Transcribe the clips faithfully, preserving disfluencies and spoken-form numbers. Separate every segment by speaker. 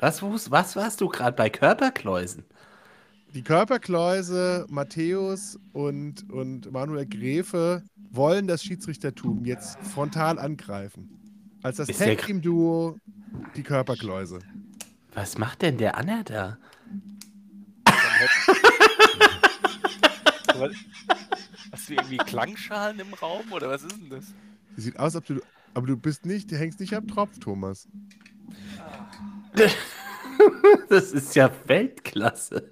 Speaker 1: Was, was, was warst du gerade bei Körperkläusen?
Speaker 2: Die Körperkläuse, Matthäus und, und Manuel Gräfe wollen das Schiedsrichtertum jetzt frontal angreifen. Als das
Speaker 1: Ist der,
Speaker 2: Tag-Team-Duo die Körperkläuse.
Speaker 1: was macht denn der Anna da?
Speaker 3: Dann hätte, Aber- hast du irgendwie Klangschalen im Raum oder was ist denn das?
Speaker 2: Sieht aus, ob du, aber du bist nicht, du hängst nicht am Tropf, Thomas.
Speaker 1: Das ist ja Weltklasse.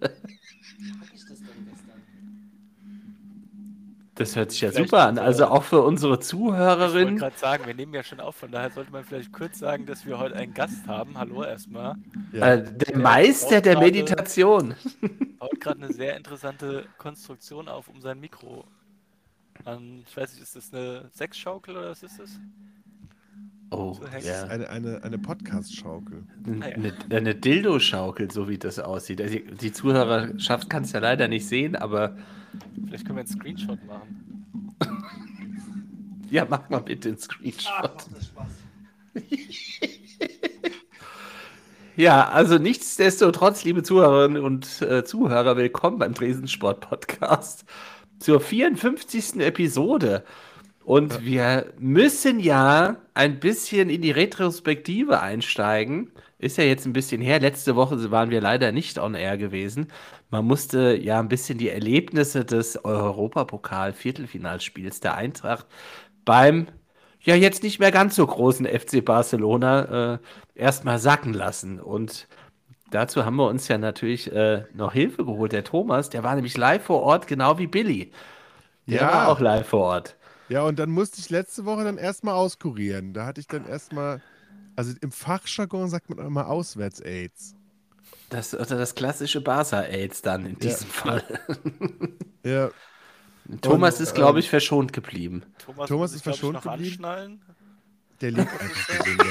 Speaker 1: Das hört sich ja
Speaker 3: Vielleicht
Speaker 1: super an.
Speaker 3: unsere-
Speaker 1: Also auch für unsere
Speaker 3: Ich wollte
Speaker 1: Zuhörerin.
Speaker 3: gerade sagen, wir nehmen ja schon auf, von daher sollte man vielleicht kurz sagen, dass wir heute einen Gast haben. Hallo erstmal.
Speaker 2: Ja.
Speaker 1: Äh, der Meister der
Speaker 3: gerade-
Speaker 1: Meditation.
Speaker 3: Baut gerade eine sehr interessante Konstruktion auf, um sein Mikro an, ich weiß nicht, ist das eine Sechsschaukel oder was ist das?
Speaker 1: Oh,
Speaker 3: So hängt
Speaker 1: ja.
Speaker 2: Eine, eine, eine Podcast-Schaukel.
Speaker 1: Eine, eine Dildo-Schaukel, so wie das aussieht. Also die, die Zuhörerschaft kann es ja leider nicht sehen, aber
Speaker 3: Vielleicht können wir einen Screenshot machen.
Speaker 1: ja, mach mal bitte einen Screenshot. Ja, also nichtsdestotrotz, liebe Zuhörerinnen und äh, Zuhörer, willkommen beim Tresensport-Podcast zur vierundfünfzigsten Episode. Und wir müssen ja ein bisschen in die Retrospektive einsteigen. Ist ja jetzt ein bisschen her. Letzte Woche waren wir leider nicht on air gewesen. Man musste ja ein bisschen die Erlebnisse des Europapokal-Viertelfinalspiels der Eintracht beim ja jetzt nicht mehr ganz so großen F C Barcelona äh, erstmal sacken lassen. Und dazu haben wir uns ja natürlich äh, noch Hilfe geholt. Der Thomas, der war nämlich live vor Ort, genau wie Billy. Der
Speaker 2: Ja.
Speaker 1: war auch live vor Ort.
Speaker 2: Ja, und dann musste ich letzte Woche dann erstmal auskurieren. Da hatte ich dann erstmal, also im Fachjargon sagt man immer Auswärts-Aids.
Speaker 1: Das, oder das klassische Barca-Aids dann in diesem Fall.
Speaker 2: Ja,
Speaker 1: Thomas
Speaker 2: Und,
Speaker 1: ist, glaube
Speaker 2: ähm,
Speaker 1: ich, verschont geblieben.
Speaker 3: Thomas,
Speaker 2: Thomas
Speaker 3: muss
Speaker 2: ist
Speaker 3: ich, glaub ich,
Speaker 2: verschont
Speaker 3: noch
Speaker 2: geblieben?
Speaker 3: anschnallen.
Speaker 2: der lebt einfach gesünder.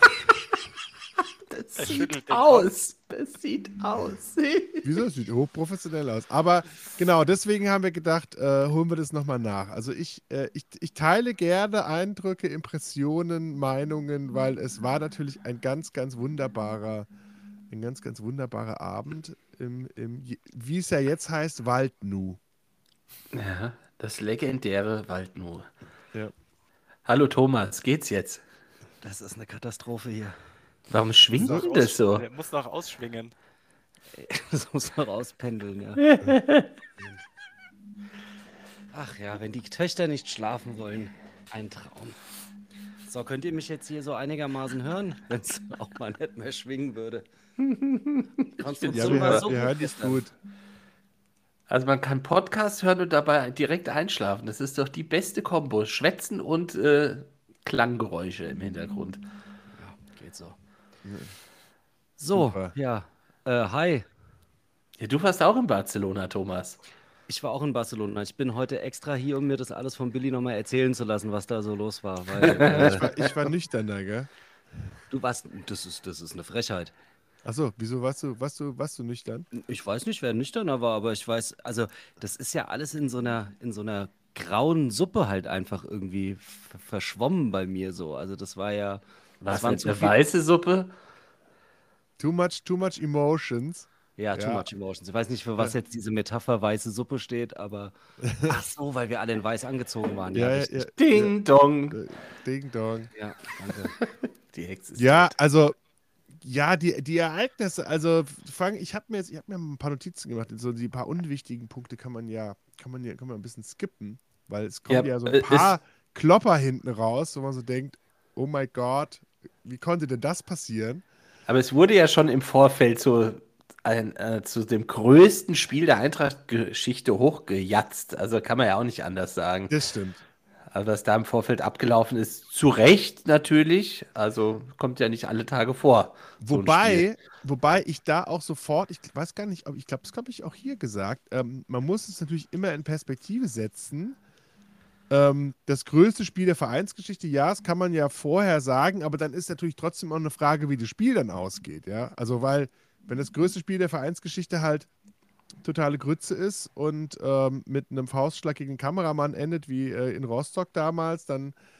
Speaker 1: Das
Speaker 3: Er
Speaker 1: sieht
Speaker 3: schüttelt den
Speaker 1: aus. Das sieht aus.
Speaker 2: Wieso? Das sieht hochprofessionell aus. Aber genau, deswegen haben wir gedacht, äh, holen wir das nochmal nach. Also ich, äh, ich, ich teile gerne Eindrücke, Impressionen, Meinungen, weil es war natürlich ein ganz, ganz wunderbarer, ein ganz, ganz wunderbarer Abend im, im Je- wie es ja jetzt heißt, Waldnu.
Speaker 1: Ja, das legendäre Waldnu.
Speaker 2: Ja.
Speaker 1: Hallo Thomas, geht's jetzt?
Speaker 4: Das ist eine Katastrophe hier.
Speaker 1: Warum schwingt
Speaker 3: Muss
Speaker 1: denn
Speaker 3: noch
Speaker 1: das
Speaker 3: aus-
Speaker 1: so?
Speaker 3: Der muss noch ausschwingen.
Speaker 4: Das muss man rauspendeln, ja. Ach ja, wenn die Töchter nicht schlafen wollen, ein Traum. So, könnt ihr mich jetzt hier so einigermaßen hören, wenn es auch mal nicht mehr schwingen würde? Die
Speaker 2: Ja,
Speaker 4: Konstruktion
Speaker 2: wir,
Speaker 4: war
Speaker 2: hör-
Speaker 4: so
Speaker 2: wir
Speaker 4: gut
Speaker 2: hören dich
Speaker 4: gestern.
Speaker 2: gut.
Speaker 1: Also man kann Podcast hören und dabei direkt einschlafen. Das ist doch die beste Kombo. Schwätzen und äh, Klanggeräusche im Hintergrund.
Speaker 4: Ja, geht so. So,
Speaker 2: Super.
Speaker 4: ja. Äh, hi,
Speaker 1: Ja, du warst auch in Barcelona, Thomas.
Speaker 4: ich war auch in Barcelona. Ich bin heute extra hier, um mir das alles von Billy nochmal erzählen zu lassen, was da so los war. Weil, äh,
Speaker 2: Ich war, ich war nüchterner, gell?
Speaker 4: du warst, das ist, das ist eine Frechheit.
Speaker 2: Achso, wieso warst du, warst du, warst du nüchtern?
Speaker 4: Ich weiß nicht, wer nüchterner war, aber ich weiß, also das ist ja alles in so einer, in so einer grauen Suppe halt einfach irgendwie v- verschwommen bei mir so. Also das war ja,
Speaker 1: War
Speaker 4: das
Speaker 1: es
Speaker 4: waren
Speaker 1: eine
Speaker 4: zu viel,
Speaker 1: weiße Suppe?
Speaker 2: Too much, too much emotions.
Speaker 4: ja, too
Speaker 2: Ja.
Speaker 4: much emotions. Ich weiß nicht, für was jetzt diese Metapher weiße Suppe steht, aber ach so, weil wir alle in weiß angezogen waren. Ja,
Speaker 2: Ja, ja,
Speaker 4: richtig.
Speaker 2: ja.
Speaker 1: Ding dong.
Speaker 2: Äh, Ding dong.
Speaker 4: Ja, danke.
Speaker 1: Die Hexe ist
Speaker 2: Ja,
Speaker 1: tot.
Speaker 2: also, ja, die, die Ereignisse, also fang, ich habe mir jetzt, ich habe mir ein paar Notizen gemacht, so die paar unwichtigen Punkte kann man ja, kann man ja, kann man ein bisschen skippen, weil es kommen
Speaker 1: Ja,
Speaker 2: ja, so
Speaker 1: äh,
Speaker 2: ein paar Klopper hinten raus, wo man so denkt, oh mein Gott, wie konnte denn das passieren?
Speaker 1: Aber es wurde ja schon im Vorfeld zu, ein, äh, zu dem größten Spiel der Eintracht-Geschichte hochgejatzt. Also kann man ja auch nicht anders sagen.
Speaker 2: Das stimmt.
Speaker 1: Also was da im Vorfeld abgelaufen ist, zu Recht natürlich. Also kommt ja nicht alle Tage vor. so ein Spiel.
Speaker 2: Wobei, wobei ich da auch sofort, ich weiß gar nicht, ob ich glaube, das habe ich auch hier gesagt, ähm, man muss es natürlich immer in Perspektive setzen. Ähm, das größte Spiel der Vereinsgeschichte, ja, das kann man ja vorher sagen, aber dann ist natürlich trotzdem auch eine Frage, wie das Spiel dann ausgeht, ja. Also, weil, wenn das größte Spiel der Vereinsgeschichte halt totale Grütze ist und ähm, mit einem Faustschlag gegen den Kameramann endet, wie äh, in Rostock damals, dann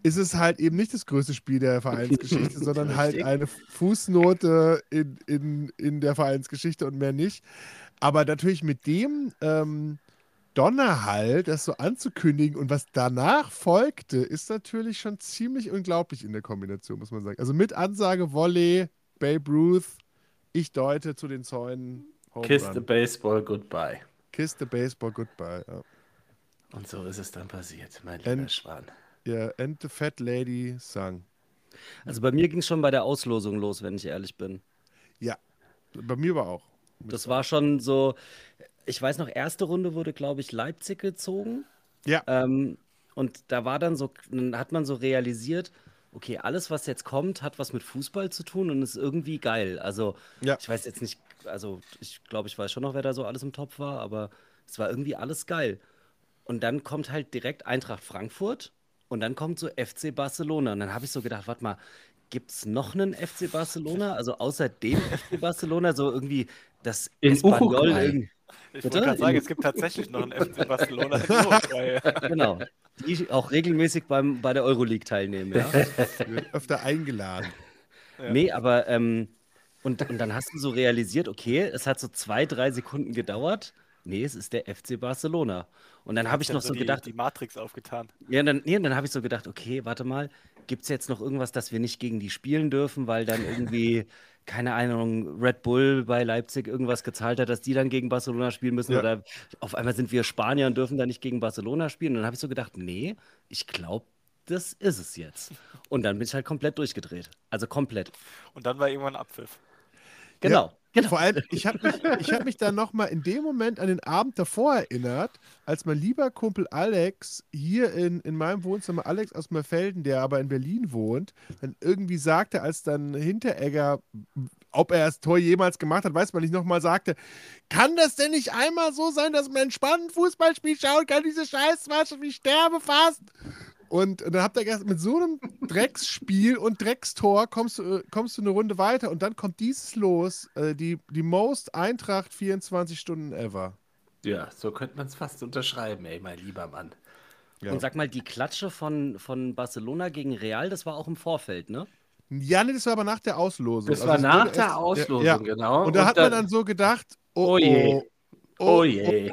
Speaker 2: ist es halt eben nicht das größte Spiel der Vereinsgeschichte, sondern halt
Speaker 1: Richtig.
Speaker 2: eine Fußnote in, in, in der Vereinsgeschichte und mehr nicht. Aber natürlich mit dem ähm, Donnerhall, das so anzukündigen und was danach folgte, ist natürlich schon ziemlich unglaublich in der Kombination, muss man sagen. Also mit Ansage, Volley, Babe Ruth, ich deute zu den Zäunen, Home
Speaker 1: Kiss
Speaker 2: Run.
Speaker 1: the baseball goodbye.
Speaker 2: Kiss the baseball, goodbye. Ja.
Speaker 1: Und so ist es dann passiert, mein lieber
Speaker 2: And-
Speaker 1: Schwan.
Speaker 2: Ja, and the fat lady sang.
Speaker 4: Also bei mir ging es schon bei der Auslosung los, wenn ich ehrlich bin.
Speaker 2: Ja, bei mir war auch.
Speaker 4: Das war schon so, ich weiß noch, erste Runde wurde, glaube ich, Leipzig gezogen.
Speaker 2: Ja.
Speaker 4: Ähm, und da war dann so, dann hat man so realisiert, okay, alles, was jetzt kommt, hat was mit Fußball zu tun und ist irgendwie geil. Also,
Speaker 2: Ja.
Speaker 4: ich weiß jetzt nicht, also ich glaube, ich weiß schon noch, wer da so alles im Topf war, aber es war irgendwie alles geil. Und dann kommt halt direkt Eintracht Frankfurt und dann kommt so F C Barcelona. Und dann habe ich so gedacht, warte mal, gibt es noch einen F C Barcelona? Also außer dem F C Barcelona, so irgendwie das
Speaker 1: In
Speaker 4: Espanyol
Speaker 1: Uruguay.
Speaker 4: irgendwie.
Speaker 3: Ich
Speaker 4: Bitte?
Speaker 3: wollte gerade sagen,
Speaker 4: In-
Speaker 3: es gibt tatsächlich noch einen F C Barcelona in Uruguay.
Speaker 4: Genau. Die auch regelmäßig beim, bei der Euroleague teilnehmen, ja.
Speaker 2: Wird öfter eingeladen.
Speaker 3: Ja.
Speaker 4: Nee, aber ähm, und, und dann hast du so realisiert, okay, es hat so zwei, drei Sekunden gedauert. Nee, es ist der F C Barcelona. Und dann habe ich
Speaker 3: Dann
Speaker 4: noch so
Speaker 3: die,
Speaker 4: gedacht,
Speaker 3: die Matrix aufgetan.
Speaker 4: ja, dann, nee, dann habe ich so gedacht, okay, warte mal, gibt es jetzt noch irgendwas, dass wir nicht gegen die spielen dürfen, weil dann irgendwie, keine Ahnung, Red Bull bei Leipzig irgendwas gezahlt hat, dass die dann gegen Barcelona spielen müssen
Speaker 2: Ja.
Speaker 4: oder auf einmal sind wir Spanier und dürfen da nicht gegen Barcelona spielen. Und dann habe ich so gedacht, nee, ich glaube, das ist es jetzt. Und dann bin ich halt komplett durchgedreht. Also komplett.
Speaker 3: Und dann war irgendwann Abpfiff.
Speaker 4: Genau. genau.
Speaker 2: Vor allem, ich habe mich, ich hab mich dann nochmal in dem Moment an den Abend davor erinnert, als mein lieber Kumpel Alex hier in, in meinem Wohnzimmer, Alex aus Merfelden, der aber in Berlin wohnt, dann irgendwie sagte, als dann Hinteregger, ob er das Tor jemals gemacht hat, weiß man nicht, nochmal sagte, kann das denn nicht einmal so sein, dass man entspannt ein Fußballspiel schauen kann, diese Scheißmannschaft, ich sterbe fast. Und dann habt ihr gesagt, mit so einem Drecksspiel und Dreckstor kommst du, äh, kommst du eine Runde weiter und dann kommt dieses los, äh, die, die most Eintracht vierundzwanzig Stunden ever.
Speaker 1: Ja, so könnte man es fast unterschreiben, ey, mein lieber Mann.
Speaker 2: Ja.
Speaker 4: Und sag mal, die Klatsche von, von Barcelona gegen Real, das war auch im Vorfeld, ne?
Speaker 2: Ja, nee, das war aber nach der Auslosung.
Speaker 1: Das
Speaker 2: Also
Speaker 1: war
Speaker 2: es
Speaker 1: nach
Speaker 2: wurde
Speaker 1: der
Speaker 2: erst-
Speaker 1: Auslosung,
Speaker 2: ja.
Speaker 1: genau.
Speaker 2: Und da hat man dann so gedacht, oh,
Speaker 1: Oh je.
Speaker 2: oh,
Speaker 1: Oh je.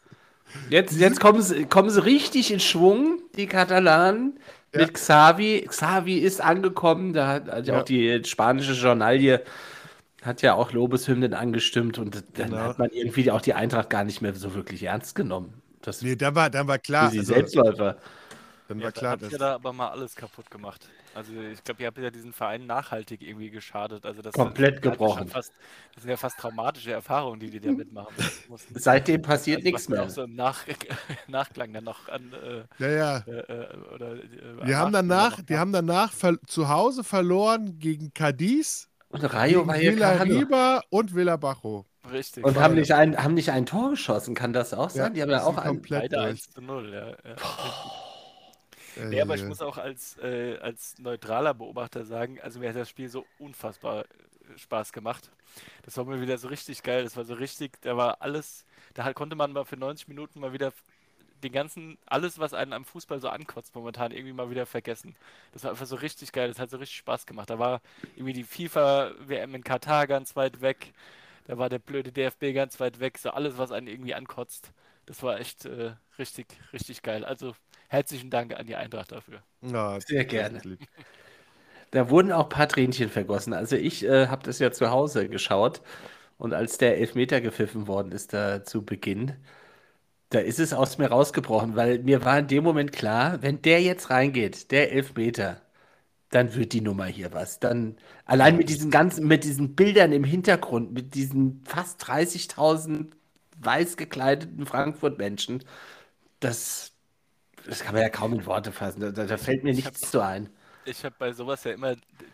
Speaker 1: Jetzt, jetzt kommen, sie, kommen sie richtig in Schwung, die Katalanen,
Speaker 2: Ja.
Speaker 1: mit Xavi. Xavi ist angekommen, da hat, hat ja
Speaker 2: Ja.
Speaker 1: auch die spanische Journalie hat ja auch Lobeshymnen angestimmt und dann
Speaker 2: Genau.
Speaker 1: hat man irgendwie auch die Eintracht gar nicht mehr so wirklich ernst genommen. Das
Speaker 2: Nee, dann war, dann war
Speaker 1: für
Speaker 2: klar.
Speaker 1: sie
Speaker 2: Also,
Speaker 1: Selbstläufer.
Speaker 2: dann
Speaker 3: Ja,
Speaker 2: war
Speaker 3: da
Speaker 2: klar,
Speaker 3: habt
Speaker 2: dass,
Speaker 3: ihr da aber mal alles kaputt gemacht. Also ich glaube, ihr habt ja diesen Verein nachhaltig irgendwie geschadet. Also das
Speaker 1: Komplett
Speaker 3: das hat ja
Speaker 1: gebrochen.
Speaker 3: schon Fast, das sind ja fast traumatische Erfahrungen, die die da mitmachen mussten.
Speaker 1: Seitdem passiert
Speaker 3: Also,
Speaker 1: nichts
Speaker 3: was mir
Speaker 1: mehr.
Speaker 3: auch so im Nach Nachklang dann noch an äh,
Speaker 2: ja, ja.
Speaker 3: äh, äh, oder äh,
Speaker 2: Die haben
Speaker 3: am
Speaker 2: danach,
Speaker 3: Nachspiel
Speaker 2: die
Speaker 3: noch
Speaker 2: haben danach ver zu Hause verloren gegen Cadiz,
Speaker 1: Und Rayo
Speaker 2: gegen
Speaker 1: Vallecano.
Speaker 2: Villarriba und Villabajo.
Speaker 3: noch- Richtig.
Speaker 1: Und
Speaker 2: War
Speaker 1: haben
Speaker 2: ja-
Speaker 1: nicht, ein, haben nicht ein Tor geschossen, kann das auch sein? Die haben ja
Speaker 2: die
Speaker 1: auch
Speaker 2: sind
Speaker 1: ein.
Speaker 2: komplett
Speaker 3: Beide
Speaker 2: durch.
Speaker 3: eins zu null, ja. ja.
Speaker 2: Äh,
Speaker 3: Nee, aber ich muss auch als, äh, als neutraler Beobachter sagen, also mir hat das Spiel so unfassbar äh, Spaß gemacht. Das war mir wieder so richtig geil. Das war so richtig, da war alles, da halt konnte man mal für neunzig Minuten mal wieder den ganzen, alles, was einen am Fußball so ankotzt momentan, irgendwie mal wieder vergessen. Das war einfach so richtig geil. Das hat so richtig Spaß gemacht. Da war irgendwie die FIFA-W M in Katar ganz weit weg. Da war der blöde D F B ganz weit weg. So alles, was einen irgendwie ankotzt. Das war echt äh, richtig, richtig geil. Also herzlichen Dank an die Eintracht dafür.
Speaker 2: Ja,
Speaker 1: Sehr
Speaker 2: das
Speaker 1: gerne.
Speaker 2: ist lieb.
Speaker 1: Da wurden auch ein paar Tränchen vergossen. Also ich äh, habe das ja zu Hause geschaut und als der Elfmeter gepfiffen worden ist da zu Beginn, da ist es aus mir rausgebrochen, weil mir war in dem Moment klar, wenn der jetzt reingeht, der Elfmeter, dann wird die Nummer hier was. Dann allein mit diesen ganzen, mit diesen Bildern im Hintergrund, mit diesen fast dreißigtausend weiß gekleideten Frankfurt-Menschen, das, das kann man ja kaum in Worte fassen. Da, da da fällt mir
Speaker 3: Ich hab-
Speaker 1: nichts zu ein.
Speaker 3: Ich habe bei sowas ja immer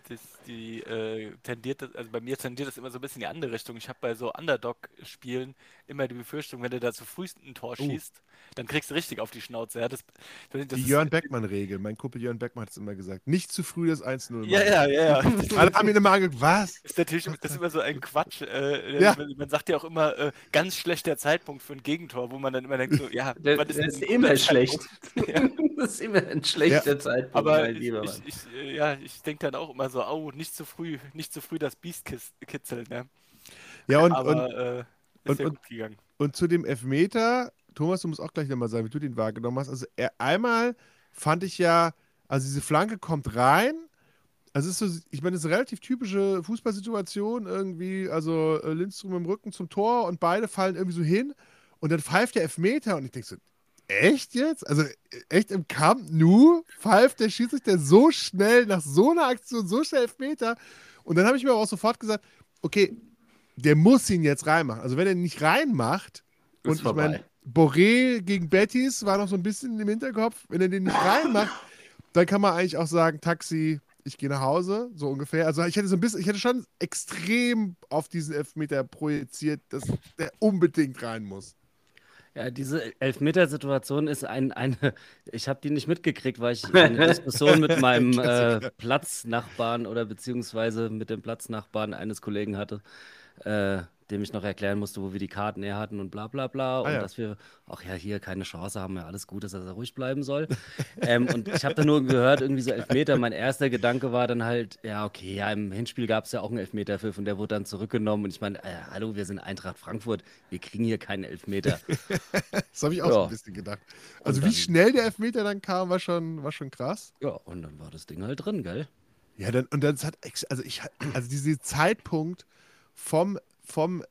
Speaker 3: das, die äh, tendiert, das, also bei mir tendiert das immer so ein bisschen in die andere Richtung. Ich habe bei so Underdog-Spielen immer die Befürchtung, wenn du da zu früh ein Tor
Speaker 2: Oh.
Speaker 3: schießt, dann kriegst du richtig auf die Schnauze. Ja, das, das, das
Speaker 2: Die
Speaker 3: ist,
Speaker 2: Jörn Beckmann-Regel. Mein Kumpel Jörn Beckmann hat es immer gesagt. Nicht zu früh das eins null
Speaker 3: Ja,
Speaker 2: machen.
Speaker 3: ja, ja, ja. Das
Speaker 2: Alle haben ihn immer angeguckt, was?
Speaker 3: ist natürlich das ist immer so ein Quatsch. Äh,
Speaker 2: Ja.
Speaker 3: man, man sagt ja auch immer, äh, ganz schlechter Zeitpunkt für ein Gegentor, wo man dann immer denkt, so, ja,
Speaker 1: Das,
Speaker 3: was
Speaker 1: das
Speaker 3: denn
Speaker 1: ist
Speaker 3: ein
Speaker 1: immer
Speaker 3: guter
Speaker 1: schlecht.
Speaker 3: Zeitpunkt? Ja.
Speaker 1: Das ist immer ein schlechter Zeitpunkt,
Speaker 3: Aber
Speaker 1: mein
Speaker 3: ich,
Speaker 1: lieber
Speaker 3: ich,
Speaker 1: Mann.
Speaker 3: ich, äh, ja, ich denke dann auch immer so, au, nicht zu früh, nicht zu früh das Biest kis- kitzeln, ne?
Speaker 2: Ja, und,
Speaker 3: Aber
Speaker 2: und,
Speaker 3: äh, ist
Speaker 2: und-
Speaker 3: ja
Speaker 2: und-
Speaker 3: gut gegangen.
Speaker 2: und zu dem Elfmeter, Thomas, du musst auch gleich nochmal sagen, wie du den wahrgenommen hast. Also er, einmal fand ich ja, also diese Flanke kommt rein. Also es ist so, ich meine, das ist eine relativ typische Fußballsituation irgendwie, also äh, Lindström im Rücken zum Tor und beide fallen irgendwie so hin und dann pfeift der Elfmeter und ich denke so, echt jetzt? Also äh, echt im Camp Nou pfeift der Schiedsrichter so schnell nach so einer Aktion, so schnell Elfmeter und dann habe ich mir aber auch sofort gesagt, okay, der muss ihn jetzt reinmachen. Also wenn er ihn nicht reinmacht
Speaker 1: Ist
Speaker 2: und ich
Speaker 1: vorbei.
Speaker 2: meine, Boré gegen Betis war noch so ein bisschen im Hinterkopf, wenn er den nicht reinmacht, dann kann man eigentlich auch sagen, Taxi, ich gehe nach Hause, so ungefähr. Also ich hätte so ein bisschen, ich hätte schon extrem auf diesen Elfmeter projiziert, dass der unbedingt rein muss.
Speaker 4: Ja, diese Elfmetersituation ist ein, eine, ich habe die nicht mitgekriegt, weil ich eine Diskussion mit meinem äh, Platznachbarn oder beziehungsweise mit dem Platznachbarn eines Kollegen hatte, äh, dem ich noch erklären musste, wo wir die Karten her hatten und bla bla bla. Und
Speaker 2: ja.
Speaker 4: dass wir, ach ja, hier keine Chance haben, ja alles gut, dass er ruhig bleiben soll. ähm, und ich habe dann nur gehört, irgendwie so Elfmeter. Mein erster Gedanke war dann halt, ja, okay, ja, im Hinspiel gab es ja auch einen Elfmeterpfiff und der wurde dann zurückgenommen. Und ich meine, äh, hallo, wir sind Eintracht Frankfurt, wir kriegen hier keinen Elfmeter.
Speaker 2: Das habe ich auch so
Speaker 4: Ja.
Speaker 2: ein bisschen gedacht. Also
Speaker 4: Und
Speaker 2: wie
Speaker 4: dann-
Speaker 2: schnell der Elfmeter dann kam, war schon, war schon krass.
Speaker 4: Ja, und dann war das Ding halt drin, gell?
Speaker 2: Ja, dann, und dann hat, ex- also ich, also dieser Zeitpunkt vom, vom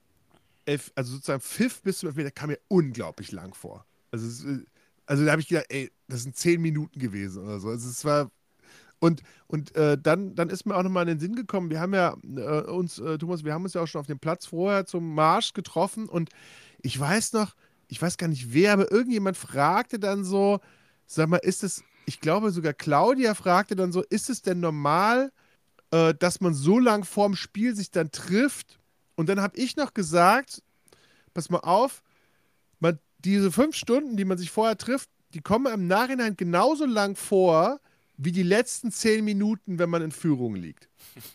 Speaker 2: Elf, also sozusagen Pfiff bis zum Elfmeter kam mir unglaublich lang vor. Also, es, äh, also da habe ich gedacht, ey, das sind zehn Minuten gewesen oder so. Also es war und, und äh, dann, dann ist mir auch nochmal in den Sinn gekommen, wir haben ja äh, uns, äh, Thomas, wir haben uns ja auch schon auf dem Platz vorher zum Marsch getroffen und ich weiß noch, ich weiß gar nicht wer, aber irgendjemand fragte dann so, sag mal, ist es, ich glaube sogar Claudia fragte dann so, ist es denn normal, äh, dass man so lang vorm Spiel sich dann trifft? Und dann habe ich noch gesagt, pass mal auf, man, diese fünf Stunden, die man sich vorher trifft, die kommen im Nachhinein genauso lang vor, wie die letzten zehn Minuten, wenn man in Führung liegt.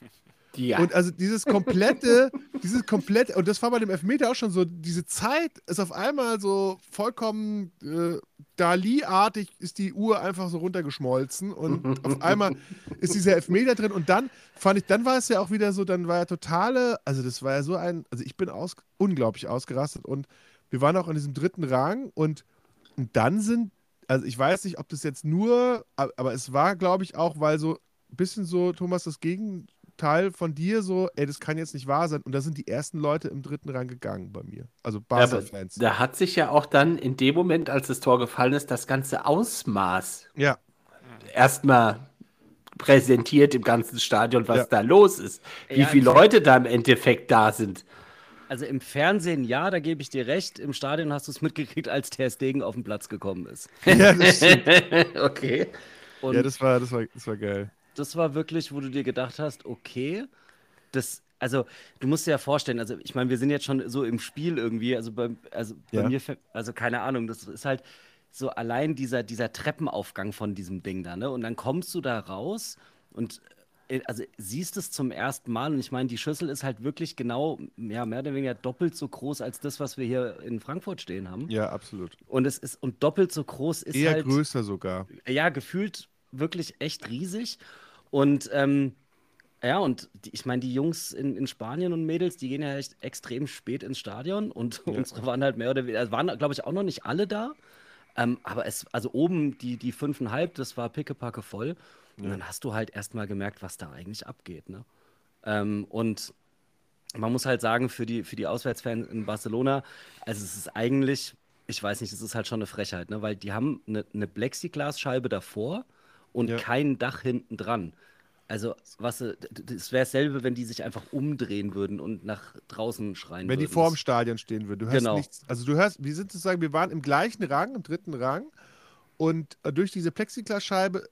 Speaker 1: Ja.
Speaker 2: Und also dieses komplette, dieses komplette, und das war bei dem Elfmeter auch schon so, diese Zeit ist auf einmal so vollkommen äh, Dali-artig, ist die Uhr einfach so runtergeschmolzen und auf einmal ist dieser Elfmeter drin und dann fand ich, dann war es ja auch wieder so, dann war ja totale, also das war ja so ein, also ich bin aus, unglaublich ausgerastet und wir waren auch in diesem dritten Rang und, und dann sind, also ich weiß nicht, ob das jetzt nur, aber es war, glaube ich, auch, weil so ein bisschen so, Thomas, das Gegenteil von dir so, ey, das kann jetzt nicht wahr sein. Und da sind die ersten Leute im dritten Rang gegangen bei mir. Also
Speaker 1: Ja, aber
Speaker 2: Barca-Fans.
Speaker 1: da hat sich ja auch dann in dem Moment, als das Tor gefallen ist, das ganze Ausmaß
Speaker 2: Ja,
Speaker 1: erstmal präsentiert im ganzen Stadion, was
Speaker 2: Ja.
Speaker 1: da los ist. Wie
Speaker 4: Ja,
Speaker 1: viele
Speaker 4: im-
Speaker 1: Leute da im Endeffekt da sind.
Speaker 4: Also im Fernsehen ja, da gebe ich dir recht. Im Stadion hast du es mitgekriegt, als Ter Stegen auf den Platz gekommen ist.
Speaker 2: ja, das, stimmt.
Speaker 1: Okay.
Speaker 4: Und
Speaker 2: ja das, war, das, war, das war geil.
Speaker 4: das war wirklich, wo du dir gedacht hast, okay, das, also du musst dir ja vorstellen, also ich meine, wir sind jetzt schon so im Spiel irgendwie, also bei, also bei
Speaker 2: Ja.
Speaker 4: mir, fä- also keine Ahnung, das ist halt so allein dieser, dieser Treppenaufgang von diesem Ding da, ne? Und dann kommst du da raus und äh, also siehst es zum ersten Mal und ich meine, die Schüssel ist halt wirklich genau, ja, mehr oder weniger doppelt so groß als das, was wir hier in Frankfurt stehen haben.
Speaker 2: Ja, absolut.
Speaker 4: Und es ist, und doppelt so groß ist
Speaker 2: Eher
Speaker 4: halt
Speaker 2: größer sogar.
Speaker 4: ja, gefühlt wirklich echt riesig. Und ähm, ja, und die, ich meine, die Jungs in, in Spanien und Mädels, die gehen ja echt extrem spät ins Stadion und
Speaker 2: Ja.
Speaker 4: unsere waren halt mehr oder weniger, also waren, glaube ich, auch noch nicht alle da. Ähm, aber es, also oben die, die fünfeinhalb, das war pickepacke voll. Und
Speaker 2: Ja.
Speaker 4: dann hast du halt erstmal gemerkt, was da eigentlich abgeht, ne? Ähm, und man muss halt sagen, für die, für die Auswärtsfans in Barcelona, also es ist eigentlich, ich weiß nicht, es ist halt schon eine Frechheit, ne? Weil die haben eine, eine Plexiglasscheibe davor und
Speaker 2: Ja.
Speaker 4: kein Dach hinten dran. Also, was, äh, d- d- es wäre dasselbe, wenn die sich einfach umdrehen würden und nach draußen schreien
Speaker 2: Wenn die
Speaker 4: würden.
Speaker 2: vor dem Stadion stehen würden. Du hörst
Speaker 4: Genau.
Speaker 2: nichts. Also du hörst, wir sind sozusagen, wir waren im gleichen Rang, im dritten Rang und äh, durch diese Plexiglasscheibe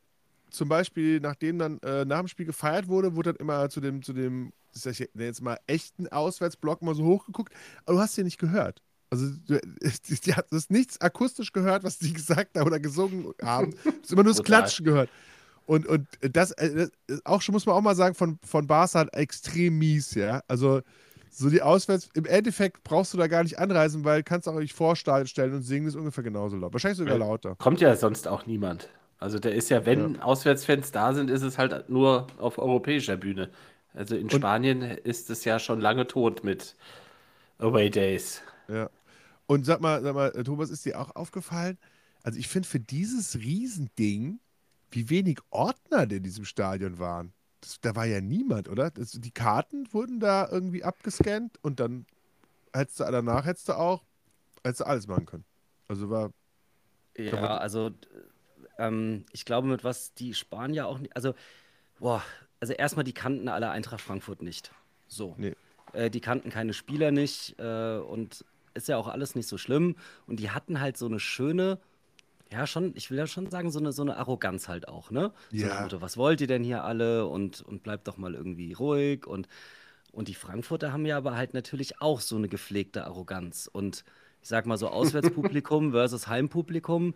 Speaker 2: zum Beispiel, nachdem dann äh, nach dem Spiel gefeiert wurde, wurde dann immer zu dem, zu dem, ich sag jetzt mal, echten Auswärtsblock mal so hochgeguckt, aber du hast sie nicht gehört. Also, du, die hat das nichts akustisch gehört, was die gesagt haben oder gesungen haben. Du hast immer nur das
Speaker 1: Total.
Speaker 2: Klatschen gehört. Und, und das, äh, das auch schon, muss man auch mal sagen, von, von Barca halt extrem mies, ja. Also, so die Auswärts, im Endeffekt brauchst du da gar nicht anreisen, weil du kannst auch nicht vor Stadion stellen und singen ist ungefähr genauso laut. Wahrscheinlich sogar
Speaker 1: Weil-
Speaker 2: lauter.
Speaker 1: Kommt ja sonst auch niemand. Also der ist ja, wenn Auswärtsfans da sind, ist es halt nur auf europäischer Bühne. Also in
Speaker 2: Und-
Speaker 1: Spanien ist es ja schon lange tot mit Away Days.
Speaker 2: Ja. Und sag mal, sag mal, äh, Thomas, ist dir auch aufgefallen? Also ich finde für dieses Riesending, wie wenig Ordner in diesem Stadion waren. Das, da war ja niemand, oder? Das, die Karten wurden da irgendwie abgescannt und dann hättest du danach hättest du auch, hättest du alles machen können. Also war,
Speaker 4: Ja, also d- ähm, ich glaube, mit was die Spanier auch nicht, also, boah, also erstmal, die kannten alle Eintracht Frankfurt nicht. So.
Speaker 2: nee.
Speaker 4: Äh, die kannten keine Spieler nicht äh, und ist ja auch alles nicht so schlimm. Und die hatten halt so eine schöne, ja schon, ich will ja schon sagen, so eine, so eine Arroganz halt auch, ne? So
Speaker 2: Ja.
Speaker 4: nach dem Motto, was wollt ihr denn hier alle? Und, und bleibt doch mal irgendwie ruhig. Und, und die Frankfurter haben ja aber halt natürlich auch so eine gepflegte Arroganz. Und ich sag mal so, Auswärtspublikum versus Heimpublikum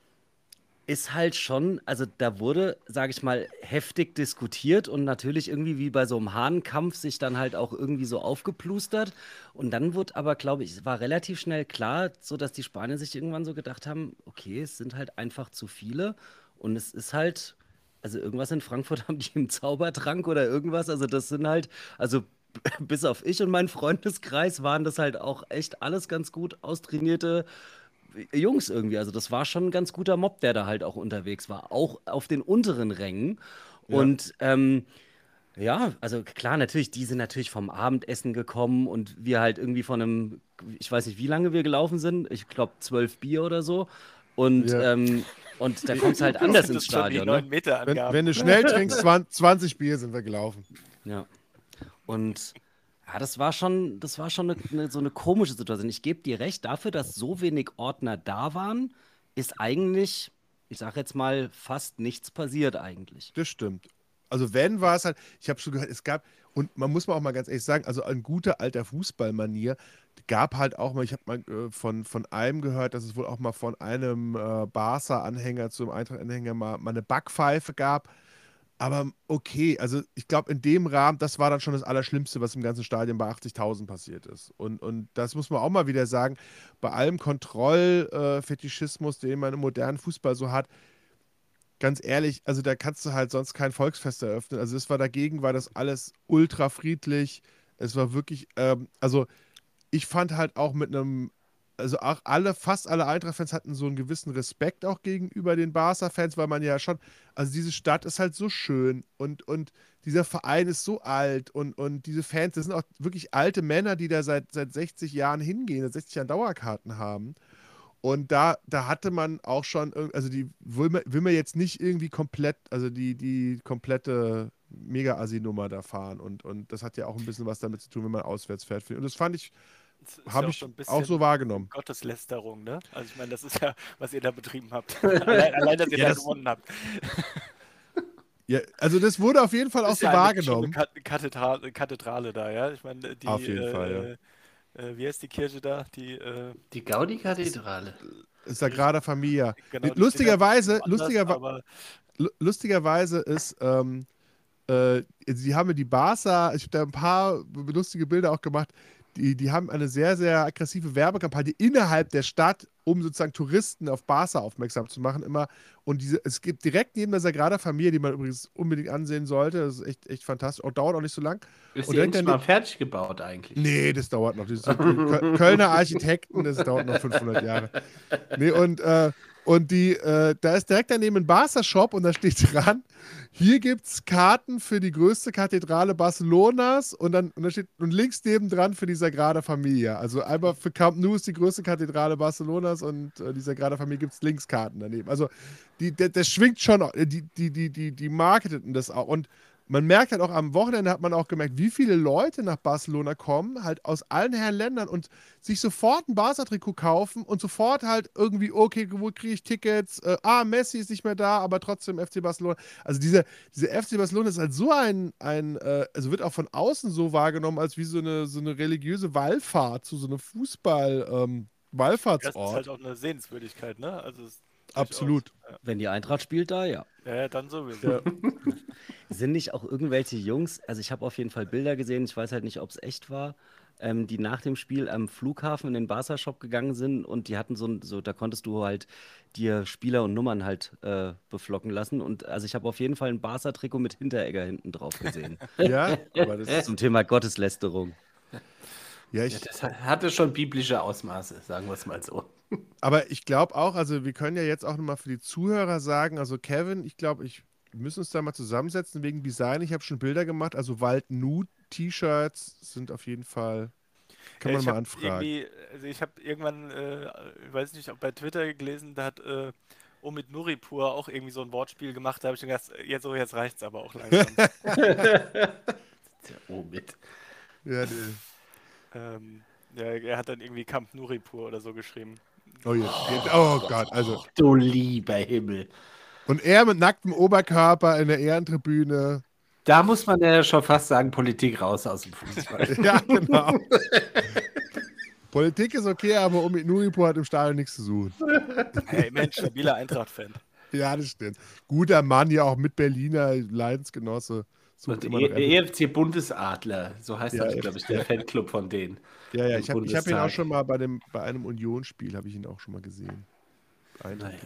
Speaker 4: ist halt schon, also da wurde, sage ich mal, heftig diskutiert und natürlich irgendwie wie bei so einem Hahnkampf sich dann halt auch irgendwie so aufgeplustert. Und dann wurde aber, glaube ich, es war relativ schnell klar, so dass die Spanier sich irgendwann so gedacht haben, okay, es sind halt einfach zu viele und es ist halt, also irgendwas in Frankfurt haben die im Zaubertrank oder irgendwas, also das sind halt, also bis auf ich und meinen Freundeskreis waren das halt auch echt alles ganz gut austrainierte Jungs irgendwie. Also das war schon ein ganz guter Mob, der da halt auch unterwegs war, auch auf den unteren Rängen.
Speaker 2: Ja.
Speaker 4: Und ähm, ja, also klar, natürlich, die sind natürlich vom Abendessen gekommen und wir halt irgendwie von einem, ich weiß nicht, wie lange wir gelaufen sind, ich glaube zwölf Bier oder so. Und,
Speaker 2: Ja.
Speaker 4: ähm, und da kommst du halt anders
Speaker 3: Das
Speaker 4: ins
Speaker 3: ist schon die
Speaker 4: Stadion,
Speaker 3: neun
Speaker 4: ne?
Speaker 3: Meter
Speaker 2: Wenn,
Speaker 3: Angaben.
Speaker 2: wenn du schnell trinkst, zwan- zwanzig Bier sind wir gelaufen.
Speaker 4: Ja. Und ja, das war schon, das war schon eine, eine, so eine komische Situation. Ich gebe dir recht, dafür, dass so wenig Ordner da waren, ist eigentlich, ich sag jetzt mal, fast nichts passiert eigentlich.
Speaker 2: Das stimmt. Also wenn war es halt, ich habe schon gehört, es gab, und man muss mal auch mal ganz ehrlich sagen, also ein guter alter Fußballmanier, gab halt auch mal, ich habe mal äh, von, von einem gehört, dass es wohl auch mal von einem äh, Barca-Anhänger zu einem Eintracht-Anhänger mal, mal eine Backpfeife gab. Aber okay, also ich glaube, in dem Rahmen, das war dann schon das Allerschlimmste, was im ganzen Stadion bei achtzigtausend passiert ist. Und, und das muss man auch mal wieder sagen, bei allem Kontrollfetischismus, den man im modernen Fußball so hat, ganz ehrlich, also da kannst du halt sonst kein Volksfest eröffnen. Also es war dagegen, war das alles ultra friedlich. Es war wirklich, ähm, also ich fand halt auch mit einem, also auch alle, fast alle Eintracht-Fans hatten so einen gewissen Respekt auch gegenüber den Barca-Fans, weil man ja schon, also diese Stadt ist halt so schön und, und dieser Verein ist so alt und, und diese Fans, das sind auch wirklich alte Männer, die da seit, seit sechzig Jahren hingehen, seit sechzig Jahren Dauerkarten haben. Und da, da hatte man auch schon, irg- also die will man, will man jetzt nicht irgendwie komplett, also die, die komplette Mega-Assi-Nummer da fahren. Und, und das hat ja auch ein bisschen was damit zu tun, wenn man auswärts fährt. Und das fand ich,
Speaker 3: Das ist
Speaker 2: habe
Speaker 3: ja
Speaker 2: ich
Speaker 3: so ein
Speaker 2: auch so
Speaker 3: bisschen
Speaker 2: wahrgenommen.
Speaker 3: Gotteslästerung, ne? Also ich meine, das ist ja, was ihr da betrieben habt. allein, allein, dass ihr
Speaker 2: Ja,
Speaker 3: da
Speaker 2: das-
Speaker 3: gewonnen habt.
Speaker 2: Ja, also das wurde auf jeden Fall auch
Speaker 3: Das ist
Speaker 2: so
Speaker 3: ja eine
Speaker 2: wahrgenommen.
Speaker 3: schöne Kat- Kathedrale, Kathedrale da, ja? Ich meine, die,
Speaker 2: Auf jeden
Speaker 3: äh,
Speaker 2: Fall,
Speaker 3: äh, wie heißt die Kirche da? Die, äh,
Speaker 1: Die Gaudi-Kathedrale.
Speaker 2: Sagrada Familia.
Speaker 3: genau, die
Speaker 2: Lustigerweise,
Speaker 3: steht halt anders,
Speaker 2: lustigerweise,
Speaker 3: aber
Speaker 2: Lu- lustigerweise ist, ähm, äh, sie haben ja die Barca, ich habe da ein paar lustige Bilder auch gemacht, die, die haben eine sehr, sehr aggressive Werbekampagne innerhalb der Stadt, um sozusagen Touristen auf Barca aufmerksam zu machen, immer. Und diese, es gibt direkt neben der Sagrada Familia, die man übrigens unbedingt ansehen sollte, das ist echt, echt fantastisch, auch dauert auch nicht so lang.
Speaker 1: Ist
Speaker 2: Und
Speaker 1: die
Speaker 2: direkt
Speaker 1: endlich
Speaker 2: daneben-
Speaker 1: mal fertig gebaut eigentlich?
Speaker 2: Nee, das dauert noch. Das sind Köl- Kölner Architekten, das dauert noch fünfhundert Jahre. Nee, und, äh, und die, äh, da ist direkt daneben ein Barca-Shop und da steht dran, hier gibt es Karten für die größte Kathedrale Barcelonas und dann und da steht und links nebendran für die Sagrada Familia. Also einmal für Camp Nou ist die größte Kathedrale Barcelonas und äh, die Sagrada Familia gibt es Linkskarten daneben. Also die, der, der schwingt schon, äh, die, die, die, die, die marketeten das auch. Und man merkt halt auch am Wochenende, hat man auch gemerkt, wie viele Leute nach Barcelona kommen, halt aus allen Herren Ländern und sich sofort ein Barca-Trikot kaufen und sofort halt irgendwie, okay, wo kriege ich Tickets? Äh, ah, Messi ist nicht mehr da, aber trotzdem F C Barcelona. Also diese, diese F C Barcelona ist halt so ein, ein äh, also wird auch von außen so wahrgenommen, als wie so eine, so eine religiöse Wallfahrt zu so einem Fußball, ähm,
Speaker 3: Das ist
Speaker 2: Wallfahrtsort.
Speaker 3: halt auch eine Sehenswürdigkeit, ne? Also es ist
Speaker 2: Absolut.
Speaker 3: durchaus-
Speaker 4: Wenn die Eintracht spielt, da ja.
Speaker 3: Ja, ja, dann sowieso.
Speaker 2: Ja.
Speaker 4: Sind nicht auch irgendwelche Jungs, also ich habe auf jeden Fall Bilder gesehen, ich weiß halt nicht, ob es echt war, ähm, die nach dem Spiel am Flughafen in den Barca-Shop gegangen sind und die hatten so, ein- so, da konntest du halt dir Spieler und Nummern halt äh, beflocken lassen. Und also ich habe auf jeden Fall ein Barca-Trikot mit Hinteregger hinten drauf gesehen.
Speaker 2: Ja, aber das ist,
Speaker 4: Zum Thema Gotteslästerung.
Speaker 2: ja,
Speaker 1: Ja,
Speaker 2: ich,
Speaker 1: das hatte schon biblische Ausmaße, sagen wir es mal so.
Speaker 2: aber ich glaube auch, also wir können ja jetzt auch nochmal für die Zuhörer sagen, also Kevin, ich glaube, ich wir müssen uns da mal zusammensetzen wegen Design. Ich habe schon Bilder gemacht, also Wald Nude T-Shirts sind auf jeden Fall, kann
Speaker 3: Ja,
Speaker 2: man
Speaker 3: ich
Speaker 2: mal
Speaker 3: hab
Speaker 2: anfragen.
Speaker 3: irgendwie, also ich habe irgendwann, äh, ich weiß nicht, ob bei Twitter gelesen, da hat äh, Omid Nuripur auch irgendwie so ein Wortspiel gemacht. Da habe ich schon gedacht, jetzt, so, jetzt reicht's aber auch langsam.
Speaker 1: Oh, mit.
Speaker 2: Ja, nee.
Speaker 3: ähm, ja, er hat dann irgendwie Camp Nuripur oder so geschrieben.
Speaker 2: Oh, ja. Oh Gott, also.
Speaker 1: Du lieber Himmel.
Speaker 2: Und er mit nacktem Oberkörper in der Ehrentribüne.
Speaker 1: Da muss man ja schon fast sagen, Politik raus aus dem Fußball.
Speaker 2: Ja, genau. Politik ist okay, aber Omid Nuripur hat im Stadion nichts zu suchen.
Speaker 3: Hey, Mensch, stabiler Eintracht-Fan.
Speaker 2: Ja, das stimmt. Guter Mann, ja auch mit Berliner Leidensgenosse. Sucht
Speaker 1: Und
Speaker 2: immer
Speaker 1: E-
Speaker 2: noch
Speaker 1: E F C Bundesadler, so heißt
Speaker 2: Ja,
Speaker 1: das,
Speaker 2: ja.
Speaker 1: glaube ich, der Fanclub von denen.
Speaker 2: Ja, ja,
Speaker 1: im
Speaker 2: ich habe ich hab ihn auch
Speaker 1: Bundestag.
Speaker 2: schon mal bei, dem, bei einem Unionsspiel, habe ich ihn auch schon mal gesehen. Ein
Speaker 1: Naja.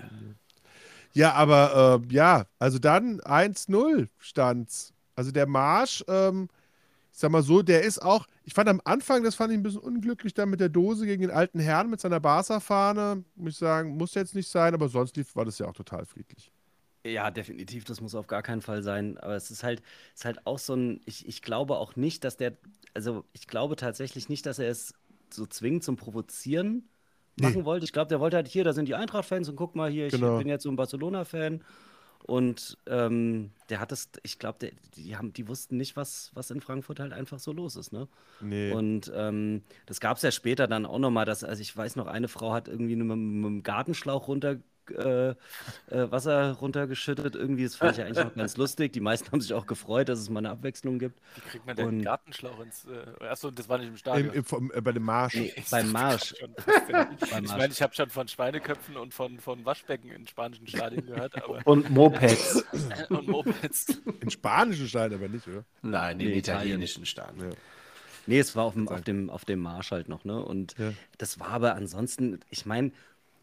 Speaker 2: Ja, aber äh, ja, also dann eins null stand's. Also der Marsch, ähm, ich sag mal so, der ist auch, ich fand am Anfang, das fand ich ein bisschen unglücklich, dann mit der Dose gegen den alten Herrn mit seiner Barca-Fahne, muss ich sagen, muss jetzt nicht sein, aber sonst lief, war das ja auch total friedlich.
Speaker 4: Ja, definitiv, das muss auf gar keinen Fall sein. Aber es ist halt, ist halt auch so ein, ich, ich glaube auch nicht, dass der, also ich glaube tatsächlich nicht, dass er es so zwingend zum Provozieren machen
Speaker 2: Nee.
Speaker 4: wollte. Ich glaube, der wollte halt hier, da sind die Eintracht-Fans und guck mal hier, ich
Speaker 2: Genau.
Speaker 4: bin jetzt so ein Barcelona-Fan. Und ähm, der hat es, ich glaube, die haben, die wussten nicht, was, was in Frankfurt halt einfach so los ist, ne?
Speaker 2: Nee.
Speaker 4: Und ähm, das gab es ja später dann auch nochmal, dass, also ich weiß noch, eine Frau hat irgendwie mit, mit dem Gartenschlauch runter, äh, äh, Wasser runtergeschüttet. Irgendwie, das fand ich ja eigentlich auch ganz lustig. Die meisten haben sich auch gefreut, dass es mal eine Abwechslung gibt.
Speaker 3: Wie kriegt man denn
Speaker 4: Und-
Speaker 3: einen Gartenschlauch ins. Äh, achso, das war nicht im
Speaker 2: Im,
Speaker 3: Stadion.
Speaker 2: im, vom, äh, bei dem Marsch.
Speaker 4: Nee,
Speaker 3: Ich
Speaker 4: beim
Speaker 3: dachte
Speaker 4: Marsch.
Speaker 3: schon, was denn?
Speaker 4: Beim
Speaker 3: Ich
Speaker 4: Marsch.
Speaker 3: meine, ich habe schon von Schweineköpfen und von, von Waschbecken in spanischen Stadien gehört, aber
Speaker 1: Und Mopeds.
Speaker 3: und Mopeds.
Speaker 2: In spanischen Stein aber nicht, oder?
Speaker 1: Nein, in
Speaker 4: Nee,
Speaker 1: italienischen Staaten.
Speaker 2: Ja.
Speaker 4: Nee, es war auf dem,
Speaker 2: Sagen.
Speaker 4: auf dem, auf dem Marsch halt noch, ne? Und
Speaker 2: Ja.
Speaker 4: das war aber ansonsten, ich meine,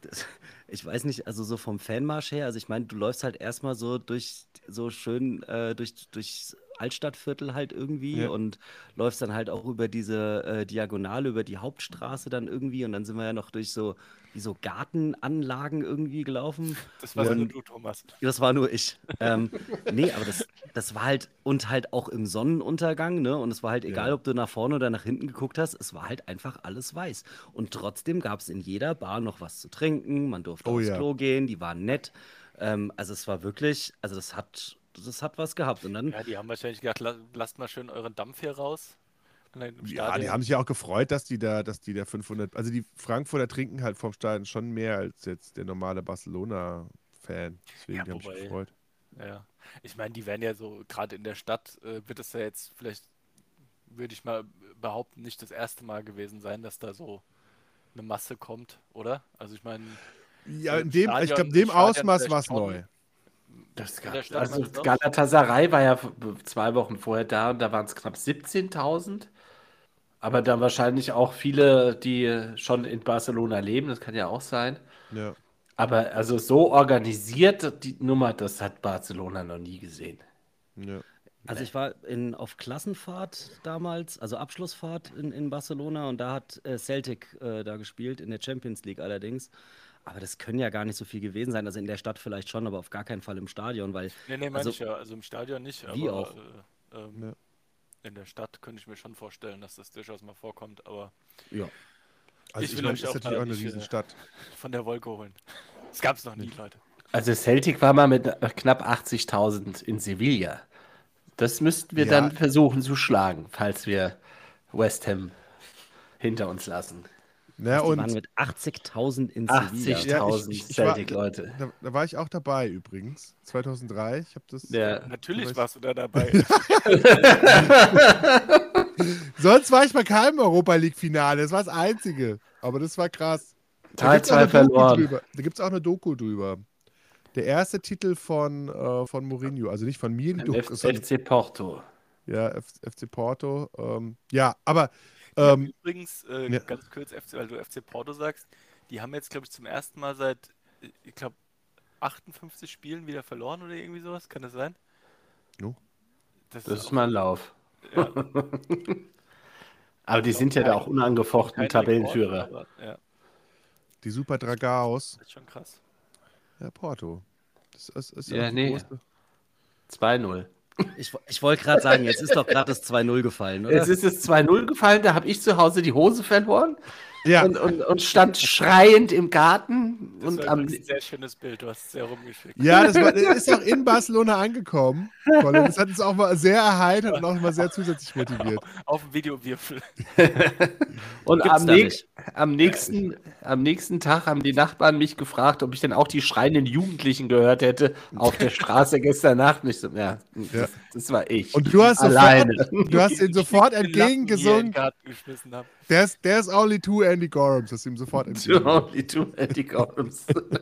Speaker 4: ich weiß nicht, also so vom Fanmarsch her, also ich meine, du läufst halt erstmal so durch, so schön äh, durch, durchs Altstadtviertel halt irgendwie
Speaker 2: Ja.
Speaker 4: und läufst dann halt auch über diese äh, Diagonale, über die Hauptstraße dann irgendwie und dann sind wir ja noch durch so, wie so Gartenanlagen irgendwie gelaufen.
Speaker 3: Das war
Speaker 2: Ja.
Speaker 3: nur du, Thomas.
Speaker 4: Das war nur ich. Ähm, nee, aber das, das war halt, und halt auch im Sonnenuntergang, ne? Und es war halt egal,
Speaker 2: Ja.
Speaker 4: ob du nach vorne oder nach hinten geguckt hast, es war halt einfach alles weiß. Und trotzdem gab es in jeder Bar noch was zu trinken, man durfte
Speaker 2: Oh
Speaker 4: aufs
Speaker 2: ja.
Speaker 4: Klo gehen, die waren nett. Ähm, also es war wirklich, also das hat, das hat was gehabt. Und dann,
Speaker 3: Ja, die haben wahrscheinlich gedacht, la- lasst mal schön euren Dampf hier raus. Und dann im
Speaker 2: Ja,
Speaker 3: Stadion-
Speaker 2: die haben sich ja auch gefreut, dass die da, dass die da fünfhundert, also die Frankfurter trinken halt vom Stadion schon mehr als jetzt der normale Barcelona-Fan. Deswegen
Speaker 3: Ja,
Speaker 2: die haben sich
Speaker 3: wobei-
Speaker 2: gefreut.
Speaker 3: Ja, ich meine, die werden ja so, gerade in der Stadt, äh, wird es ja jetzt vielleicht, würde ich mal behaupten, nicht das erste Mal gewesen sein, dass da so eine Masse kommt, oder? Also ich meine,
Speaker 2: Ja,
Speaker 3: Im
Speaker 2: in dem, ich
Speaker 3: Stadion-
Speaker 2: glaube, dem
Speaker 3: im Stadion
Speaker 2: Ausmaß
Speaker 3: vielleicht
Speaker 2: war es
Speaker 3: schon.
Speaker 2: neu.
Speaker 1: Das
Speaker 3: In der
Speaker 1: gab,
Speaker 3: Stadt
Speaker 1: also
Speaker 3: meinst du auch?
Speaker 1: Galatasaray war ja f- zwei Wochen vorher da und da waren es knapp siebzehntausend. Aber dann wahrscheinlich auch viele, die schon in Barcelona leben, das kann ja auch sein.
Speaker 2: Ja.
Speaker 1: Aber also so organisiert die Nummer, das hat Barcelona noch nie gesehen.
Speaker 2: Ja.
Speaker 4: also ich war in, auf Klassenfahrt damals, also Abschlussfahrt in, in Barcelona und da hat äh, Celtic äh, da gespielt, in der Champions League allerdings. Aber das können ja gar nicht so viel gewesen sein. Also in der Stadt vielleicht schon, aber auf gar keinen Fall im Stadion, weil
Speaker 3: nee, nee, meine
Speaker 4: Also-
Speaker 3: ich ja, also im Stadion nicht,
Speaker 4: Wie
Speaker 3: aber
Speaker 4: auch?
Speaker 3: Äh, ähm,
Speaker 2: Ja.
Speaker 3: in der Stadt könnte ich mir schon vorstellen, dass das durchaus mal vorkommt, aber
Speaker 4: ja.
Speaker 2: Also
Speaker 3: Ich
Speaker 2: ich,
Speaker 3: will
Speaker 2: meine,
Speaker 3: euch
Speaker 2: ist
Speaker 3: auch
Speaker 2: natürlich
Speaker 3: da
Speaker 2: auch eine
Speaker 3: nicht, äh,
Speaker 2: Riesenstadt.
Speaker 3: von der Wolke holen. Das gab es noch nie, Leute.
Speaker 1: Also Celtic war mal mit knapp achtzigtausend in Sevilla. Das müssten wir
Speaker 2: Ja.
Speaker 1: dann versuchen zu schlagen, falls wir West Ham hinter uns lassen.
Speaker 2: Na,
Speaker 4: Die waren
Speaker 2: und
Speaker 4: mit achtzigtausend in Sevilla.
Speaker 2: Ja,
Speaker 1: achtzigtausend
Speaker 2: ich- ich- ich war-
Speaker 1: Celtic-Leute.
Speaker 2: da, da war ich auch dabei übrigens. zweitausenddrei. Ich habe das.
Speaker 1: Ja.
Speaker 3: Natürlich
Speaker 2: weiß-
Speaker 3: warst du da dabei.
Speaker 2: Sonst war ich bei keinem Europa League-Finale. Das war das einzige. Aber das war krass. Da
Speaker 1: drei
Speaker 2: gibt's auch eine
Speaker 1: zwei
Speaker 2: Doku
Speaker 1: verloren.
Speaker 2: drüber. Da gibt es auch eine Doku drüber. Der erste Titel von, äh, von Mourinho, also nicht von mir, die
Speaker 1: Im
Speaker 2: Doku,
Speaker 1: F-
Speaker 2: sondern-
Speaker 1: FC Porto.
Speaker 2: ja, F- FC Porto. Ähm, ja, aber ähm,
Speaker 3: Übrigens, äh,
Speaker 2: ja.
Speaker 3: ganz kurz, F C, weil du F C Porto sagst, die haben jetzt, glaube ich, zum ersten Mal seit, äh, ich glaube, achtundfünfzig Spielen wieder verloren oder irgendwie sowas. Kann das sein?
Speaker 2: No.
Speaker 3: Das,
Speaker 1: Das ist
Speaker 3: auch-
Speaker 1: mal ein Lauf.
Speaker 3: ja,
Speaker 1: Aber die sind ja da auch unangefochten
Speaker 3: kein
Speaker 1: Tabellenführer.
Speaker 3: Rekord, aber, ja,
Speaker 2: die Super Dragaos.
Speaker 3: das ist schon krass.
Speaker 2: Ja, Porto. Das ist, ist
Speaker 1: Ja,
Speaker 2: auch die
Speaker 1: nee.
Speaker 2: große-
Speaker 1: zwei null.
Speaker 4: Ich, ich wollte gerade sagen, jetzt ist doch gerade das zwei null gefallen, oder?
Speaker 1: Jetzt ist es zwei null gefallen, da habe ich zu Hause die Hose verloren
Speaker 2: Ja,
Speaker 1: und, und, und stand schreiend im Garten.
Speaker 3: Das
Speaker 1: Und
Speaker 3: war
Speaker 1: am,
Speaker 3: übrigens ein sehr schönes Bild, du hast es sehr rumgeschickt.
Speaker 2: ja, das, war, das ist auch in Barcelona angekommen. Colin. Das hat uns auch mal sehr erheitert und auch mal sehr zusätzlich motiviert.
Speaker 3: Auf dem Videowürfel.
Speaker 1: und
Speaker 4: Gibt's
Speaker 1: am,
Speaker 4: da
Speaker 1: näch-
Speaker 4: nicht.
Speaker 1: am, nächsten, am nächsten Tag haben die Nachbarn mich gefragt, ob ich denn auch die schreienden Jugendlichen gehört hätte auf der Straße gestern Nacht. Nicht so, ja,
Speaker 2: Ja.
Speaker 1: das, das war ich.
Speaker 2: Und du hast
Speaker 1: Alleine.
Speaker 2: sofort, du hast ihn sofort
Speaker 3: Den Lappen hier in den
Speaker 2: entgegengesungen.
Speaker 3: Garten geschmissen haben.
Speaker 2: There's, there's only two Andy Gorhams. Hast du ihm sofort entgegengesungen.
Speaker 1: Die two Anti-Columns.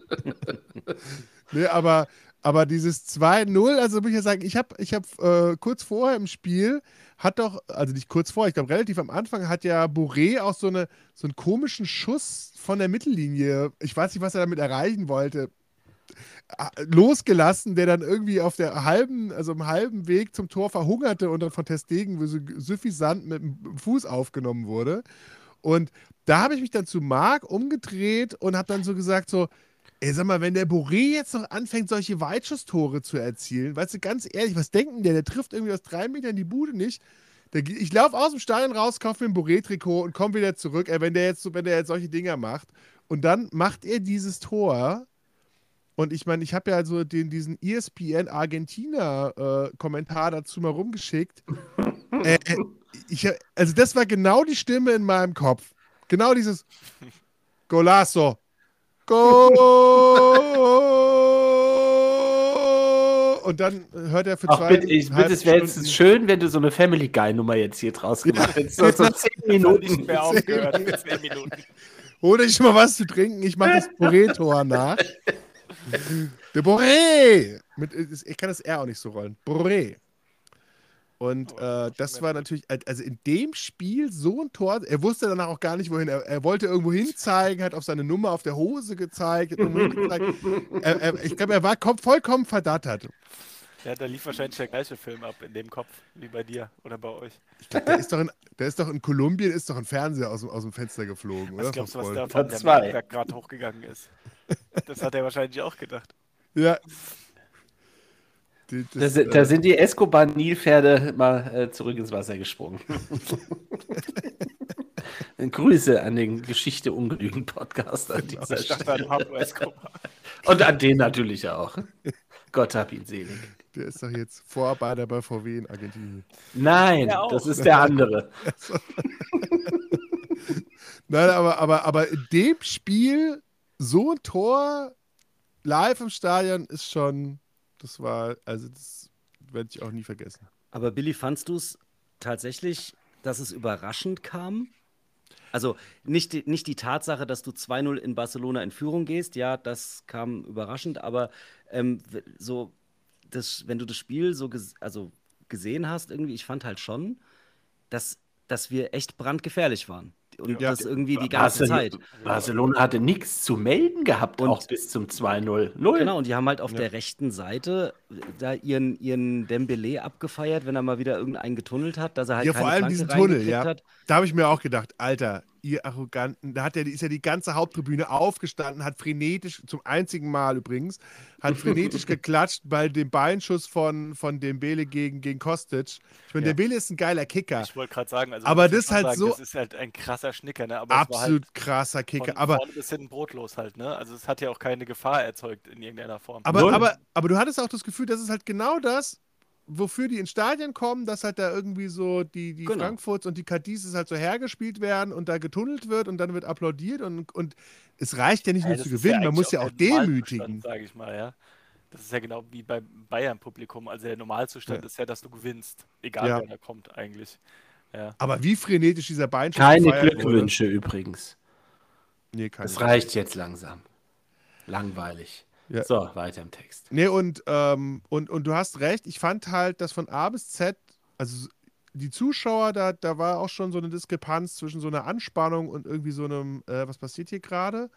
Speaker 2: Nee, aber, aber dieses zwei null, also muss ich ja sagen, ich habe ich hab, äh, kurz vorher im Spiel, hat doch, also nicht kurz vorher, ich glaube relativ am Anfang, hat ja Bourré auch so, eine, so einen komischen Schuss von der Mittellinie, ich weiß nicht, was er damit erreichen wollte, äh, losgelassen, der dann irgendwie auf der halben, also im halben Weg zum Tor verhungerte und dann von Ter Stegen so suffisant mit dem Fuß aufgenommen wurde. Und da habe ich mich dann zu Marc umgedreht und habe dann so gesagt so, ey, sag mal, wenn der Bourré jetzt noch anfängt, solche Weitschusstore zu erzielen, weißt du, ganz ehrlich, was denken der? Der trifft irgendwie aus drei Metern die Bude nicht. Der, ich laufe aus dem Stadion raus, kaufe mir ein Bourré-Trikot und komme wieder zurück, ey, wenn der jetzt so, wenn der jetzt solche Dinger macht. Und dann macht er dieses Tor. Und ich meine, ich habe ja so den, diesen E S P N Argentina-Kommentar dazu mal rumgeschickt. äh, äh, ich, also das war genau die Stimme in meinem Kopf. Genau dieses Golazo. Go! Und dann hört er für
Speaker 1: Ach,
Speaker 2: zwei
Speaker 1: bitte, ich, bitte, es wäre jetzt schön, wenn du so eine Family Guy-Nummer jetzt hier draus gemacht hättest. So, so zehn
Speaker 3: Nicht
Speaker 1: Minuten.
Speaker 3: mehr aufgehört für zehn Minuten.
Speaker 2: Hol dich mal was zu trinken, ich mache das Boré-Tor nach. Der Boré! Mit, ich kann das R auch nicht so rollen. Boré. Und
Speaker 3: Oh,
Speaker 2: äh,
Speaker 3: schon
Speaker 2: das
Speaker 3: mehr
Speaker 2: war natürlich, also in dem Spiel so ein Tor, er wusste danach auch gar nicht, wohin. Er, er wollte irgendwo hinzeigen, hat auf seine Nummer auf der Hose gezeigt, hat irgendwo hingezeigt. er, er, ich glaube, er war kom- vollkommen verdattert.
Speaker 3: Ja, da lief wahrscheinlich der gleiche Film ab in dem Kopf wie bei dir oder bei euch.
Speaker 2: Ich glaube, der ist doch in, der ist doch in Kolumbien, ist doch ein Fernseher aus, dem- aus dem Fenster geflogen, oder?
Speaker 3: Was glaubst du, was
Speaker 2: Voll.
Speaker 3: da von der
Speaker 1: zwei.
Speaker 3: Bergwerk gerade hochgegangen ist? Das hat er wahrscheinlich auch gedacht.
Speaker 2: Ja. Die, das,
Speaker 1: Da,
Speaker 2: äh,
Speaker 1: da sind die Escobar-Nilpferde mal äh, zurück ins Wasser gesprungen. Grüße an den Geschichte ungenügend Podcast an dieser
Speaker 3: Ich dachte an
Speaker 1: Stelle.
Speaker 3: Pablo Escobar.
Speaker 1: Und an den natürlich auch. Gott hab ihn selig.
Speaker 2: der ist doch jetzt Vorarbeiter bei V W in Argentinien.
Speaker 1: Nein,
Speaker 3: Der auch.
Speaker 1: das ist der andere.
Speaker 2: Nein, aber, aber, aber in dem Spiel so ein Tor live im Stadion ist schon, das war, also das werde ich auch nie vergessen.
Speaker 4: Aber Billy, fandst du es tatsächlich, dass es überraschend kam? Also nicht die, nicht die Tatsache, dass du zwei null in Barcelona in Führung gehst, ja, das kam überraschend, aber ähm, w- so, das, wenn du das Spiel so ges also gesehen hast, irgendwie, ich fand halt schon, dass, dass wir echt brandgefährlich waren. Und
Speaker 2: Ja.
Speaker 4: das irgendwie die ganze
Speaker 1: Barcelona,
Speaker 4: Zeit.
Speaker 1: Barcelona hatte nichts zu melden gehabt,
Speaker 4: Und-
Speaker 1: auch bis zum zwei null. Null.
Speaker 4: Genau, und die haben halt auf
Speaker 2: Ja.
Speaker 4: der rechten Seite da ihren, ihren Dembélé abgefeiert, wenn er mal wieder irgendeinen getunnelt hat, dass er halt
Speaker 2: Ja,
Speaker 4: keine
Speaker 2: vor allem
Speaker 4: Flanke
Speaker 2: diesen Tunnel,
Speaker 4: reingekriegt
Speaker 2: ja.
Speaker 4: hat.
Speaker 2: Da habe ich mir auch gedacht, Alter, ihr Arroganten, da hat er, ist ja die ganze Haupttribüne aufgestanden, hat frenetisch, zum einzigen Mal übrigens, hat frenetisch geklatscht bei dem Beinschuss von, von Dembele gegen, gegen Kostic. Ich meine,
Speaker 3: Ja.
Speaker 2: Dembele ist ein geiler Kicker.
Speaker 3: Ich wollte gerade sagen, also
Speaker 2: Aber
Speaker 3: muss ich
Speaker 2: das
Speaker 3: schon
Speaker 2: halt
Speaker 3: sagen,
Speaker 2: so-
Speaker 3: das ist halt ein krasser Schnicker, ne? Aber es war
Speaker 2: Absolut
Speaker 3: halt
Speaker 2: krasser Kicker.
Speaker 3: von
Speaker 2: Aber,
Speaker 3: vorne bis hinten brotlos halt, ne? Also es hat ja auch keine Gefahr erzeugt in irgendeiner Form.
Speaker 2: aber,
Speaker 1: Null.
Speaker 2: aber, aber du hattest auch das Gefühl, das ist halt genau das, wofür die ins Stadion kommen, dass halt da irgendwie so die, die
Speaker 4: Genau.
Speaker 2: Frankfurts und die Cadizes halt so hergespielt werden und da getunnelt wird und dann wird applaudiert und, und es reicht ja nicht
Speaker 3: Ja,
Speaker 2: nur
Speaker 3: das
Speaker 2: zu
Speaker 3: ist ja
Speaker 2: gewinnen, man
Speaker 3: eigentlich
Speaker 2: muss ja auch
Speaker 3: der Normalzustand,
Speaker 2: demütigen.
Speaker 3: sage ich mal, ja. Das ist ja genau wie beim Bayern-Publikum. Also der Normalzustand
Speaker 2: Ja.
Speaker 3: ist ja, dass du gewinnst. Egal,
Speaker 2: Ja.
Speaker 3: wer da kommt eigentlich. Ja.
Speaker 2: Aber wie frenetisch dieser Beinschuss
Speaker 1: Keine
Speaker 2: gefeiert wurde.
Speaker 1: Glückwünsche übrigens.
Speaker 2: Nee, keine.
Speaker 1: Das reicht jetzt langsam. Langweilig.
Speaker 2: Ja.
Speaker 1: So, weiter im Text.
Speaker 2: Nee, und, ähm, und, und du hast recht, ich fand halt, dass von A bis Z, also die Zuschauer, da, da war auch schon so eine Diskrepanz zwischen so einer Anspannung und irgendwie so einem, äh, was passiert hier gerade?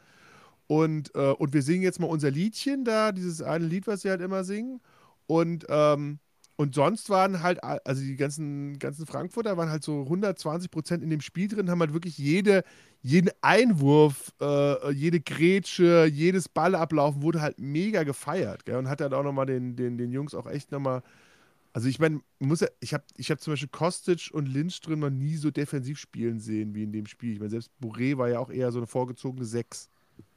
Speaker 2: Und, äh, und wir singen jetzt mal unser Liedchen da, dieses eine Lied, was sie halt immer singen. Und, ähm, und sonst waren halt, a- also die ganzen, ganzen Frankfurter waren halt so hundertzwanzig Prozent in dem Spiel drin, haben halt wirklich jede, jeden Einwurf, äh, jede Grätsche, jedes Ballablaufen wurde halt mega gefeiert. Gell? Und hat dann auch nochmal den, den, den Jungs auch echt nochmal. Also ich meine, muss ja, ich habe ich hab zum Beispiel Kostic und Lindström noch nie so defensiv spielen sehen wie in dem Spiel. Ich meine, selbst Bourré war ja auch eher so eine vorgezogene Sechs.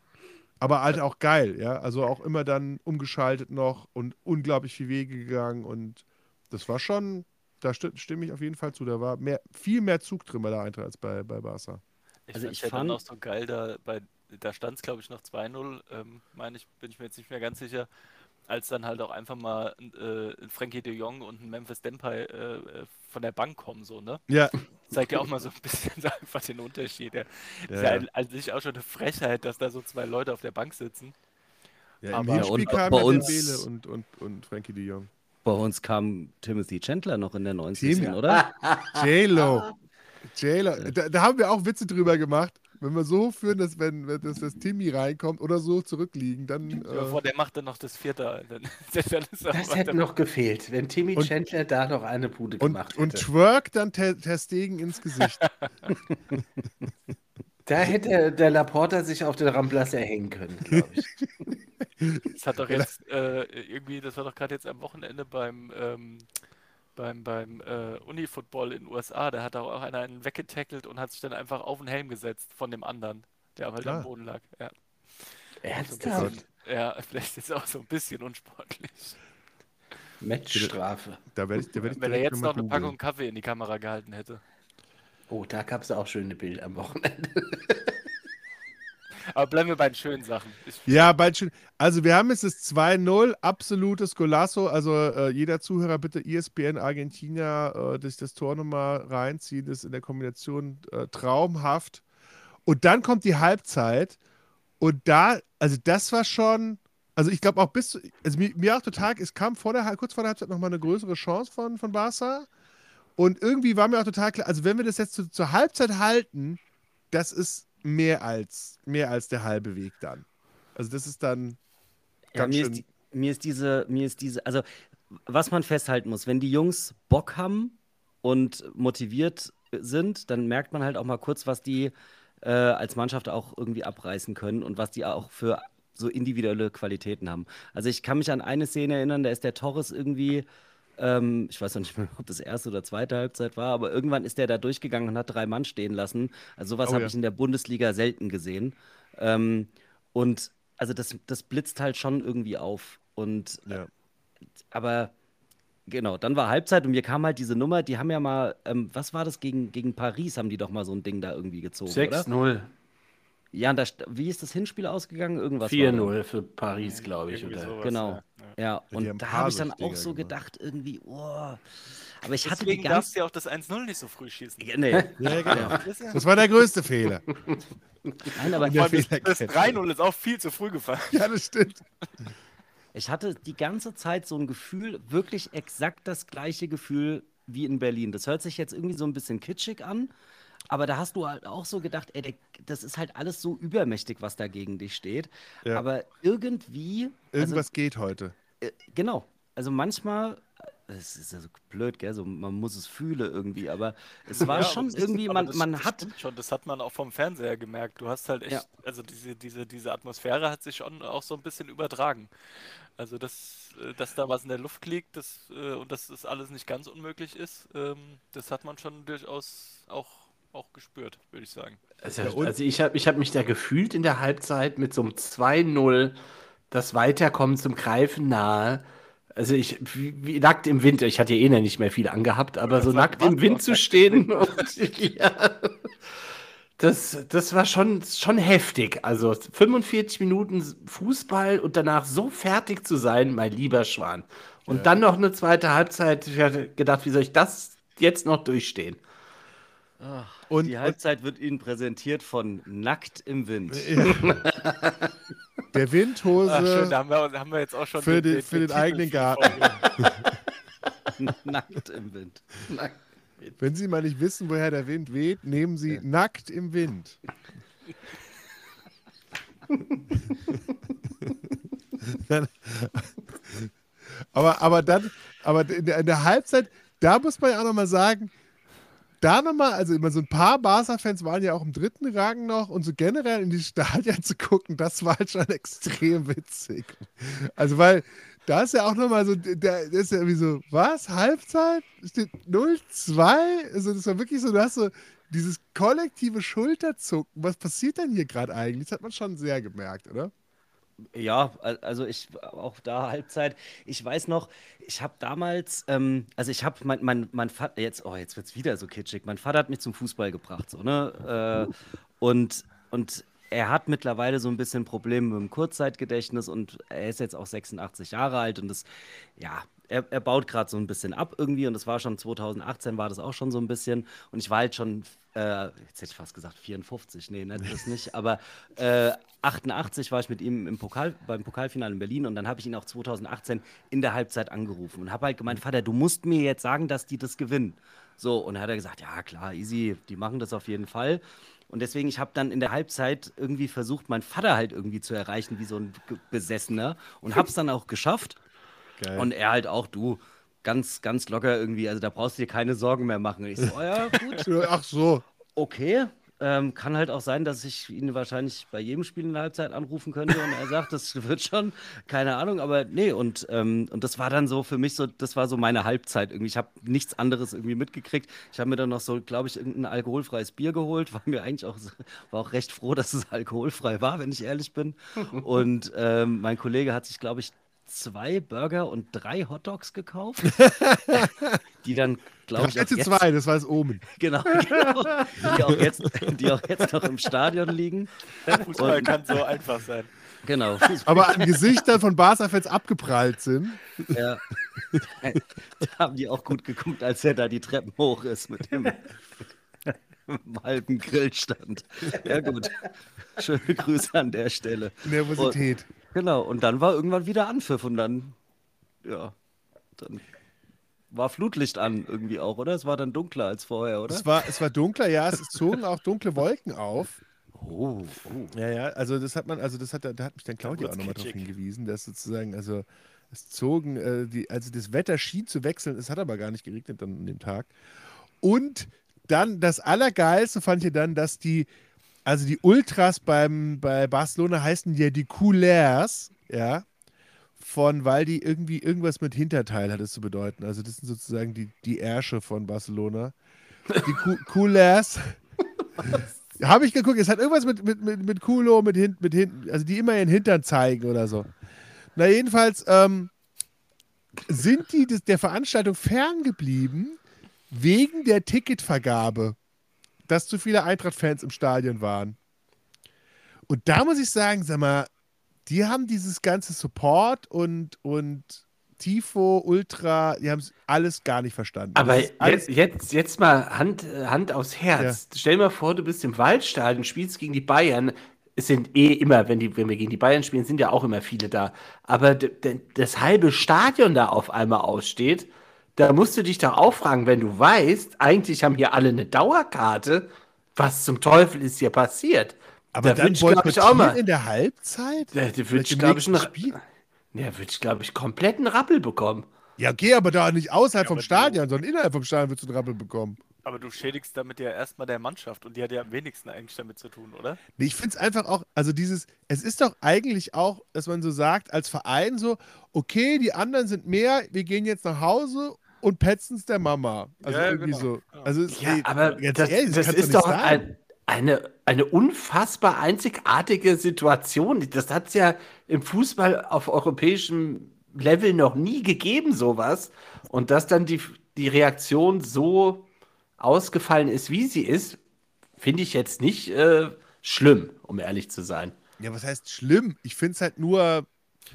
Speaker 2: Aber halt auch geil, ja. Also auch immer dann umgeschaltet noch und unglaublich viel Wege gegangen und das war schon, da sti- stimme ich auf jeden Fall zu. Da war mehr, viel mehr Zug drin bei der Eintracht als bei, bei Barca.
Speaker 3: Ich
Speaker 4: Also
Speaker 3: fand
Speaker 4: ich
Speaker 3: ja dann
Speaker 4: fand-
Speaker 3: auch so geil, da, bei, da stand es, glaube ich, noch zwei null, ähm, meine ich, bin ich mir jetzt nicht mehr ganz sicher, als dann halt auch einfach mal äh, ein Frankie de Jong und ein Memphis Depay äh, äh, von der Bank kommen, so, ne?
Speaker 2: Ja,
Speaker 3: Zeigt ja auch mal so ein bisschen so einfach den Unterschied. Ja.
Speaker 2: Ja,
Speaker 3: Ist ja
Speaker 2: ja.
Speaker 3: ein- an sich auch schon eine Frechheit, dass da so zwei Leute auf der Bank sitzen.
Speaker 2: ja, im
Speaker 3: Aber-
Speaker 2: Hinspiel
Speaker 4: und
Speaker 2: kamen
Speaker 4: bei
Speaker 2: ja
Speaker 4: uns-
Speaker 2: Dembele und, und, und Frankie de Jong.
Speaker 4: Bei uns kam Timothy Chandler noch in der neunzigsten
Speaker 2: Timmy.
Speaker 4: oder?
Speaker 2: J-Lo. J-Lo. Da, da haben wir auch Witze drüber gemacht. Wenn wir so führen, dass wenn, wenn das, das Timmy reinkommt oder so zurückliegen, dann.
Speaker 3: Ja,
Speaker 2: Äh,
Speaker 3: vor der macht dann noch das Vierte. Dann, dann ist er
Speaker 1: Das
Speaker 3: aber
Speaker 1: hätte
Speaker 3: dann-
Speaker 1: noch gefehlt, wenn Timmy
Speaker 2: Und-
Speaker 1: Chandler da noch eine Bude gemacht
Speaker 2: und, und
Speaker 1: hätte.
Speaker 2: Twerk dann Ter, Ter Stegen ins Gesicht.
Speaker 1: Da hätte der Laporta sich auf den Ramblas erhängen können, glaube ich.
Speaker 3: Das hat doch jetzt äh, irgendwie, das war doch gerade jetzt am Wochenende beim, ähm, beim, beim äh, Uni-Football in den U S A, da hat auch einer einen weggetackelt und hat sich dann einfach auf den Helm gesetzt von dem anderen, der halt
Speaker 2: Klar.
Speaker 3: am Boden lag. Ja, so ein
Speaker 1: Ernsthaft?
Speaker 3: bisschen, ja, vielleicht ist es auch so ein bisschen unsportlich.
Speaker 1: Matchstrafe.
Speaker 2: Da werde ich, da werd ich
Speaker 3: Wenn er
Speaker 2: direkt
Speaker 3: jetzt
Speaker 2: mal
Speaker 3: noch eine
Speaker 2: googeln.
Speaker 3: Packung Kaffee in die Kamera gehalten hätte.
Speaker 1: Oh, da gab es auch schöne Bilder am Wochenende.
Speaker 3: Aber bleiben wir bei den schönen Sachen. Ich,
Speaker 2: Ja, bald schon. Also wir haben jetzt das zwei null, absolutes Golasso. Also äh, jeder Zuhörer bitte E S P N Argentina, äh, sich das Tor nochmal reinziehen. Das ist in der Kombination äh, traumhaft. Und dann kommt die Halbzeit. Und da, also das war schon, also ich glaube auch bis, zu- also mir, mir auch total, es kam vor der, Hal- kurz vor der Halbzeit nochmal eine größere Chance von, von Barca. Und irgendwie war mir auch total klar, also wenn wir das jetzt zu, zur Halbzeit halten, das ist mehr als, mehr als der halbe Weg dann. Also das ist dann
Speaker 4: Ja,
Speaker 2: ganz
Speaker 4: mir,
Speaker 2: schön.
Speaker 4: ist die, mir ist diese, mir ist diese, also was man festhalten muss, wenn die Jungs Bock haben und motiviert sind, dann merkt man halt auch mal kurz, was die äh, als Mannschaft auch irgendwie abreißen können und was die auch für so individuelle Qualitäten haben. Also ich kann mich an eine Szene erinnern, da ist der Torres irgendwie, ähm, ich weiß noch nicht mehr, ob das erste oder zweite Halbzeit war, aber irgendwann ist der da durchgegangen und hat drei Mann stehen lassen. Also sowas
Speaker 2: Oh
Speaker 4: habe
Speaker 2: ja.
Speaker 4: ich in der Bundesliga selten gesehen. Ähm, und also das, das blitzt halt schon irgendwie auf. Und
Speaker 2: Ja.
Speaker 4: aber genau, dann war Halbzeit und mir kam halt diese Nummer, die haben ja mal, ähm, was war das, gegen, gegen Paris haben die doch mal so ein Ding da irgendwie gezogen,
Speaker 1: sechs
Speaker 4: oder?
Speaker 1: null.
Speaker 4: Ja, und da, st- wie ist das Hinspiel ausgegangen? Irgendwas
Speaker 1: vier
Speaker 4: war da.
Speaker 1: null für Paris, glaube ich.
Speaker 3: irgendwie
Speaker 1: Oder?
Speaker 3: sowas,
Speaker 4: Genau.
Speaker 3: ja. Ja.
Speaker 4: Ja,
Speaker 2: die
Speaker 4: und
Speaker 2: haben
Speaker 4: da habe ich dann
Speaker 2: Pasic-Dinger
Speaker 4: auch so
Speaker 2: gemacht.
Speaker 4: gedacht, irgendwie, oh. Aber ich hatte die
Speaker 3: Deswegen darfst
Speaker 4: ganze.
Speaker 3: du ja auch das eins null nicht so früh schießen.
Speaker 4: Ja, nee.
Speaker 2: Ja, genau.
Speaker 3: Das ist ja-
Speaker 2: Das war der größte Fehler.
Speaker 4: Nein, aber
Speaker 2: In
Speaker 3: Vor
Speaker 2: der
Speaker 3: allem das, das
Speaker 2: Fehlerkette.
Speaker 3: drei null ist auch viel zu früh gefallen.
Speaker 2: Ja, das stimmt.
Speaker 4: ich hatte die ganze Zeit so ein Gefühl, wirklich exakt das gleiche Gefühl wie in Berlin. Das hört sich jetzt irgendwie so ein bisschen kitschig an, aber da hast du halt auch so gedacht, ey, der, das ist halt alles so übermächtig, was da gegen dich steht.
Speaker 2: Ja.
Speaker 4: Aber irgendwie, also,
Speaker 2: Irgendwas geht heute.
Speaker 4: äh, genau, also manchmal, äh, es ist ja so blöd, gell, so, man muss es fühlen irgendwie, aber es war
Speaker 3: Ja,
Speaker 4: schon
Speaker 3: aber das-
Speaker 4: irgendwie,
Speaker 3: aber
Speaker 4: man,
Speaker 3: das-
Speaker 4: man
Speaker 3: das
Speaker 4: hat,
Speaker 3: stimmt schon, das hat man auch vom Fernseher gemerkt. Du hast halt echt,
Speaker 4: Ja.
Speaker 3: also diese, diese, diese Atmosphäre hat sich schon auch so ein bisschen übertragen. Also das, äh, dass da was in der Luft liegt, das, äh, und dass das alles nicht ganz unmöglich ist, ähm, das hat man schon durchaus auch, auch gespürt, würde ich sagen.
Speaker 1: Also,
Speaker 2: Ja, und-
Speaker 1: also ich habe ich hab mich da gefühlt in der Halbzeit mit so einem zwei null, das Weiterkommen zum Greifen nahe. Also ich, wie, wie nackt im Wind, ich hatte ja eh noch nicht mehr viel angehabt, aber
Speaker 3: wollte
Speaker 1: so
Speaker 3: gerade
Speaker 1: nackt
Speaker 3: sagen,
Speaker 1: im
Speaker 3: was
Speaker 1: Wind
Speaker 3: noch
Speaker 1: zu
Speaker 3: nackt im
Speaker 1: stehen,
Speaker 3: Wind?
Speaker 1: und, ja, das, das war schon, schon heftig. Also fünfundvierzig Minuten Fußball und danach so fertig zu sein, mein lieber Schwan. Und
Speaker 2: Ja.
Speaker 1: dann noch eine zweite Halbzeit. Ich hatte gedacht, wie soll ich das jetzt noch durchstehen?
Speaker 4: Ach,
Speaker 2: Und-
Speaker 4: die
Speaker 2: und-
Speaker 4: Halbzeit wird Ihnen präsentiert von Nackt im Wind.
Speaker 2: Ja. Der
Speaker 3: Ach, schön,
Speaker 2: Windhose
Speaker 3: da haben wir, da haben wir jetzt auch schon
Speaker 2: für den- für den
Speaker 3: Titel
Speaker 2: eigenen
Speaker 3: für die
Speaker 2: Garten.
Speaker 3: Folge.
Speaker 4: Nackt im Wind.
Speaker 2: Wenn Sie mal nicht wissen, woher der Wind weht, nehmen Sie nackt im Wind. Dann- aber, aber dann, aber in der, in der Halbzeit, da muss man ja auch nochmal sagen, da nochmal, also immer so ein paar Barca-Fans waren ja auch im dritten Rang noch und so generell in die Stadien zu gucken, das war halt schon extrem witzig. Also, weil da ist ja auch nochmal so, der, der ist ja irgendwie so, was? Halbzeit? Steht null zwei? Also, das war wirklich so, du hast so dieses kollektive Schulterzucken. Was passiert denn hier gerade eigentlich? Das hat man schon sehr gemerkt, oder?
Speaker 4: Ja, al- also ich auch da Halbzeit. Ich weiß noch, ich habe damals, ähm, also ich habe mein, mein, mein Vater, jetzt, oh, jetzt wird es wieder so kitschig. Mein Vater hat mich zum Fußball gebracht, so, ne? Äh, und, und er hat mittlerweile so ein bisschen Probleme mit dem Kurzzeitgedächtnis und er ist jetzt auch sechsundachtzig Jahre alt und das, ja, er, er baut gerade so ein bisschen ab irgendwie und das war schon zweitausendachtzehn, war das auch schon so ein bisschen und ich war halt schon, äh, jetzt hätte ich fast gesagt vierundfünfzig, nee, ne, das nicht, aber äh, achtundachtzig war ich mit ihm im Pokal, beim Pokalfinale in Berlin und dann habe ich ihn auch zweitausendachtzehn in der Halbzeit angerufen und habe halt gemeint, Vater, du musst mir jetzt sagen, dass die das gewinnen. So, und dann hat er gesagt, ja klar, easy, die machen das auf jeden Fall. Und deswegen, ich habe dann in der Halbzeit irgendwie versucht, meinen Vater halt irgendwie zu erreichen, wie so ein Ge- Besessener und habe es dann auch geschafft.
Speaker 2: Geil.
Speaker 4: Und er halt auch, du, ganz, ganz locker irgendwie, also da brauchst du dir keine Sorgen mehr machen. Und ich so, oh ja, gut,
Speaker 2: Ach so.
Speaker 4: okay. Ähm, kann halt auch sein, dass ich ihn wahrscheinlich bei jedem Spiel in der Halbzeit anrufen könnte und er sagt, das wird schon, keine Ahnung, aber nee, und, ähm, und das war dann so für mich so, das war so meine Halbzeit irgendwie. Ich habe nichts anderes irgendwie mitgekriegt. Ich habe mir dann noch so, glaube ich, irgendein alkoholfreies Bier geholt, war mir eigentlich auch, so- war auch recht froh, dass es alkoholfrei war, wenn ich ehrlich bin. Und ähm, mein Kollege hat sich, glaube ich, zwei Burger und drei Hotdogs gekauft, die dann, glaube ich,
Speaker 2: drei
Speaker 4: auch
Speaker 2: zu
Speaker 4: jetzt,
Speaker 2: zwei, das war das Omen.
Speaker 4: genau, genau, die auch jetzt, die auch jetzt noch im Stadion liegen.
Speaker 3: Fußball
Speaker 4: Und-
Speaker 3: kann so einfach sein.
Speaker 4: Genau.
Speaker 2: Aber an Gesichtern von Barca-Fans abgeprallt sind.
Speaker 4: Ja. Da haben die auch gut geguckt, als er da die Treppen hoch ist mit dem, mit dem halben Grillstand. Ja, gut. Schöne Grüße an der Stelle.
Speaker 2: Nervosität.
Speaker 4: Genau, und dann war irgendwann wieder Anpfiff und dann, ja, dann war Flutlicht an irgendwie auch, oder? Es war dann dunkler als vorher, oder?
Speaker 2: Es war, es war dunkler, ja, es zogen auch dunkle Wolken auf.
Speaker 4: Oh, oh.
Speaker 2: Ja, ja, also das hat man, also das hat, da hat mich dann Claudia auch
Speaker 3: wird's
Speaker 2: nochmal darauf
Speaker 3: kitschig.
Speaker 2: hingewiesen, dass sozusagen, also es zogen, äh, die, also das Wetter schien zu wechseln, es hat aber gar nicht geregnet dann an dem Tag. Und dann das Allergeilste fand ich dann, dass die, also die Ultras beim, bei Barcelona heißen ja die Couleurs, ja, von, weil die irgendwie irgendwas mit Hinterteil hat es zu bedeuten. Also das sind sozusagen die, die Ärsche von Barcelona. Die Cou- Couleurs. Habe ich geguckt, es hat irgendwas mit, mit, mit, mit Culo, mit hinten, mit hinten, also die immer ihren Hintern zeigen oder so. Na, jedenfalls ähm, sind die des, der Veranstaltung ferngeblieben wegen der Ticketvergabe, dass zu viele Eintracht-Fans im Stadion waren. Und da muss ich sagen, sag mal, die haben dieses ganze Support und, und Tifo, Ultra, die haben es alles gar nicht verstanden.
Speaker 1: Aber
Speaker 2: Das ist alles,
Speaker 1: jetzt, jetzt, jetzt mal Hand, äh, Hand aufs Herz. Stell dir mal vor, du bist im Waldstadion, spielst gegen die Bayern. Es sind eh immer, wenn, die, wenn wir gegen die Bayern spielen, sind ja auch immer viele da. Aber d- d- das halbe Stadion da auf einmal aussteht, da musst du dich doch auch fragen, wenn du weißt, eigentlich haben hier alle eine Dauerkarte, was zum Teufel ist hier passiert?
Speaker 2: aber
Speaker 1: da
Speaker 2: dann
Speaker 1: würd ich, glaub ich, auch
Speaker 2: boykottieren
Speaker 1: mal.
Speaker 2: in der Halbzeit?
Speaker 1: Da, da würde
Speaker 2: Vielleicht
Speaker 1: ich,
Speaker 2: im
Speaker 1: glaube ich,
Speaker 2: nächsten
Speaker 1: einen,
Speaker 2: Spiel?
Speaker 1: ja, würd ich, glaube ich, komplett einen Rappel bekommen.
Speaker 2: Ja, okay, aber da nicht außerhalb
Speaker 3: Ja,
Speaker 2: vom
Speaker 3: aber du-
Speaker 2: Stadion, sondern innerhalb vom Stadion würdest du einen Rappel bekommen.
Speaker 3: Aber du schädigst damit ja erstmal der Mannschaft und die hat ja am wenigsten eigentlich damit zu tun, oder?
Speaker 2: Nee, ich finde es einfach auch, also dieses, es ist doch eigentlich auch, dass man so sagt, als Verein so, okay, die anderen sind mehr, wir gehen jetzt nach Hause und petzen es der Mama. Also
Speaker 3: Ja,
Speaker 2: irgendwie
Speaker 3: genau.
Speaker 2: so. Also es,
Speaker 1: Ja,
Speaker 2: ey,
Speaker 1: aber
Speaker 2: ganz
Speaker 1: das,
Speaker 2: ehrlich,
Speaker 1: das
Speaker 2: kannst du
Speaker 1: ist
Speaker 2: nicht
Speaker 1: doch
Speaker 2: sagen.
Speaker 1: ein, eine, eine unfassbar einzigartige Situation. Das hat es ja im Fußball auf europäischem Level noch nie gegeben, sowas. Und dass dann die, die Reaktion so ausgefallen ist, wie sie ist, finde ich jetzt nicht äh, schlimm, um ehrlich zu sein.
Speaker 2: Ja, was heißt schlimm? Ich finde es halt nur,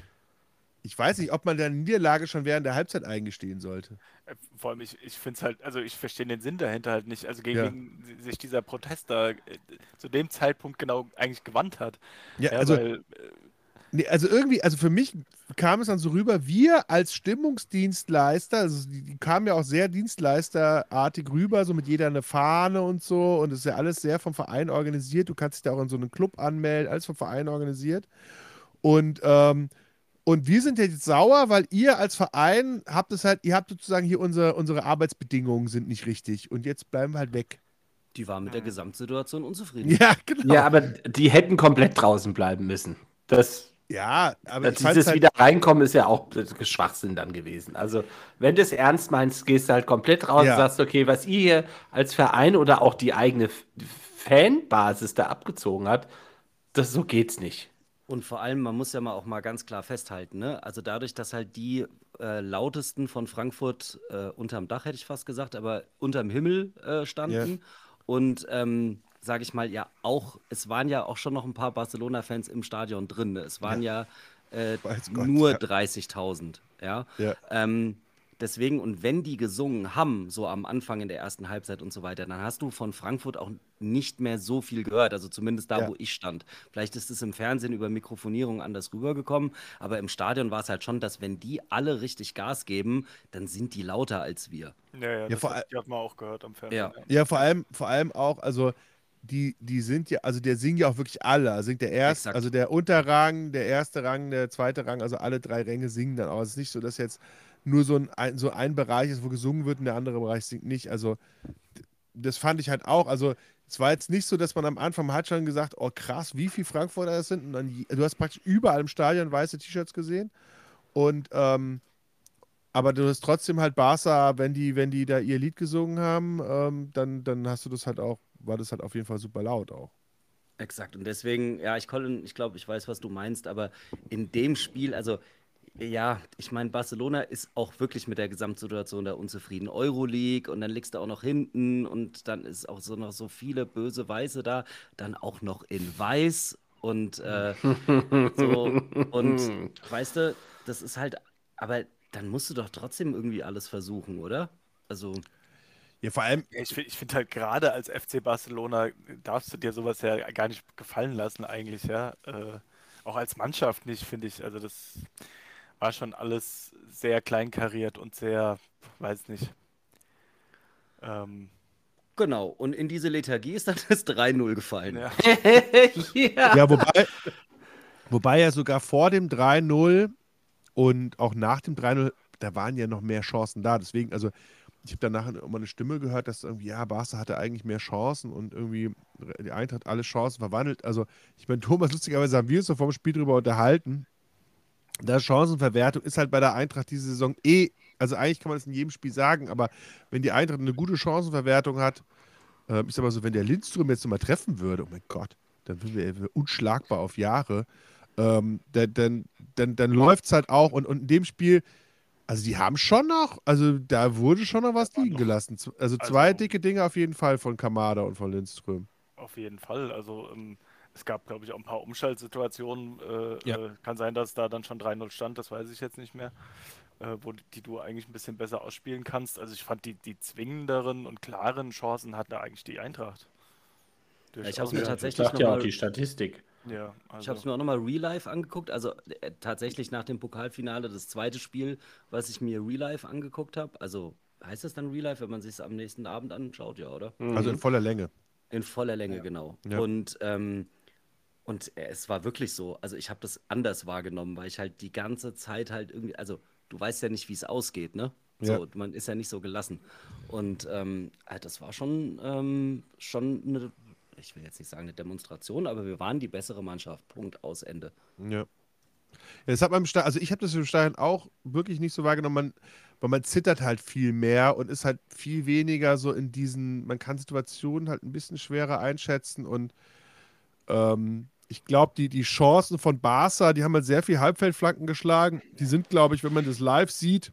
Speaker 2: ich weiß nicht, ob man der Niederlage schon während der Halbzeit eingestehen sollte.
Speaker 3: Äh, Vor allem, ich, ich finde es halt, also ich verstehe den Sinn dahinter halt nicht. Also gegen
Speaker 2: Ja.
Speaker 3: wen sich dieser Protest da äh, zu dem Zeitpunkt genau eigentlich gewandt hat.
Speaker 2: Ja,
Speaker 3: Ja,
Speaker 2: also,
Speaker 3: weil, äh,
Speaker 2: nee, also irgendwie, also für mich kam es dann so rüber, wir als Stimmungsdienstleister, also die, die kamen ja auch sehr dienstleisterartig rüber, so mit jeder eine Fahne und so, und es ist ja alles sehr vom Verein organisiert. Du kannst dich da auch in so einen Club anmelden, alles vom Verein organisiert. Und, ähm, und wir sind jetzt sauer, weil ihr als Verein habt es halt, ihr habt sozusagen hier unsere, unsere Arbeitsbedingungen sind nicht richtig und jetzt bleiben wir halt weg.
Speaker 4: Die war mit der
Speaker 3: Mhm.
Speaker 4: Gesamtsituation unzufrieden.
Speaker 2: Ja, genau.
Speaker 1: Ja, aber die hätten komplett draußen bleiben müssen. Das,
Speaker 2: Ja, aber ich fand's
Speaker 1: dieses
Speaker 2: halt,
Speaker 1: wieder reinkommen ist ja auch Schwachsinn dann gewesen. Also, wenn du es ernst meinst, gehst du halt komplett raus
Speaker 2: Ja.
Speaker 1: und sagst, okay, was ihr hier als Verein oder auch die eigene F- Fanbasis da abgezogen hat, das so geht's nicht.
Speaker 4: Und vor allem, man muss ja mal auch mal ganz klar festhalten, ne? Also dadurch, dass halt die äh, lautesten von Frankfurt äh, unterm Dach, hätte ich fast gesagt, aber unterm Himmel äh, standen. Und ähm, sage ich mal, ja auch, es waren ja auch schon noch ein paar Barcelona-Fans im Stadion drin. Ne? Es waren ja, äh,
Speaker 2: Weiß Gott,
Speaker 4: nur
Speaker 2: ja.
Speaker 4: dreißigtausend. Ja.
Speaker 2: Ja.
Speaker 4: Ähm, deswegen, und wenn die gesungen haben, so am Anfang in der ersten Halbzeit und so weiter, dann hast du von Frankfurt auch nicht mehr so viel gehört. Also zumindest da,
Speaker 2: Ja.
Speaker 4: wo ich stand. Vielleicht ist es im Fernsehen über Mikrofonierung anders rübergekommen, aber im Stadion war es halt schon, dass wenn die alle richtig Gas geben, dann sind die lauter als wir.
Speaker 3: ja, ja, das
Speaker 2: vor
Speaker 3: hat,
Speaker 2: all-
Speaker 3: die hat man auch gehört am Fernsehen.
Speaker 4: Ja.
Speaker 2: Ja, vor allem, vor allem auch, also die, die sind ja, also der singen ja auch wirklich alle. Also singt der erste,
Speaker 4: Exakt.
Speaker 2: also der Unterrang, der erste Rang, der zweite Rang, also alle drei Ränge singen dann auch. Es ist nicht so, dass jetzt nur so ein, ein, so ein Bereich ist, wo gesungen wird und der andere Bereich singt nicht. Also d- das fand ich halt auch. Also es war jetzt nicht so, dass man am Anfang man hat schon gesagt, oh krass, wie viele Frankfurter das sind. Und dann, je- du hast praktisch überall im Stadion weiße T-Shirts gesehen. Und ähm, aber du hast trotzdem halt Barca, wenn die, wenn die da ihr Lied gesungen haben, ähm, dann, dann hast du das halt auch, war das halt auf jeden Fall super laut auch.
Speaker 4: Exakt. Und deswegen, ja, ich, Colin, ich glaube, ich weiß, was du meinst, aber in dem Spiel, also ja, ich meine, Barcelona ist auch wirklich mit der Gesamtsituation da unzufrieden. Euroleague und dann liegst du auch noch hinten und dann ist auch so noch so viele böse Weiße da, dann auch noch in Weiß und äh, so und weißt du, das ist halt, aber dann musst du doch trotzdem irgendwie alles versuchen, oder? Also,
Speaker 2: Ja, vor allem,
Speaker 3: Ja, ich finde ich find halt gerade als F C Barcelona darfst du dir sowas ja gar nicht gefallen lassen eigentlich, ja. Äh, auch als Mannschaft nicht, finde ich. Also das war schon alles sehr kleinkariert und sehr, weiß nicht. Ähm,
Speaker 4: genau. Und in diese Lethargie ist dann das drei null gefallen.
Speaker 3: ja.
Speaker 1: ja.
Speaker 2: ja, wobei, wobei ja sogar vor dem drei null und auch nach dem drei null, da waren ja noch mehr Chancen da. Deswegen, also ich habe danach immer eine Stimme gehört, dass irgendwie, ja, Barca hatte eigentlich mehr Chancen und irgendwie die Eintracht alle Chancen verwandelt. Also ich meine, Thomas, lustigerweise haben wir uns so vor dem Spiel drüber unterhalten. Da Chancenverwertung ist halt bei der Eintracht diese Saison eh, also eigentlich kann man das in jedem Spiel sagen, aber wenn die Eintracht eine gute Chancenverwertung hat, äh, ich sag mal so, wenn der Lindström jetzt mal treffen würde, oh mein Gott, dann wären wir, wär wir unschlagbar auf Jahre. Ähm, dann dann, dann, dann läuft es halt auch und, und in dem Spiel, also die haben schon noch, also da wurde schon noch was
Speaker 3: Da war
Speaker 2: liegen
Speaker 3: noch-
Speaker 2: gelassen. Z- Also zwei
Speaker 3: Also-
Speaker 2: dicke Dinge auf jeden Fall von Kamada und von Lindström.
Speaker 3: Auf jeden Fall. Also ähm, es gab, glaube ich, auch ein paar Umschaltsituationen. Äh,
Speaker 2: Ja.
Speaker 3: äh, kann sein, dass da dann schon drei null stand, das weiß ich jetzt nicht mehr. Äh, wo die, die du eigentlich ein bisschen besser ausspielen kannst. Also ich fand die, die zwingenderen und klaren Chancen hat da eigentlich die Eintracht.
Speaker 4: Ja, ich
Speaker 3: Durchaus.
Speaker 4: hab's mir
Speaker 1: Ja, das
Speaker 4: tatsächlich
Speaker 1: sagt ja auch
Speaker 4: nochmal-
Speaker 1: die Statistik.
Speaker 3: Ja,
Speaker 4: Ich
Speaker 3: also,
Speaker 4: habe es mir auch nochmal Real Life angeguckt. Also äh, tatsächlich nach dem Pokalfinale das zweite Spiel, was ich mir Real Life angeguckt habe. Also heißt das dann Real Life, wenn man sich es am nächsten Abend anschaut, ja, oder?
Speaker 2: Also in voller Länge.
Speaker 4: In voller Länge, genau.
Speaker 2: Ja.
Speaker 4: Und, ähm, und äh, es war wirklich so. Also ich habe das anders wahrgenommen, weil ich halt die ganze Zeit halt irgendwie, also du weißt ja nicht, wie es ausgeht, ne? So,
Speaker 2: Ja.
Speaker 4: man ist ja nicht so gelassen. Und ähm, halt, das war schon, ähm, schon eine, ich will jetzt nicht sagen eine Demonstration, aber wir waren die bessere Mannschaft. Punkt, aus, Ende.
Speaker 2: Ja. Ja, das hat man im Stadion, also ich habe das im Stadion auch wirklich nicht so wahrgenommen, man, weil man zittert halt viel mehr und ist halt viel weniger so in diesen, man kann Situationen halt ein bisschen schwerer einschätzen und ähm, ich glaube, die, die Chancen von Barca, die haben halt sehr viel Halbfeldflanken geschlagen. Die sind, glaube ich, wenn man das live sieht,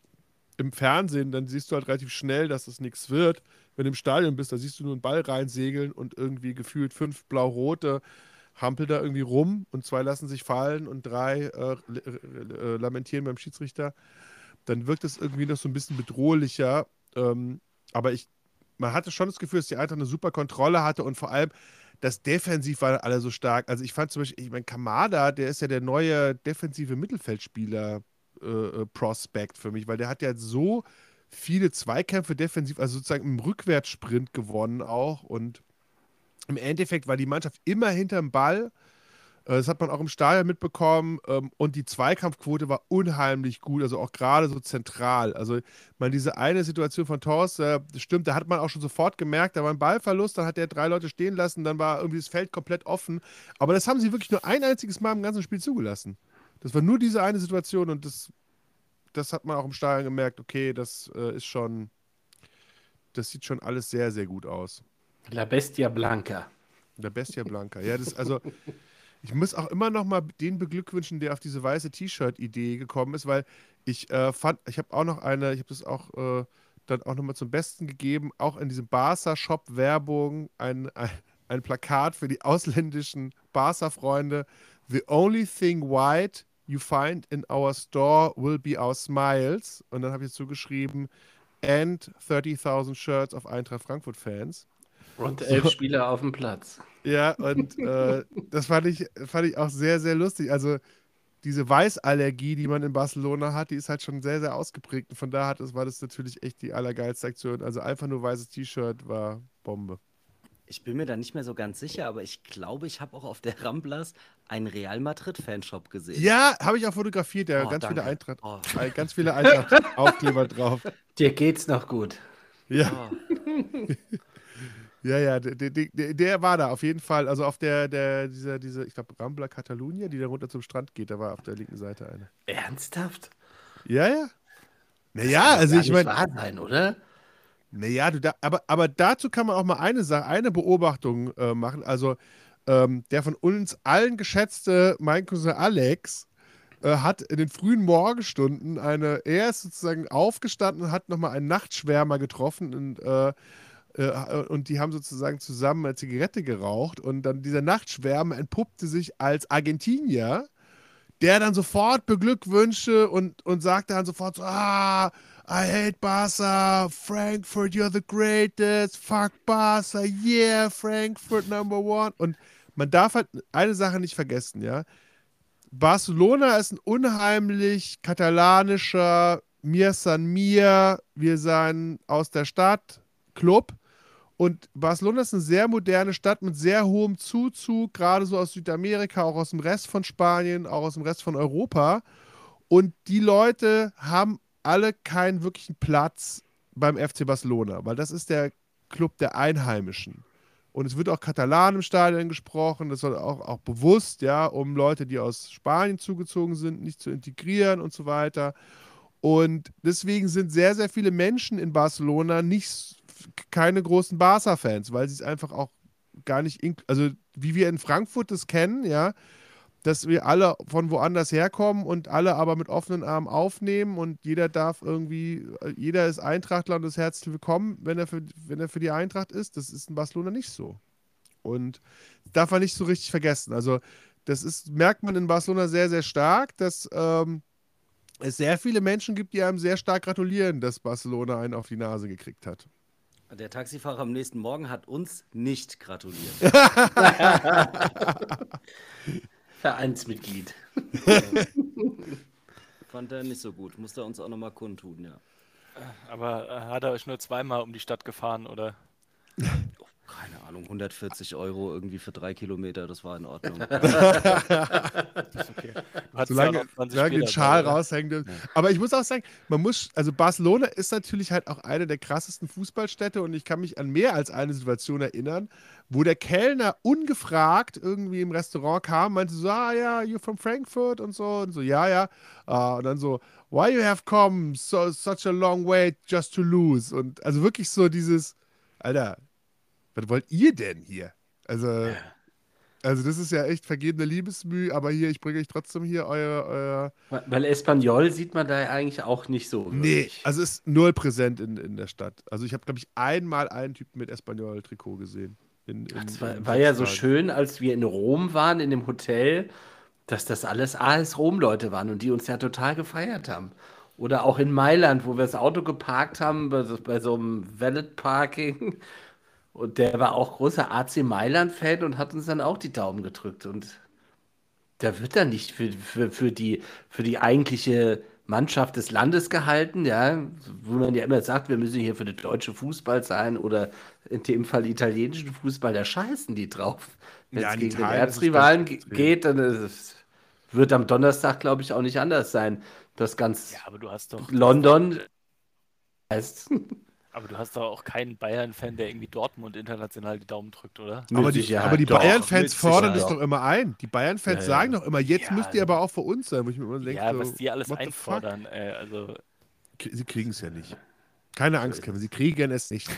Speaker 2: im Fernsehen, dann siehst du halt relativ schnell, dass es nichts wird. Wenn du im Stadion bist, da siehst du nur einen Ball reinsegeln und irgendwie gefühlt fünf blau-rote hampeln da irgendwie rum und zwei lassen sich fallen und drei äh, äh, lamentieren beim Schiedsrichter. Dann wirkt es irgendwie noch so ein bisschen bedrohlicher. Ähm, aber ich, man hatte schon das Gefühl, dass die Eintracht eine super Kontrolle hatte und vor allem das Defensiv war alle so stark. Also ich fand zum Beispiel, ich meine, Kamada, der ist ja der neue defensive Mittelfeldspieler äh, Prospect für mich, weil der hat ja so viele Zweikämpfe defensiv, also sozusagen im Rückwärtssprint gewonnen auch und im Endeffekt war die Mannschaft immer hinterm Ball. Äh, Das hat man auch im Stadion mitbekommen. ähm, Und die Zweikampfquote war unheimlich gut, also auch gerade so zentral. Also, man, diese eine Situation von Thors, äh, das stimmt, da hat man auch schon sofort gemerkt, da war ein Ballverlust, dann hat er drei Leute stehen lassen, dann war irgendwie das Feld komplett offen. Aber das haben sie wirklich nur ein einziges Mal im ganzen Spiel zugelassen. Das war nur diese eine Situation und das, das hat man auch im Stadion gemerkt, okay, das äh, ist schon, das sieht schon alles sehr, sehr gut aus.
Speaker 1: La Bestia Blanca.
Speaker 2: Der Bestia Blanca. Ja, das, also, ich muss auch immer noch mal den beglückwünschen, der auf diese weiße T-Shirt-Idee gekommen ist, weil ich äh, fand, ich habe auch noch eine, ich habe das auch äh, dann auch nochmal zum Besten gegeben, auch in diesem Barca-Shop-Werbung ein, ein, ein Plakat für die ausländischen Barca-Freunde. The only thing white you find in our store will be our smiles. Und dann habe ich dazu geschrieben, and thirty-thousand shirts of Eintracht Frankfurt-Fans.
Speaker 1: Und elf Spieler auf dem Platz.
Speaker 2: Ja, und äh, das fand ich, fand ich auch sehr, sehr lustig. Also diese Weißallergie, die man in Barcelona hat, die ist halt schon sehr, sehr ausgeprägt. Und von da hat es, war das natürlich echt die allergeilste Aktion. Also einfach nur weißes T-Shirt war Bombe.
Speaker 4: Ich bin mir da nicht mehr so ganz sicher, aber ich glaube, ich habe auch auf der Ramblas einen Real Madrid-Fanshop gesehen.
Speaker 2: Ja, habe ich auch fotografiert. Ja,
Speaker 4: Oh,
Speaker 2: ganz, viele
Speaker 4: danke.
Speaker 2: Eintracht,
Speaker 4: Oh.
Speaker 2: äh, ganz viele Eintracht-Aufkleber drauf.
Speaker 1: Dir geht's noch gut.
Speaker 2: Ja,
Speaker 4: Oh.
Speaker 2: ja, ja, der, der, der, der war da auf jeden Fall. Also auf der, der, dieser, diese, ich glaube, Rambla Catalunya, die da runter zum Strand geht, da war auf der linken Seite eine.
Speaker 1: Ernsthaft?
Speaker 2: Ja, ja. Naja,
Speaker 1: Kann
Speaker 2: also
Speaker 1: gar
Speaker 2: ich
Speaker 1: nicht
Speaker 2: meine.
Speaker 1: wahr sein, oder?
Speaker 2: Naja, du da, aber, aber dazu kann man auch mal eine Sache, eine Beobachtung äh, machen. Also, ähm, der von uns allen geschätzte mein Cousin Alex äh, hat in den frühen Morgenstunden eine, er ist sozusagen aufgestanden und hat nochmal einen Nachtschwärmer getroffen und, äh, äh, und die haben sozusagen zusammen eine Zigarette geraucht und dann dieser Nachtschwärmer entpuppte sich als Argentinier, der dann sofort beglückwünschte und, und sagte dann sofort so, ah, I hate Barca, Frankfurt, you're the greatest, fuck Barca, yeah, Frankfurt number one. Und man darf halt eine Sache nicht vergessen, ja. Barcelona ist ein unheimlich katalanischer Mir San Mir, wir seien aus der Stadt Club. Und Barcelona ist eine sehr moderne Stadt mit sehr hohem Zuzug, gerade so aus Südamerika, auch aus dem Rest von Spanien, auch aus dem Rest von Europa. Und die Leute haben alle keinen wirklichen Platz beim F C Barcelona, weil das ist der Club der Einheimischen. Und es wird auch Katalan im Stadion gesprochen, das soll auch, auch bewusst, ja, um Leute, die aus Spanien zugezogen sind, nicht zu integrieren und so weiter. Und deswegen sind sehr, sehr viele Menschen in Barcelona nicht keine großen Barca-Fans, weil sie es einfach auch gar nicht, also wie wir in Frankfurt das kennen, ja, dass wir alle von woanders herkommen und alle aber mit offenen Armen aufnehmen und jeder darf irgendwie, jeder ist Eintrachtler und ist herzlich willkommen, wenn er für, wenn er für die Eintracht ist. Das ist in Barcelona nicht so. Und das darf man nicht so richtig vergessen. Also das ist, merkt man in Barcelona sehr, sehr stark, dass ähm, es sehr viele Menschen gibt, die einem sehr stark gratulieren, dass Barcelona einen auf die Nase gekriegt hat.
Speaker 4: Der Taxifahrer am nächsten Morgen hat uns nicht gratuliert.
Speaker 1: Vereinsmitglied.
Speaker 4: Fand er nicht so gut. Musste er uns auch nochmal kundtun, ja.
Speaker 3: Aber äh, hat er euch nur zweimal um die Stadt gefahren, oder?
Speaker 4: Keine Ahnung, hundertvierzig Euro irgendwie für drei Kilometer, das war in Ordnung.
Speaker 3: Das ist okay. Du hattest ja
Speaker 2: Solange,
Speaker 3: noch zwanzig
Speaker 2: solange den
Speaker 3: Spiele
Speaker 2: Schal
Speaker 3: dabei, oder?
Speaker 2: raushängt. Ja. Aber ich muss auch sagen, man muss, also Barcelona ist natürlich halt auch eine der krassesten Fußballstädte und ich kann mich an mehr als eine Situation erinnern, wo der Kellner ungefragt irgendwie im Restaurant kam, meinte so, ah ja, you're from Frankfurt und so und so, ja, ja. Uh, und dann so, why you have come so, such a long way just to lose? Und also wirklich so dieses, Alter, was wollt ihr denn hier? Also, Also das ist ja echt vergebene Liebesmüh, aber hier, ich bringe euch trotzdem hier euer, euer
Speaker 1: Weil weil Espanyol sieht man da ja eigentlich auch nicht so
Speaker 2: Nee,
Speaker 1: wirklich.
Speaker 2: also ist null präsent in, in der Stadt. Also ich habe, glaube ich, einmal einen Typen mit Espanyol-Trikot gesehen. In, in,
Speaker 1: Es war,
Speaker 2: in
Speaker 1: war
Speaker 2: sechs
Speaker 1: ja so
Speaker 2: Tagen.
Speaker 1: schön, als wir in Rom waren, in dem Hotel, dass das alles A S Rom-Leute waren und die uns ja total gefeiert haben. Oder auch in Mailand, wo wir das Auto geparkt haben, bei so, bei so einem Valet-Parking. Und der war auch großer A C Mailand-Fan und hat uns dann auch die Daumen gedrückt. Und da wird dann nicht für, für, für die, für die eigentliche Mannschaft des Landes gehalten, ja, wo man ja immer sagt, wir müssen hier für den deutschen Fußball sein oder in dem Fall italienischen Fußball, da scheißen die drauf. Wenn
Speaker 2: Ja,
Speaker 1: es
Speaker 2: in
Speaker 1: gegen den
Speaker 2: Italien ist es
Speaker 1: Erzrivalen
Speaker 2: ganz
Speaker 1: ge-
Speaker 2: extrem.
Speaker 1: geht, dann ist es, wird am Donnerstag, glaube ich, auch nicht anders sein. Das ganz
Speaker 3: Ja, aber du hast doch.
Speaker 1: London heißt
Speaker 3: Aber du hast doch auch keinen Bayern-Fan, der irgendwie Dortmund international die Daumen drückt, oder?
Speaker 2: Aber
Speaker 1: mit
Speaker 2: die,
Speaker 1: Sicherheit
Speaker 2: aber die
Speaker 1: doch,
Speaker 2: Bayern-Fans
Speaker 1: mit
Speaker 2: fordern das
Speaker 1: Sicherheit.
Speaker 2: doch immer ein. Die Bayern-Fans
Speaker 1: Ja, ja.
Speaker 2: sagen doch immer, jetzt
Speaker 3: Ja,
Speaker 2: müsst ihr aber auch für uns sein. Wo ich mir immer denke,
Speaker 3: Ja,
Speaker 2: so,
Speaker 3: was die alles
Speaker 2: what the
Speaker 3: einfordern. Äh, also,
Speaker 2: fuck? Sie kriegen es ja nicht. Keine Angst, Kevin, sie kriegen es nicht.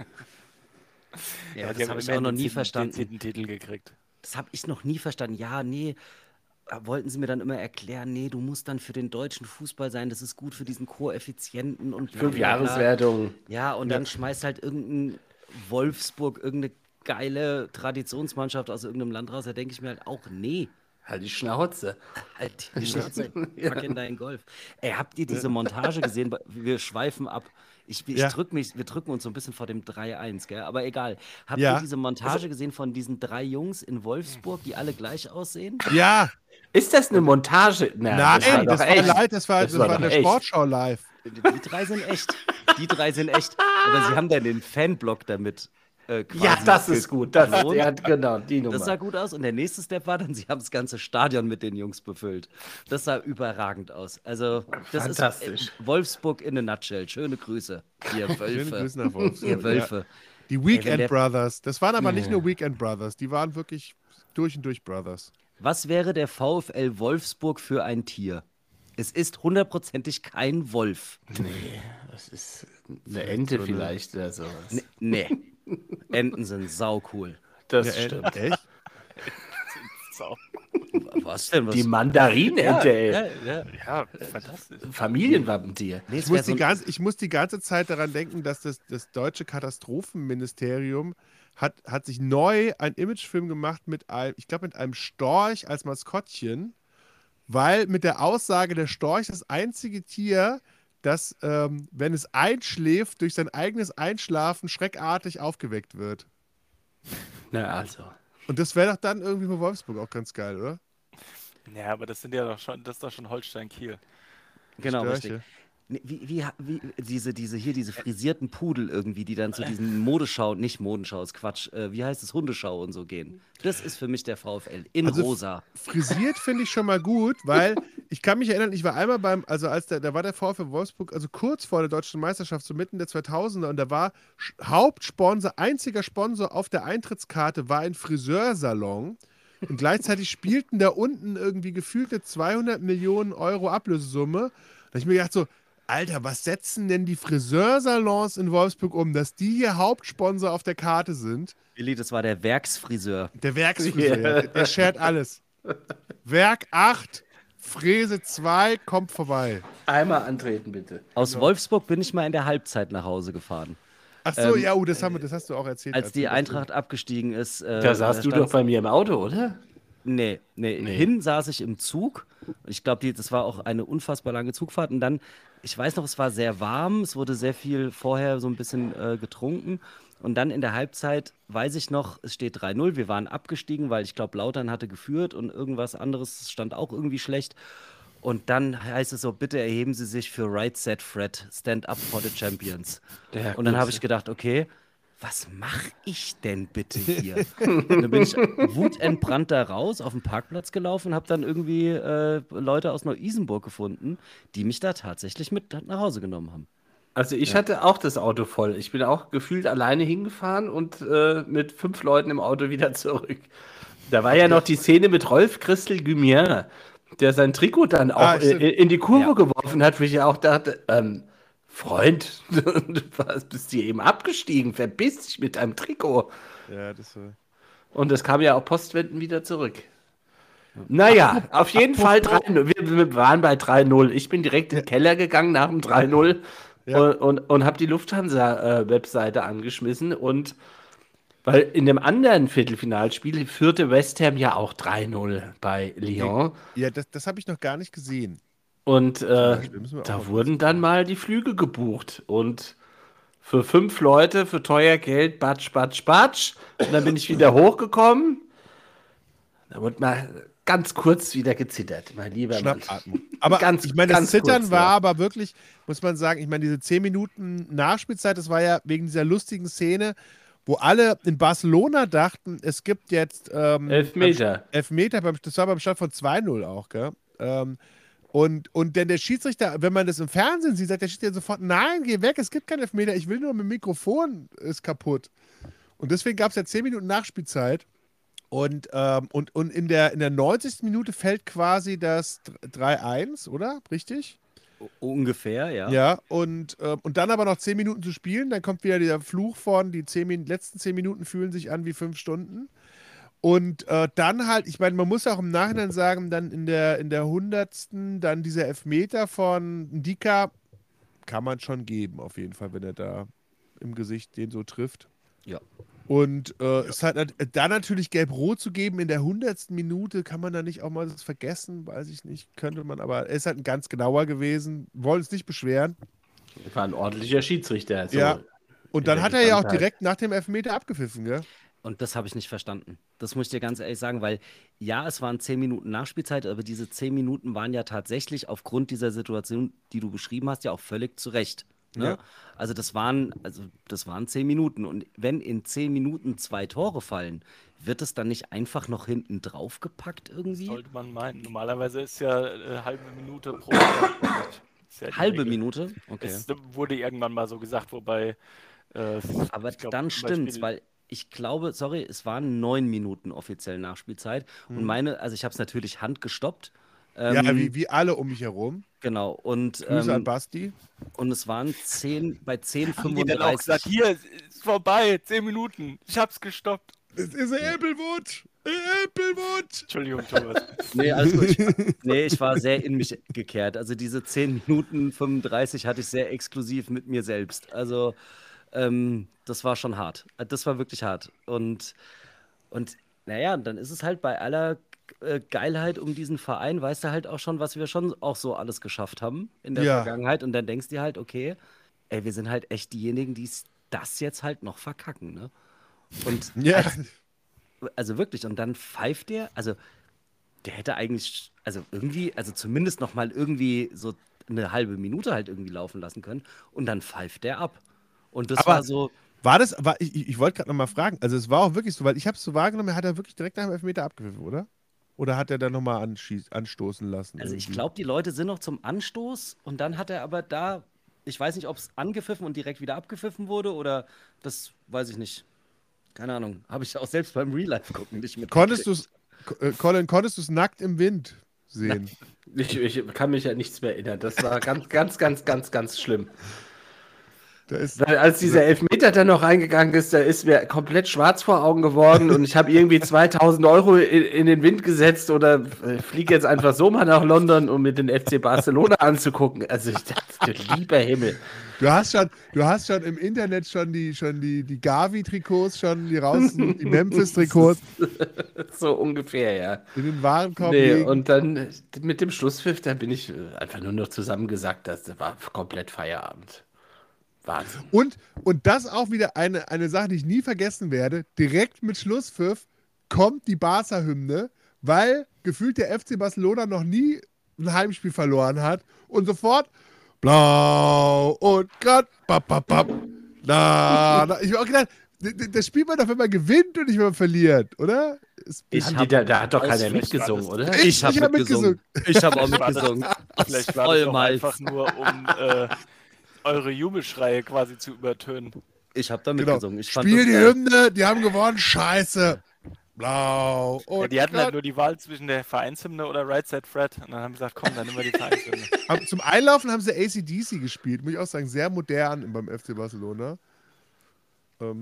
Speaker 4: Ja,
Speaker 3: die
Speaker 4: das
Speaker 3: haben
Speaker 4: habe ich
Speaker 3: immerhin
Speaker 4: auch noch
Speaker 3: den
Speaker 4: nie
Speaker 3: zehnten
Speaker 4: verstanden.
Speaker 3: zehnten Titel gekriegt.
Speaker 4: Das habe ich noch nie verstanden. Ja, nee, äh, wollten sie mir dann immer erklären, nee, du musst dann für den deutschen Fußball sein, das ist gut für diesen Koeffizienten und bla,
Speaker 1: Fünf
Speaker 4: bla, bla.
Speaker 1: Jahreswertung.
Speaker 4: Ja, und dann schmeißt halt irgendein Wolfsburg, irgendeine geile Traditionsmannschaft aus irgendeinem Land raus. Da denke ich mir halt auch, nee,
Speaker 1: Halt die Schnauze.
Speaker 4: halt die Schnauze,
Speaker 1: Ja.
Speaker 4: pack in deinen Golf. Ey, habt ihr diese Montage gesehen? Wir schweifen ab. Ich, ich
Speaker 2: Ja.
Speaker 4: drück mich, wir drücken uns so ein bisschen vor dem drei eins, gell? Aber egal. Habt
Speaker 2: Ja.
Speaker 4: ihr diese Montage gesehen von diesen drei Jungs in Wolfsburg, die alle gleich aussehen?
Speaker 2: Ja,
Speaker 1: Ist das eine Montage? Na,
Speaker 2: nein, das
Speaker 1: doch
Speaker 2: war
Speaker 1: echt.
Speaker 2: live, das war,
Speaker 1: Das
Speaker 2: das
Speaker 1: war
Speaker 2: war
Speaker 1: doch
Speaker 2: in der
Speaker 1: echt.
Speaker 2: Sportschau live.
Speaker 4: Die drei sind echt. Die drei sind echt. Aber sie haben dann den Fanblock damit äh, quasi.
Speaker 1: Ja, das ist gut. Das,
Speaker 4: belohnt.
Speaker 1: ja, genau, die Nummer.
Speaker 4: Das sah gut aus. Und der nächste Step war dann, sie haben das ganze Stadion mit den Jungs befüllt. Das sah überragend aus. Also, das
Speaker 1: Fantastisch.
Speaker 4: ist äh, Wolfsburg in a nutshell. Schöne Grüße, ihr
Speaker 2: Schöne
Speaker 4: Wölfe.
Speaker 2: Grüße nach Wolfsburg.
Speaker 4: Ihr Wölfe.
Speaker 2: Die
Speaker 4: wenn
Speaker 2: Weekend
Speaker 4: der-
Speaker 2: Brothers. Das waren aber nicht nur Weekend Brothers, die waren wirklich durch und durch Brothers.
Speaker 4: Was wäre der VfL Wolfsburg für ein Tier? Es ist hundertprozentig kein Wolf.
Speaker 1: Nee, das ist eine Ente vielleicht oder sowas.
Speaker 4: N nee. Enten sind saucool.
Speaker 1: Das
Speaker 2: Ja, äh,
Speaker 1: stimmt.
Speaker 2: echt?
Speaker 3: So.
Speaker 4: Was denn? Was?
Speaker 1: Die Mandarinente, ey.
Speaker 4: ja, ja.
Speaker 3: Ja, fantastisch.
Speaker 1: Familienwappentier.
Speaker 4: Nee, es
Speaker 2: Ich muss,
Speaker 4: wär so
Speaker 2: die
Speaker 4: ein-
Speaker 2: ganz, ich muss die ganze Zeit daran denken, dass das, das deutsche Katastrophenministerium hat, hat sich neu einen Imagefilm gemacht mit einem, ich glaube, mit einem Storch als Maskottchen, weil mit der Aussage, der Storch ist das einzige Tier, das, ähm, wenn es einschläft, durch sein eigenes Einschlafen schreckartig aufgeweckt wird.
Speaker 1: Na also.
Speaker 2: Und das wäre doch dann irgendwie für Wolfsburg auch ganz geil, oder?
Speaker 3: Ja, aber das sind ja doch schon, das ist doch schon Holstein-Kiel.
Speaker 4: Genau,
Speaker 2: Störche.
Speaker 4: richtig. Nee, Wie, wie, wie, diese, diese, hier, diese frisierten Pudel irgendwie, die dann zu diesen Modeschau, nicht Modenschau, ist Quatsch, äh, wie heißt es, Hundeschau und so gehen. Das ist für mich der VfL in
Speaker 2: Also,
Speaker 4: rosa.
Speaker 2: Frisiert finde ich schon mal gut, weil ich kann mich erinnern, ich war einmal beim, also als der, da war der VfL Wolfsburg, also kurz vor der deutschen Meisterschaft, so mitten der zweitausender, und da war Sch- Hauptsponsor, einziger Sponsor auf der Eintrittskarte war ein Friseursalon, und gleichzeitig spielten da unten irgendwie gefühlte zweihundert Millionen Euro Ablösesumme. Da hab ich mir gedacht so, Alter, was setzen denn die Friseursalons in Wolfsburg um, dass die hier Hauptsponsor auf der Karte sind?
Speaker 4: Willi, das war der Werksfriseur.
Speaker 2: Der Werksfriseur,
Speaker 1: Ja.
Speaker 2: der, der shared alles. Werk acht, Fräse zwei, kommt vorbei.
Speaker 1: Einmal antreten, bitte.
Speaker 4: Aus
Speaker 2: Genau.
Speaker 4: Wolfsburg bin ich mal in der Halbzeit nach Hause gefahren.
Speaker 2: Ach so,
Speaker 4: Ähm,
Speaker 2: ja, oh, das, haben wir, das hast du auch erzählt.
Speaker 4: Als die
Speaker 2: wir das-
Speaker 4: Eintracht abgestiegen ist. Äh,
Speaker 1: Da saßt du
Speaker 4: stand-
Speaker 1: doch bei mir im Auto, oder?
Speaker 4: Nee, nee,
Speaker 1: Nee.
Speaker 4: hin saß ich im Zug. Ich glaube, das war auch eine unfassbar lange Zugfahrt. Und dann, ich weiß noch, es war sehr warm. Es wurde sehr viel vorher so ein bisschen äh, getrunken. Und dann in der Halbzeit weiß ich noch, es steht drei null. Wir waren abgestiegen, weil ich glaube, Lautern hatte geführt und irgendwas anderes stand auch irgendwie schlecht. Und dann heißt es so, bitte erheben Sie sich für Right Set Fred, Stand Up for the Champions.
Speaker 1: Ja,
Speaker 4: und dann
Speaker 1: gut.
Speaker 4: habe ich gedacht, okay, was mache ich denn bitte hier? Und dann bin ich wutentbrannt da raus auf den Parkplatz gelaufen und habe dann irgendwie äh, Leute aus Neu-Isenburg gefunden, die mich da tatsächlich mit nach Hause genommen haben.
Speaker 1: Also ich hatte auch das Auto voll. Ich bin auch gefühlt alleine hingefahren und äh, mit fünf Leuten im Auto wieder zurück. Da war ja noch die Szene mit Rolf Christel Guimien, der sein Trikot dann auch
Speaker 2: Ah,
Speaker 1: in,
Speaker 2: stimmt.
Speaker 1: in die Kurve
Speaker 4: Ja.
Speaker 1: geworfen hat, wo ich ja auch dachte, ähm, Freund, du warst- bist hier eben abgestiegen, verpiss dich mit deinem Trikot.
Speaker 2: Ja, das war.
Speaker 1: Und es kam ja auch postwendend wieder zurück. Naja, auf jeden Fall drei null. Wir, wir waren bei drei null. Ich bin direkt in den Keller gegangen nach dem drei null
Speaker 2: Ja.
Speaker 1: und, und, und habe die Lufthansa-Webseite angeschmissen. Und weil in dem anderen Viertelfinalspiel führte West Ham ja auch drei null bei Lyon.
Speaker 2: Ja, das, das habe ich noch gar nicht gesehen.
Speaker 1: Und äh,
Speaker 2: Beispiel müssen wir auch
Speaker 1: da
Speaker 2: mal
Speaker 1: wurden
Speaker 2: kurz-
Speaker 1: dann mal die Flüge gebucht. Und für fünf Leute, für teuer Geld, batsch, batsch, batsch. Und dann bin ich wieder hochgekommen. Da wurde mal ganz kurz wieder gezittert, mein lieber Mann.
Speaker 2: Schnappatmung. Aber
Speaker 1: Ganz-
Speaker 2: ich meine, das
Speaker 1: ganz
Speaker 2: Zittern
Speaker 1: kurz,
Speaker 2: war
Speaker 1: ja.
Speaker 2: aber wirklich, muss man sagen, ich meine, diese zehn Minuten Nachspielzeit, das war ja wegen dieser lustigen Szene, wo alle in Barcelona dachten, es gibt jetzt ähm,
Speaker 1: Elfmeter.
Speaker 2: Beim, Elfmeter, beim, das war beim Stand von zwei null auch, gell? Ähm, und, und denn der Schiedsrichter, wenn man das im Fernsehen sieht, sagt der Schiedsrichter sofort, nein, geh weg, es gibt keinen Elfmeter, ich will nur mit dem Mikrofon, ist kaputt. Und deswegen gab es ja zehn Minuten Nachspielzeit. Und, ähm, und, und in der, in der neunzigsten Minute fällt quasi das drei eins, oder? Richtig?
Speaker 4: Ungefähr, ja.
Speaker 2: Ja, und, ähm, und dann aber noch zehn Minuten zu spielen, dann kommt wieder dieser Fluch von, die zehn, Min- letzten zehn Minuten fühlen sich an wie fünf Stunden. Und äh, dann halt, ich meine, man muss auch im Nachhinein sagen, dann in der, in der hundertsten dann dieser Elfmeter von Ndika kann man schon geben, auf jeden Fall, wenn er da im Gesicht den so trifft.
Speaker 4: Ja.
Speaker 2: Und äh, es hat nat- da natürlich gelb-rot zu geben in der hundertsten Minute, kann man da nicht auch mal das vergessen, weiß ich nicht, könnte man, aber er ist halt ein ganz genauer gewesen, wollen es nicht beschweren.
Speaker 1: War ein ordentlicher Schiedsrichter. So.
Speaker 2: Ja. Und dann
Speaker 1: der
Speaker 2: hat er ja auch
Speaker 1: Gesamtheit.
Speaker 2: direkt nach dem Elfmeter abgepfiffen, gell?
Speaker 4: Und das habe ich nicht verstanden. Das muss ich dir ganz ehrlich sagen, weil ja, es waren zehn Minuten Nachspielzeit, aber diese zehn Minuten waren ja tatsächlich aufgrund dieser Situation, die du beschrieben hast, ja auch völlig zu Recht. Ne?
Speaker 2: Ja.
Speaker 4: Also das waren, also das waren zehn Minuten. Und wenn in zehn Minuten zwei Tore fallen, wird es dann nicht einfach noch hinten drauf gepackt irgendwie?
Speaker 3: Sollte man meinen. Normalerweise ist ja äh, halbe Minute pro Tor. Ist ja die
Speaker 4: Halbe
Speaker 3: Regel.
Speaker 4: Minute? Okay.
Speaker 3: Es wurde irgendwann mal so gesagt, wobei. Äh,
Speaker 4: Aber
Speaker 3: ich glaub,
Speaker 4: dann
Speaker 3: zum Beispiel-
Speaker 4: stimmt's, weil ich glaube, sorry, es waren neun Minuten offiziell Nachspielzeit. Und meine, also ich habe es natürlich handgestoppt. Ähm,
Speaker 2: Ja, wie, wie alle um mich herum.
Speaker 4: Genau. Und,
Speaker 2: Grüße an
Speaker 4: ähm,
Speaker 2: Basti.
Speaker 4: und es waren zehn, bei zehn
Speaker 3: Haben die dann auch gesagt,
Speaker 4: fünfunddreißig.
Speaker 3: hier, ist vorbei, zehn Minuten, ich hab's gestoppt.
Speaker 2: Es ist Applewood! Applewood!
Speaker 3: Entschuldigung, Thomas.
Speaker 4: Nee, alles gut. Ich, nee, ich war sehr in mich gekehrt. Also diese zehn Minuten fünfunddreißig hatte ich sehr exklusiv mit mir selbst. Also ähm, das war schon hart. Das war wirklich hart. Und, und naja, dann ist es halt bei aller äh, Geilheit um diesen Verein, weißt du halt auch schon, was wir schon auch so alles geschafft haben in der
Speaker 2: Ja.
Speaker 4: Vergangenheit. Und dann denkst du dir halt, okay, ey, wir sind halt echt diejenigen, die das jetzt halt noch verkacken, ne? Und
Speaker 2: Ja.
Speaker 4: als, also wirklich, und dann pfeift der, also der hätte eigentlich, also irgendwie, also zumindest noch mal irgendwie so eine halbe Minute halt irgendwie laufen lassen können und dann pfeift der ab. Und das
Speaker 2: Aber-
Speaker 4: war so,
Speaker 2: War das, war, ich, ich wollte gerade nochmal fragen, also es war auch wirklich so, weil ich habe es so wahrgenommen, er hat er wirklich direkt nach dem Elfmeter abgepfiffen, oder? Oder hat er dann nochmal anstoßen lassen?
Speaker 4: also ich
Speaker 2: irgendwie?
Speaker 4: glaube, die Leute sind noch zum Anstoß und dann hat er aber da, ich weiß nicht, ob es angepfiffen und direkt wieder abgepfiffen wurde oder das weiß ich nicht. Keine Ahnung, habe ich auch selbst beim Real Life gucken nicht mit.
Speaker 2: Konntest du es, äh, Colin, konntest du es nackt im Wind sehen?
Speaker 1: Ich, ich kann mich ja nichts mehr erinnern. Das war ganz, ganz, ganz, ganz, ganz schlimm.
Speaker 2: Da ist,
Speaker 1: Weil als dieser Elfmeter dann noch reingegangen ist, da ist mir komplett schwarz vor Augen geworden und ich habe irgendwie zweitausend Euro in, in den Wind gesetzt oder äh, fliege jetzt einfach so mal nach London, um mir den F C Barcelona anzugucken. Also ich dachte, lieber Himmel.
Speaker 2: du hast schon, du hast schon im Internet schon die, schon die, die Gavi-Trikots, schon die raus, die Memphis-Trikots
Speaker 1: So ungefähr, ja.
Speaker 2: in den Warenkorb
Speaker 1: Nee,
Speaker 2: legen.
Speaker 1: und dann mit dem Schlusspfiff, da bin ich äh, einfach nur noch zusammengesackt. Das war komplett Feierabend. Wahnsinn.
Speaker 2: Und, und das auch wieder eine, eine Sache, die ich nie vergessen werde. Direkt mit Schlusspfiff kommt die Barca-Hymne, weil gefühlt der F C Barcelona noch nie ein Heimspiel verloren hat. Und sofort blau und grad, bap, bap, bap. Na, na. Ich habe auch gedacht, d- d- das spielt man doch, wenn man gewinnt und nicht, wenn man verliert, oder? Es-
Speaker 4: Ich
Speaker 1: Haben
Speaker 4: hab-
Speaker 1: die da, da hat doch keiner
Speaker 3: Ausflecht
Speaker 1: mitgesungen,
Speaker 3: war
Speaker 1: oder?
Speaker 2: Ich-
Speaker 4: Ich habe
Speaker 2: ich hab
Speaker 4: mitgesungen. Ich habe auch
Speaker 3: War das-
Speaker 4: mitgesungen.
Speaker 3: Vielleicht war das auch
Speaker 4: Vollmalz.
Speaker 3: einfach nur, um äh, eure Jubelschreie quasi zu übertönen.
Speaker 4: Ich habe da
Speaker 2: Genau.
Speaker 4: mitgesungen. Ich fand
Speaker 2: Spiel
Speaker 4: das
Speaker 2: die
Speaker 4: geil.
Speaker 2: Hymne, die haben gewonnen, scheiße. Blau und
Speaker 3: Ja, die hatten
Speaker 2: grad.
Speaker 3: halt nur die Wahl zwischen der Vereinshymne oder Right Side Fred. Und dann haben sie gesagt, komm, dann nehmen wir die Vereinshymne.
Speaker 2: Am- Zum Einlaufen haben sie A C D C gespielt, muss ich auch sagen, sehr modern beim F C Barcelona. Ähm,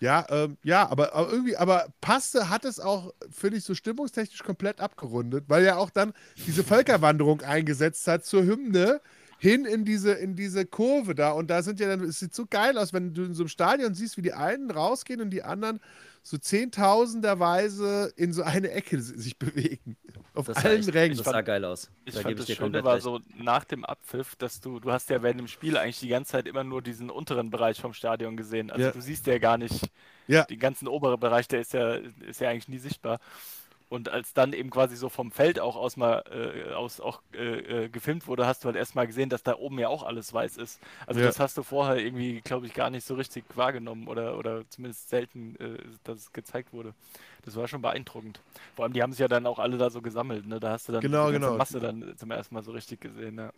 Speaker 2: Ja, ähm, ja, aber, aber irgendwie, aber Paste hat es auch, finde ich, so stimmungstechnisch komplett abgerundet, weil er auch dann diese Völkerwanderung eingesetzt hat zur Hymne hin in diese, in diese Kurve da. Und da sind ja dann, es sieht so geil aus, wenn du in so einem Stadion siehst, wie die einen rausgehen und die anderen so zehntausenderweise in so eine Ecke sich bewegen. Auf
Speaker 4: Das sah,
Speaker 2: allen
Speaker 4: echt,
Speaker 2: Rängen.
Speaker 4: das sah geil aus.
Speaker 3: Ich
Speaker 4: Da
Speaker 3: fand
Speaker 4: gebe ich
Speaker 3: das
Speaker 4: dir
Speaker 3: Schöne
Speaker 4: komplett
Speaker 3: war
Speaker 4: recht.
Speaker 3: so nach dem Abpfiff, dass du, du hast ja während dem Spiel eigentlich die ganze Zeit immer nur diesen unteren Bereich vom Stadion gesehen. Also
Speaker 2: Ja.
Speaker 3: du siehst ja gar nicht
Speaker 2: Ja,
Speaker 3: den ganzen oberen Bereich, der ist ja, ist ja eigentlich nie sichtbar. Und als dann eben quasi so vom Feld auch aus mal äh, aus auch äh, äh, gefilmt wurde, hast du halt erstmal gesehen, dass da oben ja auch alles weiß ist. Also
Speaker 2: Ja.
Speaker 3: das hast du vorher irgendwie, glaube ich, gar nicht so richtig wahrgenommen oder, oder zumindest selten, äh, dass es gezeigt wurde. Das war schon beeindruckend. Vor allem, die haben sich ja dann auch alle da so gesammelt, ne? Da hast du dann
Speaker 2: Genau,
Speaker 3: diese ganze
Speaker 2: genau.
Speaker 3: Masse dann zum ersten Mal so richtig gesehen, ja.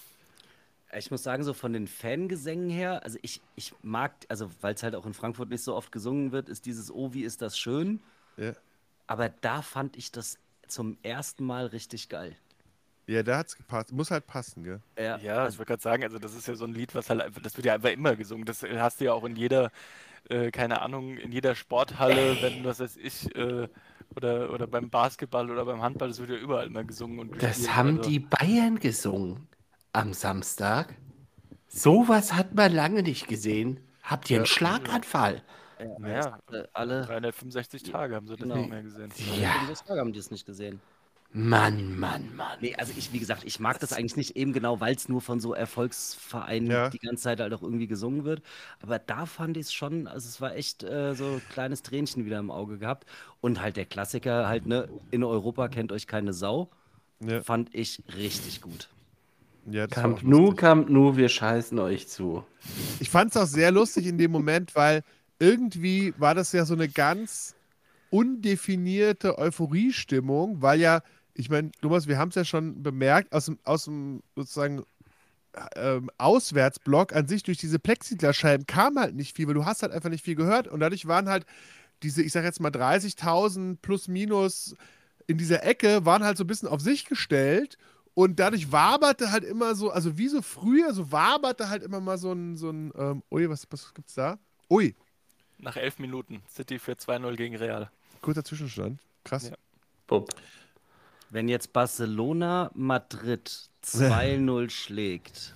Speaker 4: Ich muss sagen, so von den Fangesängen her, also ich, ich mag, also weil es halt auch in Frankfurt nicht so oft gesungen wird, ist dieses Oh, wie ist das schön.
Speaker 2: ja.
Speaker 4: Aber da fand ich das zum ersten Mal richtig geil.
Speaker 2: Ja, da hat's gepasst. Muss halt passen, gell?
Speaker 4: Ja,
Speaker 3: Ja,
Speaker 4: also,
Speaker 3: ich wollte gerade sagen, also das ist ja so ein Lied, was halt einfach, das wird ja einfach immer gesungen. Das hast du ja auch in jeder, äh, keine Ahnung, in jeder Sporthalle, wenn, was weiß ich, äh, oder, oder beim Basketball oder beim Handball, das wird ja überall immer gesungen und gespielt.
Speaker 1: Das haben
Speaker 3: also.
Speaker 1: die Bayern gesungen am Samstag. Sowas hat man lange nicht gesehen. Habt ihr einen Schlaganfall?
Speaker 4: ja,
Speaker 3: Naja,
Speaker 4: äh, alle
Speaker 3: dreihundertfünfundsechzig Tage haben sie das
Speaker 4: Genau.
Speaker 3: nicht mehr gesehen.
Speaker 1: Ja,
Speaker 4: Bundesliga haben die es nicht gesehen.
Speaker 1: Mann, Mann, Mann.
Speaker 4: Nee, also ich, wie gesagt, ich mag das eigentlich nicht eben genau, weil es nur von so Erfolgsvereinen
Speaker 2: Ja.
Speaker 4: die ganze Zeit halt auch irgendwie gesungen wird. Aber da fand ich es schon, also es war echt äh, so ein kleines Tränchen wieder im Auge gehabt. Und halt der Klassiker halt, ne, in Europa kennt euch keine Sau,
Speaker 2: Ja,
Speaker 4: fand ich richtig gut.
Speaker 2: ja das war
Speaker 1: Camp
Speaker 2: auch
Speaker 1: Nou,
Speaker 2: lustig.
Speaker 1: Camp Nou, wir scheißen euch zu.
Speaker 2: Ich fand es auch sehr lustig in dem Moment, weil irgendwie war das ja so eine ganz undefinierte Euphoriestimmung, weil ja, ich meine, Thomas, wir haben es ja schon bemerkt, aus dem, aus dem sozusagen ähm, Auswärtsblock an sich durch diese Plexiglasscheiben kam halt nicht viel, weil du hast halt einfach nicht viel gehört und dadurch waren halt diese, ich sag jetzt mal dreißigtausend plus minus in dieser Ecke, waren halt so ein bisschen auf sich gestellt und dadurch waberte halt immer so, also wie so früher, so waberte halt immer mal so ein, so ein ähm, ui, was, was gibt's da? Ui,
Speaker 3: Nach elf Minuten, City für zwei null gegen Real.
Speaker 2: kurzer Zwischenstand. Krass.
Speaker 3: Ja.
Speaker 1: Bupp.
Speaker 4: Wenn jetzt Barcelona Madrid zwei null schlägt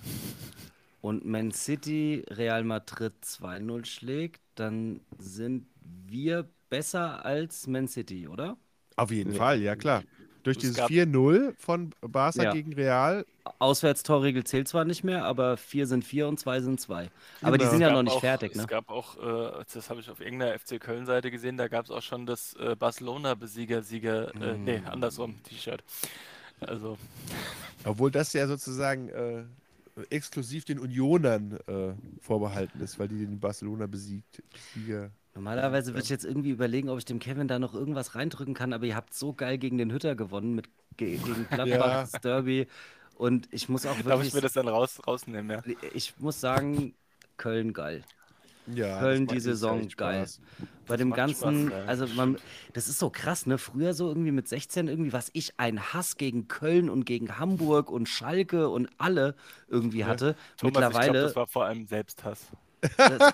Speaker 4: und Man City Real Madrid zwei null schlägt, dann sind wir besser als Man City, oder?
Speaker 2: Auf jeden Fall, ja klar. Durch
Speaker 3: Es
Speaker 2: dieses
Speaker 3: gab-
Speaker 2: vier null von Barca
Speaker 4: Ja.
Speaker 2: gegen Real.
Speaker 4: Auswärtstorregel zählt zwar nicht mehr, aber vier sind vier und zwei sind zwei. Aber die
Speaker 2: Genau.
Speaker 4: sind ja
Speaker 3: gab
Speaker 4: noch nicht
Speaker 3: auch,
Speaker 4: fertig,
Speaker 3: Es
Speaker 4: ne?
Speaker 3: gab auch, äh, das habe ich auf irgendeiner F C Köln-Seite gesehen, da gab es auch schon das äh, Barcelona-Besieger-Sieger, äh,
Speaker 4: Mm.
Speaker 3: nee, andersrum, T-Shirt. Also,
Speaker 2: Obwohl das ja sozusagen äh, exklusiv den Unionern äh, vorbehalten ist, weil die den Barcelona besiegt. Sieger.
Speaker 4: Normalerweise würde ich jetzt irgendwie überlegen, ob ich dem Kevin da noch irgendwas reindrücken kann, aber ihr habt so geil gegen den Hütter gewonnen, mit, ge gegen Gladbach,
Speaker 2: Ja.
Speaker 4: das Derby. Und ich muss auch
Speaker 3: darf ich
Speaker 4: wirklich,
Speaker 3: mir das dann raus, rausnehmen, ja.
Speaker 4: ich muss sagen, Köln geil.
Speaker 2: Ja,
Speaker 4: Köln
Speaker 2: das
Speaker 4: die
Speaker 2: macht
Speaker 4: Saison
Speaker 2: echt
Speaker 4: geil.
Speaker 2: Spaß.
Speaker 4: Bei
Speaker 3: Das
Speaker 4: dem
Speaker 3: macht
Speaker 4: ganzen,
Speaker 3: Spaß, ja,
Speaker 4: also
Speaker 3: das
Speaker 4: man, das ist so krass, ne? Früher so irgendwie mit sechzehn irgendwie, was ich einen Hass gegen Köln und gegen Hamburg und Schalke und alle irgendwie hatte.
Speaker 3: Thomas, ich glaube,
Speaker 4: Mittlerweile.
Speaker 3: das war vor allem Selbsthass.
Speaker 4: Das,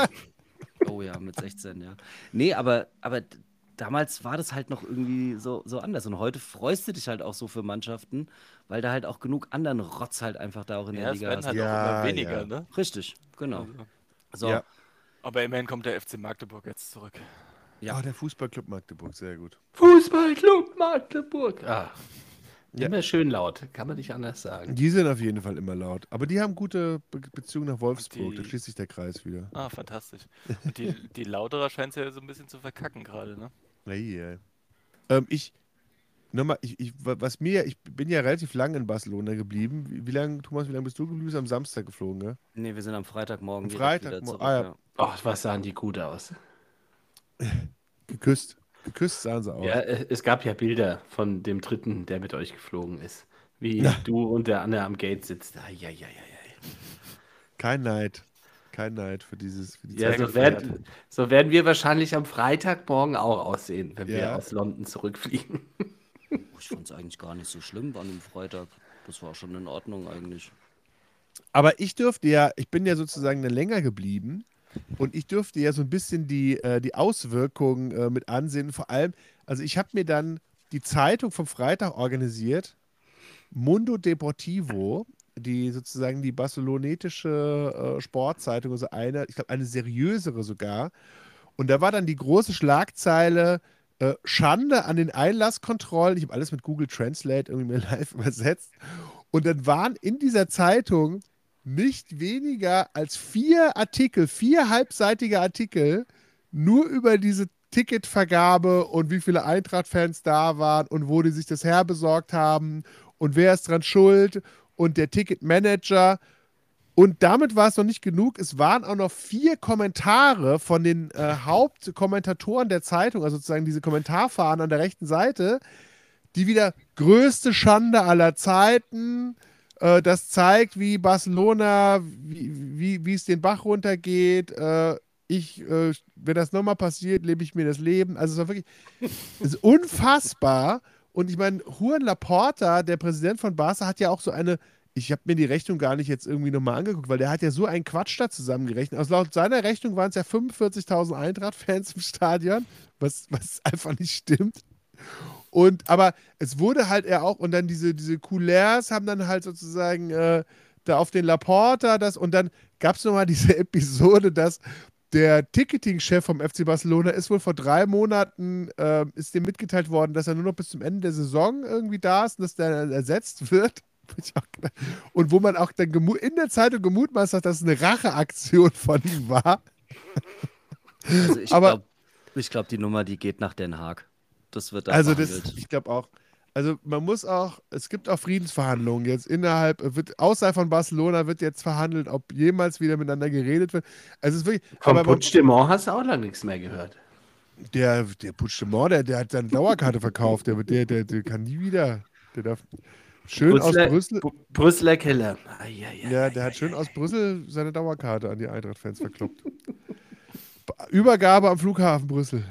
Speaker 4: oh. oh ja, mit sechzehn, ja. Nee, aber, aber d- damals war das halt noch irgendwie so, so anders. Und heute freust du dich halt auch so für Mannschaften, weil da halt auch genug anderen Rotz halt einfach da auch in
Speaker 3: Ja,
Speaker 4: der
Speaker 3: es
Speaker 4: Liga
Speaker 3: werden
Speaker 4: hast.
Speaker 3: halt
Speaker 2: Ja,
Speaker 3: auch immer weniger,
Speaker 2: ja.
Speaker 3: ne?
Speaker 4: Richtig, genau.
Speaker 3: Also,
Speaker 4: So,
Speaker 2: Ja.
Speaker 3: aber immerhin kommt der F C Magdeburg jetzt zurück.
Speaker 4: Ja.
Speaker 2: Oh, der Fußballclub Magdeburg, sehr gut.
Speaker 1: Fußballclub Magdeburg. Ah,
Speaker 2: Ja.
Speaker 1: immer schön laut, kann man nicht anders sagen.
Speaker 2: Die sind auf jeden Fall immer laut. Aber die haben gute Be Beziehungen nach Wolfsburg.
Speaker 3: die-
Speaker 2: Da schließt sich der Kreis wieder.
Speaker 3: Ah, fantastisch. Und die, die Lauterer scheint es ja so ein bisschen zu verkacken gerade, ne?
Speaker 2: Hey, ey. Ähm, ich, nochmal, ich, ich, wa- was mir, ich bin ja relativ lange in Barcelona geblieben. Wie, wie lange, Thomas, wie lange bist du geblieben? Du bist am Samstag geflogen, ne?
Speaker 4: Nee, wir sind am Freitagmorgen
Speaker 2: Am
Speaker 4: direkt wieder
Speaker 2: Freitagmorgen,
Speaker 4: zurück.
Speaker 2: ah, ja.
Speaker 4: ja.
Speaker 1: Ach, was sahen die gut aus.
Speaker 2: Geküsst. Geküsst sahen sie aus.
Speaker 1: Ja, äh, es gab ja Bilder von dem Dritten, der mit euch geflogen ist. Wie
Speaker 2: Ja.
Speaker 1: du und der Anne am Gate sitzt. Ah, ja, ja, ja, ja.
Speaker 2: Kein Neid. Kein Neid für dieses. Für die
Speaker 1: Ja,
Speaker 2: Zeit.
Speaker 1: so
Speaker 3: gefeiert.
Speaker 1: werden, so werden wir wahrscheinlich am Freitagmorgen auch aussehen, wenn wir
Speaker 2: Ja.
Speaker 1: aus London zurückfliegen.
Speaker 4: Oh, ich fand es eigentlich gar nicht so schlimm an dem Freitag. Das war schon in Ordnung eigentlich.
Speaker 2: Aber ich dürfte ja, ich bin ja sozusagen dann länger geblieben Und ich durfte ja so ein bisschen die, äh, die Auswirkungen äh, mit ansehen. Vor allem, also ich habe mir dann die Zeitung vom Freitag organisiert, Mundo Deportivo, die sozusagen die barcelonetische äh, Sportzeitung, also eine, ich glaube eine seriösere sogar. Und da war dann die große Schlagzeile, äh, Schande an den Einlasskontrollen. Ich habe alles mit Google Translate irgendwie mir live übersetzt. Und dann waren in dieser Zeitung nicht weniger als vier Artikel, vier halbseitige Artikel, nur über diese Ticketvergabe und wie viele Eintracht-Fans da waren und wo die sich das herbesorgt haben und wer ist dran schuld und der Ticketmanager. Und damit war es noch nicht genug. Es waren auch noch vier Kommentare von den äh, Hauptkommentatoren der Zeitung, also sozusagen diese Kommentarfahnen an der rechten Seite, die wieder größte Schande aller Zeiten. Äh, das zeigt, wie Barcelona, wie, wie, wie es den Bach runtergeht. Äh, ich, äh, wenn das nochmal passiert, lebe ich mir das Leben. Also es war wirklich es ist unfassbar. Und ich meine, Juan Laporta, der Präsident von Barca, hat ja auch so eine, ich habe mir die Rechnung gar nicht jetzt irgendwie nochmal angeguckt, weil der hat ja so einen Quatsch da zusammengerechnet. Also laut seiner Rechnung waren es ja fünfundvierzigtausend Eintracht-Fans im Stadion, was, was einfach nicht stimmt. Und, aber es wurde halt eher auch, und dann diese, diese Couleurs haben dann halt sozusagen äh, da auf den Laporta das, und dann gab es nochmal diese Episode, dass der Ticketing-Chef vom F C Barcelona ist wohl vor drei Monaten, äh, ist dem mitgeteilt worden, dass er nur noch bis zum Ende der Saison irgendwie da ist und dass der dann ersetzt wird. Und wo man auch dann in der Zeitung gemutmaßt hat, dass es eine Racheaktion von ihm war.
Speaker 4: Also ich
Speaker 2: Aber
Speaker 4: glaube, ich glaub, die Nummer, die geht nach Den Haag. Das wird da
Speaker 2: also das,
Speaker 4: verhandelt.
Speaker 2: ich glaube auch. Also man muss auch, es gibt auch Friedensverhandlungen jetzt innerhalb, wird, außerhalb von Barcelona wird jetzt verhandelt, ob jemals wieder miteinander geredet wird. Also es ist wirklich,
Speaker 1: Vom
Speaker 2: aber man-
Speaker 1: Puigdemont hast du auch lange nichts mehr gehört.
Speaker 2: der, der Puigdemont, der, der hat seine Dauerkarte verkauft, der, der, der, der kann nie wieder, der darf schön aus
Speaker 1: Brüsseler,
Speaker 2: Brüssel,
Speaker 1: Bu- Brüsseler Keller. Ai, ai, ai,
Speaker 2: ja,
Speaker 1: ai,
Speaker 2: der
Speaker 1: ai,
Speaker 2: hat schön
Speaker 1: ai.
Speaker 2: aus Brüssel seine Dauerkarte an die Eintracht-Fans verkloppt. Übergabe am Flughafen Brüssel.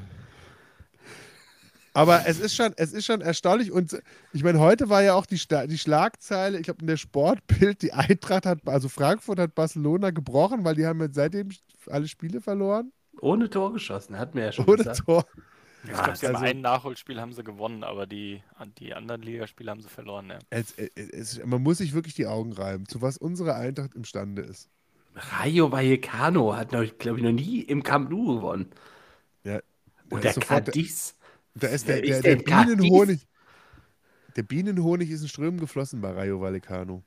Speaker 2: Aber es ist schon, es ist schon erstaunlich und ich meine, heute war ja auch die, Sta- die Schlagzeile, ich glaube in der Sportbild, die Eintracht hat, also Frankfurt hat Barcelona gebrochen, weil die haben jetzt seitdem alle Spiele verloren,
Speaker 1: Ohne Tor geschossen, hat mir ja schon
Speaker 2: ohne
Speaker 1: gesagt.
Speaker 2: Tor.
Speaker 3: Ich glaube, sie haben
Speaker 2: also-
Speaker 3: ein Nachholspiel haben sie gewonnen, aber die, die anderen Ligaspiele haben sie verloren. Ja.
Speaker 2: Es, es, es, man muss sich wirklich die Augen reiben, zu was unsere Eintracht imstande ist.
Speaker 1: Rayo Vallecano hat, glaube ich, noch nie im Camp Nou gewonnen.
Speaker 2: Ja, da
Speaker 1: Oder
Speaker 2: ist sofort der,
Speaker 1: Cadiz.
Speaker 2: da ist der,
Speaker 1: Wer
Speaker 2: der,
Speaker 1: ist
Speaker 2: der
Speaker 1: denn Cadiz?
Speaker 2: Bienenhonig. Der Bienenhonig ist in Strömen geflossen bei Rayo Vallecano.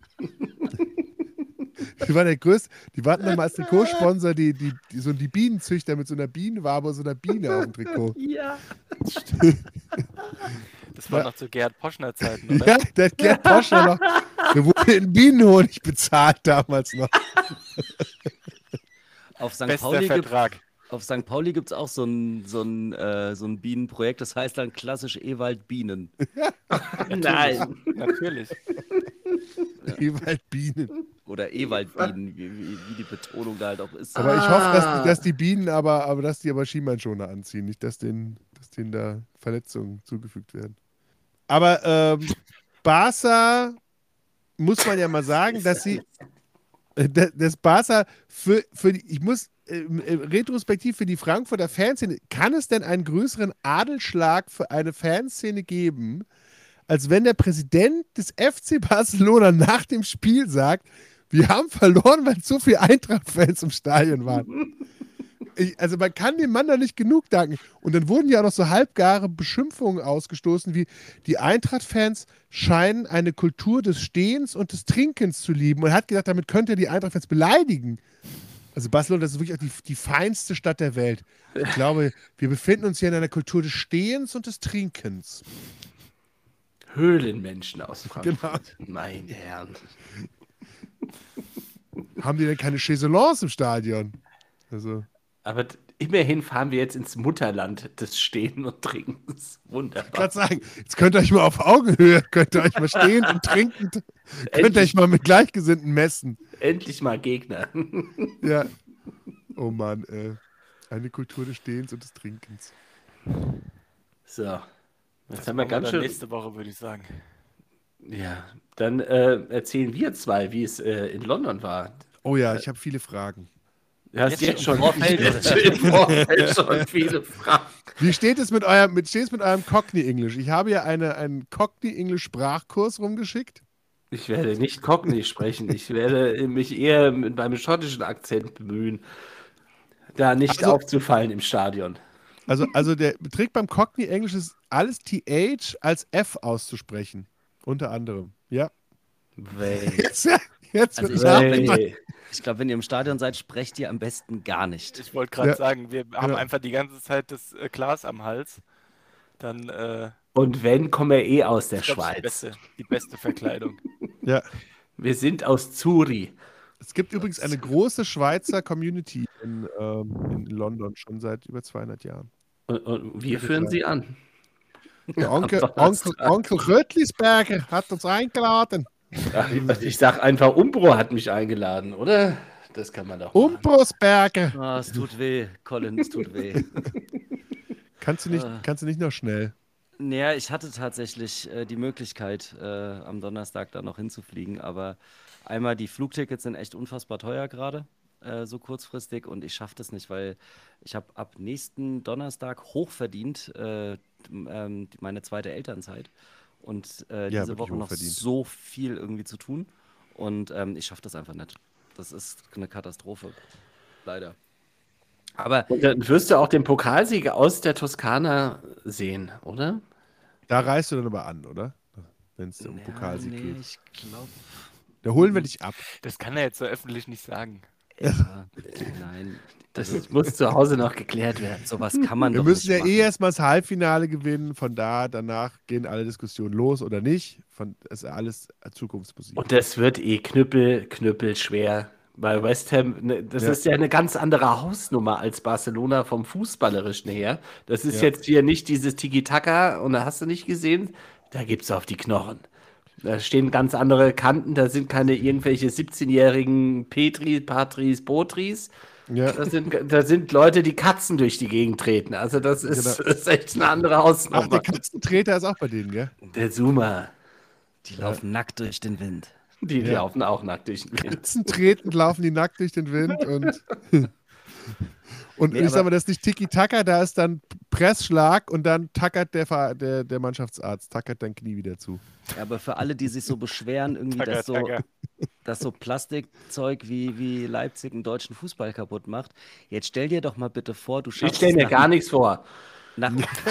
Speaker 2: Die waren der größte, die warten dann mal als Trikotsponsor die, die, die, so die Bienenzüchter mit so einer Bienenwabe und so einer Biene auf dem Trikot.
Speaker 1: Ja.
Speaker 3: Das war
Speaker 2: Ja.
Speaker 3: noch zu Gerhard Poschner Zeiten, oder?
Speaker 2: Ja, der hat Gerd Poschner noch, der wurde in Bienenhonig bezahlt damals noch.
Speaker 4: Auf Sankt
Speaker 3: Bester
Speaker 4: Pauli gibt
Speaker 3: Vertrag.
Speaker 4: Auf Sankt Pauli gibt es auch so ein, so, ein, äh, so ein Bienenprojekt, das heißt dann klassisch Ewald Bienen.
Speaker 1: Nein.
Speaker 3: Natürlich.
Speaker 2: Ewald Bienen.
Speaker 4: Oder Ewaldbienen, wie, wie, wie die Betonung da halt auch ist.
Speaker 2: Aber ich hoffe, dass
Speaker 1: Ah.
Speaker 2: die, dass die Bienen aber, aber dass die aber Schienbeinschoner anziehen, nicht dass denen, dass denen da Verletzungen zugefügt werden. Aber ähm, Barca muss man ja mal sagen, dass sie äh, da- das Barca für, für die, ich muss äh, äh, retrospektiv für die Frankfurter Fanszene, kann es denn einen größeren Adelsschlag für eine Fanszene geben, als wenn der Präsident des F C Barcelona nach dem Spiel sagt, wir haben verloren, weil so viele Eintracht-Fans im Stadion waren. Ich, also man kann dem Mann da nicht genug danken. Und dann wurden ja auch noch so halbgare Beschimpfungen ausgestoßen, wie die Eintracht-Fans scheinen eine Kultur des Stehens und des Trinkens zu lieben. Und er hat gesagt, damit könnte er die Eintracht-Fans beleidigen. Also Barcelona, das ist wirklich auch die, die feinste Stadt der Welt. Ich glaube, wir befinden uns hier in einer Kultur des Stehens und des Trinkens.
Speaker 1: Höhlenmenschen aus Frankfurt.
Speaker 2: Genau.
Speaker 1: Meine Herren.
Speaker 2: Haben die denn keine Chaiselons im Stadion? Also,
Speaker 1: Aber d- immerhin fahren wir jetzt ins Mutterland des Stehen und Trinkens.
Speaker 2: ich
Speaker 1: Wunderbar.
Speaker 2: kann sagen, jetzt könnt ihr euch mal auf Augenhöhe, könnt ihr euch mal stehend und trinkend, könnt ihr
Speaker 1: Endlich,
Speaker 2: euch mal mit Gleichgesinnten messen.
Speaker 1: endlich mal Gegner.
Speaker 2: Ja. Oh Mann, ey. Eine Kultur des Stehens und des Trinkens.
Speaker 1: So. Jetzt
Speaker 3: Das
Speaker 1: haben wir
Speaker 3: machen
Speaker 1: ganz
Speaker 3: dann
Speaker 1: schön.
Speaker 3: nächste Woche, würde ich sagen.
Speaker 1: Ja, dann äh, erzählen wir zwei, wie es äh, in London war.
Speaker 2: Oh ja, ich habe viele Fragen.
Speaker 1: Du hast
Speaker 3: Jetzt
Speaker 1: jetzt
Speaker 3: schon.
Speaker 1: schon, jetzt schon im Vorfeld schon viele Fragen.
Speaker 2: Wie steht es mit eurem, mit, steht es mit eurem Cockney-Englisch? Ich habe ja eine, einen Cockney-Englisch-Sprachkurs rumgeschickt.
Speaker 1: Ich werde nicht Cockney sprechen. Ich werde mich eher mit meinem schottischen Akzent bemühen, da nicht
Speaker 2: Also-
Speaker 1: aufzufallen im Stadion.
Speaker 2: Also, also der Trick beim Cockney-Englisch ist, alles T H als F auszusprechen. Unter anderem. Ja.
Speaker 1: Wey.
Speaker 2: Jetzt, jetzt
Speaker 4: Also
Speaker 2: wird
Speaker 4: ich glaube, wenn,
Speaker 2: nachgefragt.
Speaker 4: ihr- ich glaub, wenn ihr im Stadion seid, sprecht ihr am besten gar nicht.
Speaker 3: Ich wollte gerade
Speaker 2: Ja.
Speaker 3: sagen, wir haben
Speaker 2: Genau.
Speaker 3: einfach die ganze Zeit das äh, Glas am Hals. Dann äh,
Speaker 1: Und wenn, kommen wir eh aus der
Speaker 3: ist, glaub ich, die
Speaker 1: Schweiz.
Speaker 3: beste, die beste Verkleidung.
Speaker 2: Ja.
Speaker 1: Wir sind aus Zuri.
Speaker 2: Es gibt übrigens eine große Schweizer Community in, ähm, in London schon seit über zweihundert Jahren.
Speaker 1: Und, und wir führen sie an.
Speaker 2: Der Onkel,
Speaker 1: Am
Speaker 2: Onkel,
Speaker 1: Donnerstag.
Speaker 2: Onkel Rötlisberger hat uns eingeladen.
Speaker 1: Ach, ich, ich sag einfach, Umbro hat mich eingeladen, oder? Das kann man doch machen.
Speaker 2: Umbrosberger.
Speaker 4: Ah, es tut weh, Colin, es tut weh.
Speaker 2: Kannst du nicht,
Speaker 4: Ah.
Speaker 2: kannst du nicht noch schnell?
Speaker 4: Naja, ich hatte tatsächlich äh, die Möglichkeit, äh, am Donnerstag da noch hinzufliegen, aber einmal die Flugtickets sind echt unfassbar teuer gerade, äh, so kurzfristig, und ich schaffe das nicht, weil ich habe ab nächsten Donnerstag hochverdient äh, m- ähm, die- meine zweite Elternzeit und äh,
Speaker 2: Ja,
Speaker 4: diese
Speaker 2: wirklich
Speaker 4: Woche noch
Speaker 2: hochverdient.
Speaker 4: so viel irgendwie zu tun und ähm, ich schaffe das einfach nicht. Das ist eine Katastrophe, leider. Aber
Speaker 1: Und dann wirst du auch den Pokalsieg aus der Toskana sehen, oder?
Speaker 2: Da reist du dann aber an, oder? Wenn es um
Speaker 4: ja,
Speaker 2: Pokalsieg
Speaker 4: nee,
Speaker 2: geht.
Speaker 4: ich glaube.
Speaker 2: Da holen wir dich ab.
Speaker 3: Das kann er jetzt so öffentlich nicht sagen.
Speaker 4: Ja, nein,
Speaker 1: Das
Speaker 4: also,
Speaker 1: muss zu Hause noch geklärt werden.
Speaker 4: sowas kann man
Speaker 2: Wir
Speaker 4: doch
Speaker 2: müssen
Speaker 4: nicht
Speaker 2: ja
Speaker 4: machen.
Speaker 2: eh erstmal das Halbfinale gewinnen. Von da, danach gehen alle Diskussionen los oder nicht. Von, das ist alles Zukunftsmusik.
Speaker 1: Und das wird eh knüppel, knüppel schwer. Bei West Ham, ne, das
Speaker 2: Ja.
Speaker 1: ist ja eine ganz andere Hausnummer als Barcelona vom Fußballerischen her. Das ist
Speaker 2: Ja.
Speaker 1: jetzt hier nicht dieses Tiki-Taka und da hast du nicht gesehen, da gibt's auf die Knochen. Da stehen ganz andere Kanten, da sind keine irgendwelche siebzehnjährigen Petri, Patris, Botris.
Speaker 2: Ja.
Speaker 1: Das sind, da sind Leute, die Katzen durch die Gegend treten. Also das ist,
Speaker 2: Genau.
Speaker 1: ist echt eine andere
Speaker 2: Ach,
Speaker 1: Hausnummer.
Speaker 2: der Katzentreter ist auch bei denen, gell?
Speaker 1: Der Zuma,
Speaker 4: Die laufen nackt durch den Wind.
Speaker 1: die
Speaker 2: Ja.
Speaker 1: laufen auch nackt durch den Wind.
Speaker 2: Katzentretend laufen die nackt durch den Wind und. Und
Speaker 4: Nee,
Speaker 2: ich sag
Speaker 4: aber-
Speaker 2: mal, das ist nicht Tiki-Taka, da ist dann Pressschlag und dann tackert der, Ver- der, der Mannschaftsarzt, tackert dein Knie wieder zu.
Speaker 4: Ja, aber für alle, die sich so beschweren, irgendwie,
Speaker 3: Tacker,
Speaker 4: dass so,
Speaker 3: tacker.
Speaker 4: dass so Plastikzeug wie, wie Leipzig einen deutschen Fußball kaputt macht, jetzt stell dir doch mal bitte vor, du
Speaker 1: Ich
Speaker 4: schaffst
Speaker 1: stelle
Speaker 4: es
Speaker 1: mir
Speaker 4: nach,
Speaker 1: gar nichts vor.
Speaker 4: nach,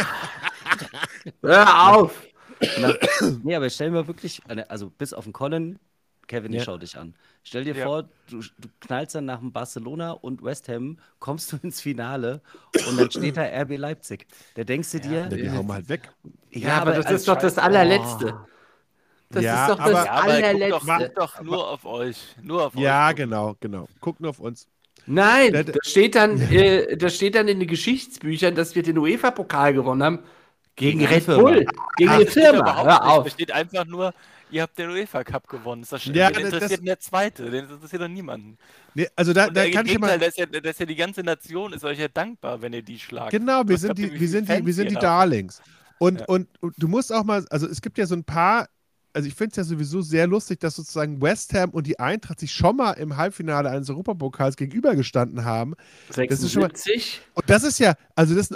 Speaker 1: Hör auf!
Speaker 4: nach, nee, aber stell mir wirklich, also bis auf den Colin, Kevin, ich
Speaker 2: Ja.
Speaker 4: schau dich an. Stell dir
Speaker 3: Ja.
Speaker 4: vor, du, du knallst dann nach dem Barcelona und West Ham, kommst du ins Finale und dann steht da R B Leipzig. Da denkst du dir,
Speaker 2: Ja, die hauen wir halt weg.
Speaker 1: Ja, aber das
Speaker 4: als
Speaker 1: ist doch das
Speaker 4: Scheiß-
Speaker 1: allerletzte. Das
Speaker 2: Ja,
Speaker 1: ist doch das
Speaker 2: aber-
Speaker 3: Ja, aber guck doch,
Speaker 1: allerletzte.
Speaker 3: guck doch nur auf euch. Nur auf
Speaker 2: Ja,
Speaker 3: euch.
Speaker 2: genau, genau. Guck nur auf uns.
Speaker 1: Nein,
Speaker 2: Der-
Speaker 1: das steht dann, äh, das steht dann in den Geschichtsbüchern, dass wir den UEFA-Pokal gewonnen haben gegen
Speaker 4: Gegen eine
Speaker 1: Red
Speaker 4: Firma.
Speaker 1: Bull, gegen
Speaker 2: Ach,
Speaker 1: eine
Speaker 3: Das steht
Speaker 1: Firma.
Speaker 3: überhaupt
Speaker 1: Hör
Speaker 3: nicht.
Speaker 1: auf.
Speaker 3: Da steht einfach nur, ihr habt den UEFA Cup gewonnen. Das ist doch,
Speaker 2: Ja,
Speaker 3: den
Speaker 2: das-
Speaker 3: interessiert
Speaker 2: das-
Speaker 3: der Zweite. Den interessiert doch niemanden.
Speaker 2: Nee, also da,
Speaker 3: Und
Speaker 2: da
Speaker 3: im
Speaker 2: kann ich
Speaker 3: Gegenteil,
Speaker 2: mal.
Speaker 3: da ist, ja, da ist ja die ganze Nation ist euch ja dankbar, wenn ihr die schlagt.
Speaker 2: Genau, wir
Speaker 3: Was
Speaker 2: sind
Speaker 3: glaubt ihr,
Speaker 2: die,
Speaker 3: wie
Speaker 2: wir
Speaker 3: viele
Speaker 2: sind die, wir
Speaker 3: Fans
Speaker 2: sind
Speaker 3: ihr
Speaker 2: die
Speaker 3: da habt?
Speaker 2: Darlings. Und,
Speaker 3: Ja.
Speaker 2: und, und du musst auch mal, also es gibt ja so ein paar, also ich finde es ja sowieso sehr lustig, dass sozusagen West Ham und die Eintracht sich schon mal im Halbfinale eines Europapokals gegenübergestanden haben. ist schon mal-
Speaker 1: sechsundsiebzig.
Speaker 2: Und das ist ja, also das ist ein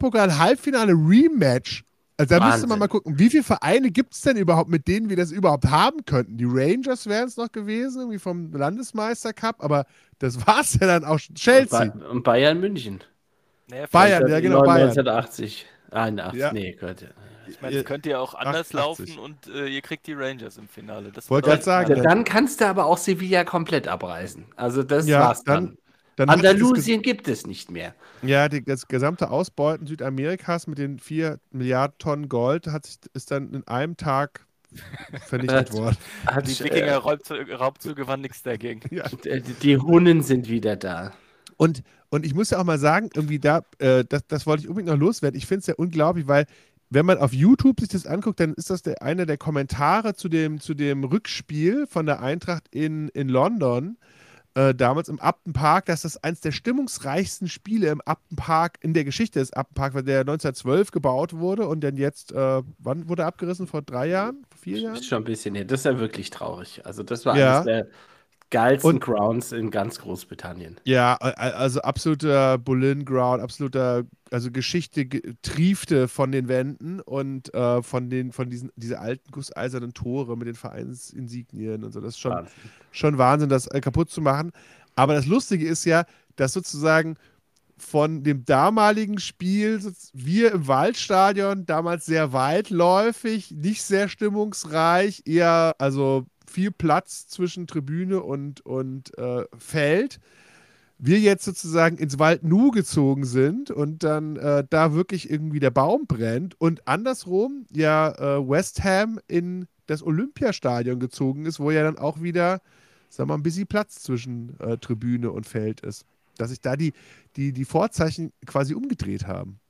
Speaker 2: Europapokal-Halbfinale-Rematch. Also da müsste
Speaker 1: Wahnsinn.
Speaker 2: man mal gucken, wie viele Vereine gibt es denn überhaupt, mit denen wir das überhaupt haben könnten? Die Rangers wären es noch gewesen, irgendwie vom Landesmeister-Cup, aber das war es ja dann auch schon. Chelsea.
Speaker 1: Ba- Und Bayern München.
Speaker 3: Naja,
Speaker 2: Bayern, ja genau, Bayern.
Speaker 1: neunzehnhundertachtzig. einundachtzig,
Speaker 2: Ja.
Speaker 1: nee, Gott.
Speaker 3: Ich meine, es könnte ja auch anders
Speaker 2: achtundachtzig.
Speaker 3: laufen und äh, ihr kriegt die Rangers im Finale. Das
Speaker 2: Wollte
Speaker 3: war
Speaker 2: grad
Speaker 3: doch-
Speaker 2: sagen,
Speaker 1: Ja, dann kannst du aber auch Sevilla komplett abreißen. Also das
Speaker 2: Ja,
Speaker 1: war's
Speaker 2: dann-
Speaker 1: dann.
Speaker 2: Dann hat sich das
Speaker 1: Andalusien gibt es nicht mehr.
Speaker 2: Ja, die, das gesamte Ausbeuten Südamerikas mit den vier Milliarden Tonnen Gold hat sich, ist dann in einem Tag vernichtet worden.
Speaker 1: Hat,
Speaker 3: Die
Speaker 1: äh,
Speaker 3: Wikinger-Raubzüge waren nichts dagegen.
Speaker 2: Ja.
Speaker 1: die, die Hunnen sind wieder da.
Speaker 2: Und, und ich muss ja auch mal sagen, irgendwie da, äh, das, das wollte ich unbedingt noch loswerden. Ich finde es ja unglaublich, weil wenn man auf YouTube sich das anguckt, dann ist das der, einer der Kommentare zu dem, zu dem Rückspiel von der Eintracht in, in London, äh, damals im Upton Park, dass das eines der stimmungsreichsten Spiele im Upton Park in der Geschichte ist. Upton Park, weil der neunzehnhundertzwölf gebaut wurde und dann jetzt, äh, wann wurde er abgerissen? Vor drei Jahren? Vor vier Jahren?
Speaker 1: Ist schon ein bisschen her. Das ist ja wirklich traurig. Also das war
Speaker 2: Ja.
Speaker 1: eines der geilsten
Speaker 2: Und-
Speaker 1: Grounds in ganz Großbritannien.
Speaker 2: Ja, a- a- also absoluter Boleyn Ground, absoluter, also Geschichte ge- triefte von den Wänden und äh, von den, von diesen, diese alten gusseisernen Tore mit den Vereinsinsignien und so. Das ist schon,
Speaker 1: Wahnsinn.
Speaker 2: schon Wahnsinn, das äh, kaputt zu machen. Aber das Lustige ist ja, dass sozusagen von dem damaligen Spiel, so- wir im Waldstadion, damals sehr weitläufig, nicht sehr stimmungsreich, eher, also viel Platz zwischen Tribüne und, und äh, Feld. Wir jetzt sozusagen ins Wald Nu gezogen sind und dann äh, da wirklich irgendwie der Baum brennt und andersrum ja äh, West Ham in das Olympiastadion gezogen ist, wo ja dann auch wieder, sagen wir mal, ein bisschen Platz zwischen äh, Tribüne und Feld ist. Dass sich da die, die, die Vorzeichen quasi umgedreht haben.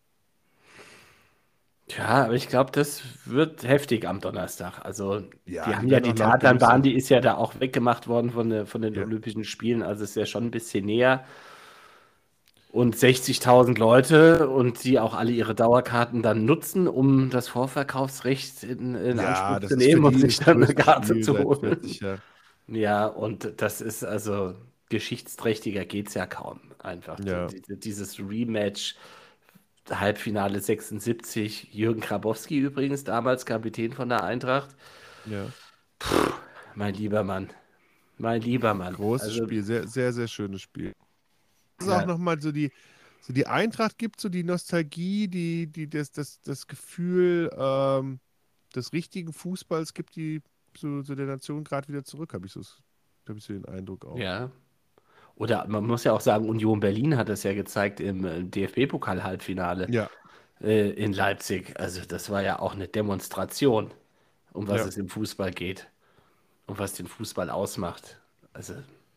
Speaker 1: Ja, aber ich glaube, das wird heftig am Donnerstag. Also,
Speaker 2: Ja,
Speaker 1: die
Speaker 2: die
Speaker 1: haben ja
Speaker 2: werden
Speaker 1: die
Speaker 2: auch laut
Speaker 1: Tatanbahn,
Speaker 2: genug
Speaker 1: die ist ja da auch weggemacht worden von, der, von den
Speaker 2: Ja.
Speaker 1: Olympischen Spielen. Also, es ist ja schon ein bisschen näher. Und sechzigtausend Leute und die auch alle ihre Dauerkarten dann nutzen, um das Vorverkaufsrecht in, in
Speaker 2: Ja,
Speaker 1: Anspruch
Speaker 2: das
Speaker 1: zu
Speaker 2: ist für
Speaker 1: nehmen und
Speaker 2: die
Speaker 1: sich
Speaker 2: das
Speaker 1: dann eine
Speaker 2: größte
Speaker 1: Karte
Speaker 2: Spiel
Speaker 1: zu
Speaker 2: seit
Speaker 1: holen.
Speaker 2: vierzig Jahren.
Speaker 1: Ja, und das ist also geschichtsträchtiger geht es ja kaum. Einfach
Speaker 2: Ja.
Speaker 1: Die- die- dieses Rematch, Halbfinale sechsundsiebzig, Jürgen Grabowski übrigens, damals Kapitän von der Eintracht.
Speaker 2: Ja.
Speaker 1: Mein lieber Mann, mein lieber Mann.
Speaker 2: Großes
Speaker 1: Also,
Speaker 2: Spiel, sehr, sehr, sehr schönes Spiel. Dass es
Speaker 1: Ja.
Speaker 2: auch nochmal so die, so die Eintracht gibt, so die Nostalgie, die, die, das, das, das Gefühl ähm, des richtigen Fußballs gibt die so, so der Nation gerade wieder zurück, habe ich, so, hab ich so den Eindruck auch.
Speaker 1: Ja. Oder man muss ja auch sagen, Union Berlin hat es ja gezeigt im äh, D F B-Pokal-Halbfinale
Speaker 2: Ja,
Speaker 1: äh, in Leipzig. Also das war ja auch eine Demonstration, um was
Speaker 2: Ja.
Speaker 1: es im Fußball geht und was den Fußball ausmacht. Also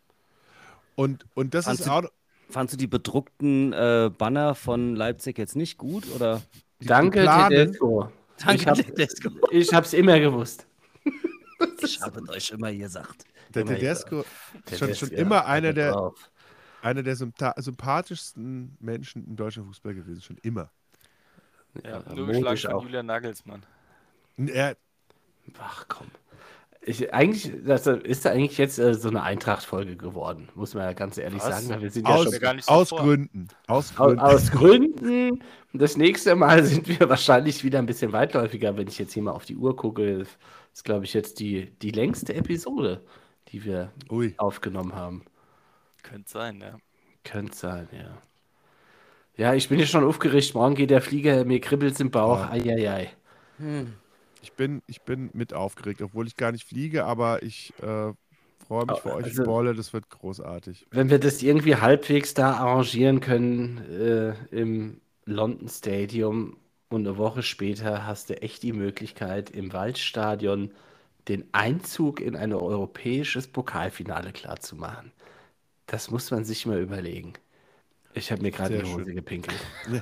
Speaker 2: und, und das
Speaker 4: Fandst
Speaker 2: ist
Speaker 4: du-
Speaker 2: auch.
Speaker 4: Fandst du die bedruckten äh, Banner von Leipzig jetzt nicht gut? Oder?
Speaker 2: Die,
Speaker 1: danke,
Speaker 2: die Planen,
Speaker 1: Tedesco.
Speaker 4: Danke,
Speaker 1: Ich, hab,
Speaker 4: Tedesco.
Speaker 1: ich hab's immer gewusst.
Speaker 4: Ich habe es euch immer gesagt.
Speaker 2: der
Speaker 1: Immer
Speaker 2: Tedesco ist schon,
Speaker 1: Tedesco,
Speaker 2: schon immer
Speaker 1: ja,
Speaker 2: einer
Speaker 1: hat er
Speaker 2: der,
Speaker 1: drauf.
Speaker 2: einer der sympatha- sympathischsten Menschen im deutschen Fußball gewesen, schon immer.
Speaker 3: Ja,
Speaker 1: Ja,
Speaker 3: nur
Speaker 1: modisch
Speaker 3: geschlagen von
Speaker 1: auch.
Speaker 3: Julian Nagelsmann.
Speaker 2: Und Er,
Speaker 1: Ach komm. Ich, eigentlich, das ist da eigentlich jetzt äh, so eine Eintracht-Folge geworden, muss man ja ganz ehrlich
Speaker 3: Was?
Speaker 1: sagen, weil wir sind ja
Speaker 2: aus,
Speaker 1: schon
Speaker 3: mir gar nicht so
Speaker 2: aus
Speaker 3: vor.
Speaker 2: Gründen. Aus
Speaker 1: Aus,
Speaker 2: Gründen.
Speaker 1: aus Gründen. Das nächste Mal sind wir wahrscheinlich wieder ein bisschen weitläufiger, wenn ich jetzt hier mal auf die Uhr gucke. Das ist, glaube ich, jetzt die, die längste Episode, die wir
Speaker 2: Ui.
Speaker 1: aufgenommen haben.
Speaker 3: Könnte sein, ja.
Speaker 1: Könnte sein, ja. Ja, ich bin ja schon aufgeregt. Morgen geht der Flieger, mir kribbelt's im Bauch.
Speaker 2: Ja.
Speaker 1: Eieiei.
Speaker 2: Ich bin, ich bin mit aufgeregt, obwohl ich gar nicht fliege, aber ich äh, freue mich für euch
Speaker 1: Also-
Speaker 2: wie Bolle, das wird großartig.
Speaker 1: Wenn wir das irgendwie halbwegs da arrangieren können äh, im London Stadium und eine Woche später hast du echt die Möglichkeit, im Waldstadion den Einzug in ein europäisches Pokalfinale klarzumachen. Das muss man sich mal überlegen. Ich habe mir gerade in
Speaker 2: Sehr
Speaker 1: die Hose
Speaker 2: schön.
Speaker 1: gepinkelt.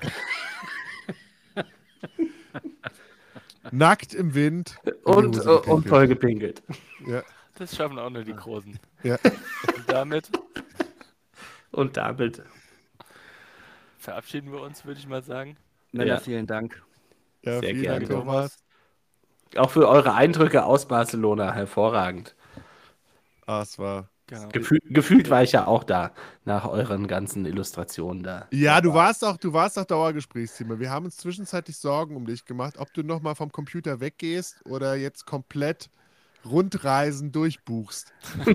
Speaker 2: Nackt im Wind. in die
Speaker 1: Und,
Speaker 2: Hose
Speaker 1: äh, und
Speaker 2: gepinkelt.
Speaker 1: voll gepinkelt.
Speaker 2: Ja,
Speaker 3: Das schaffen auch nur die Großen.
Speaker 2: ja.
Speaker 3: Und damit
Speaker 1: Und damit.
Speaker 3: verabschieden wir uns, würde ich mal sagen.
Speaker 4: Männer,
Speaker 1: Ja.
Speaker 4: vielen Dank.
Speaker 2: ja
Speaker 1: Sehr
Speaker 2: vielen
Speaker 1: gerne,
Speaker 2: Dank, Thomas.
Speaker 1: Auch für eure Eindrücke aus Barcelona hervorragend.
Speaker 2: Ah, es war.
Speaker 3: Genau.
Speaker 1: Gefühl, gefühlt war ich ja auch da, nach euren ganzen Illustrationen da.
Speaker 2: Ja, du warst auch, du warst auch Dauergesprächsthema. Wir haben uns zwischenzeitlich Sorgen um dich gemacht, ob du nochmal vom Computer weggehst oder jetzt komplett Rundreisen durchbuchst.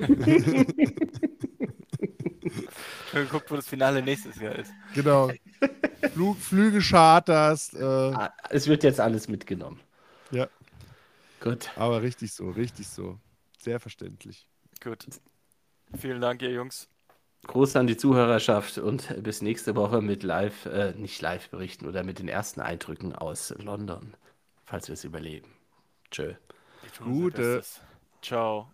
Speaker 3: Ich habe geguckt, wo das Finale nächstes Jahr ist.
Speaker 2: Genau. Flug, Flüge charterst. Äh,
Speaker 1: Ah, es wird jetzt alles mitgenommen.
Speaker 2: ja,
Speaker 1: Gut.
Speaker 2: aber richtig so, richtig so. Sehr verständlich.
Speaker 3: Gut. Vielen Dank, ihr Jungs.
Speaker 1: Gruß an die Zuhörerschaft und bis nächste Woche mit Live, äh, nicht Live-Berichten oder mit den ersten Eindrücken aus London, falls wir es überleben. Tschö.
Speaker 3: Wir tun unser
Speaker 2: Gute.
Speaker 3: Bestes. Ciao.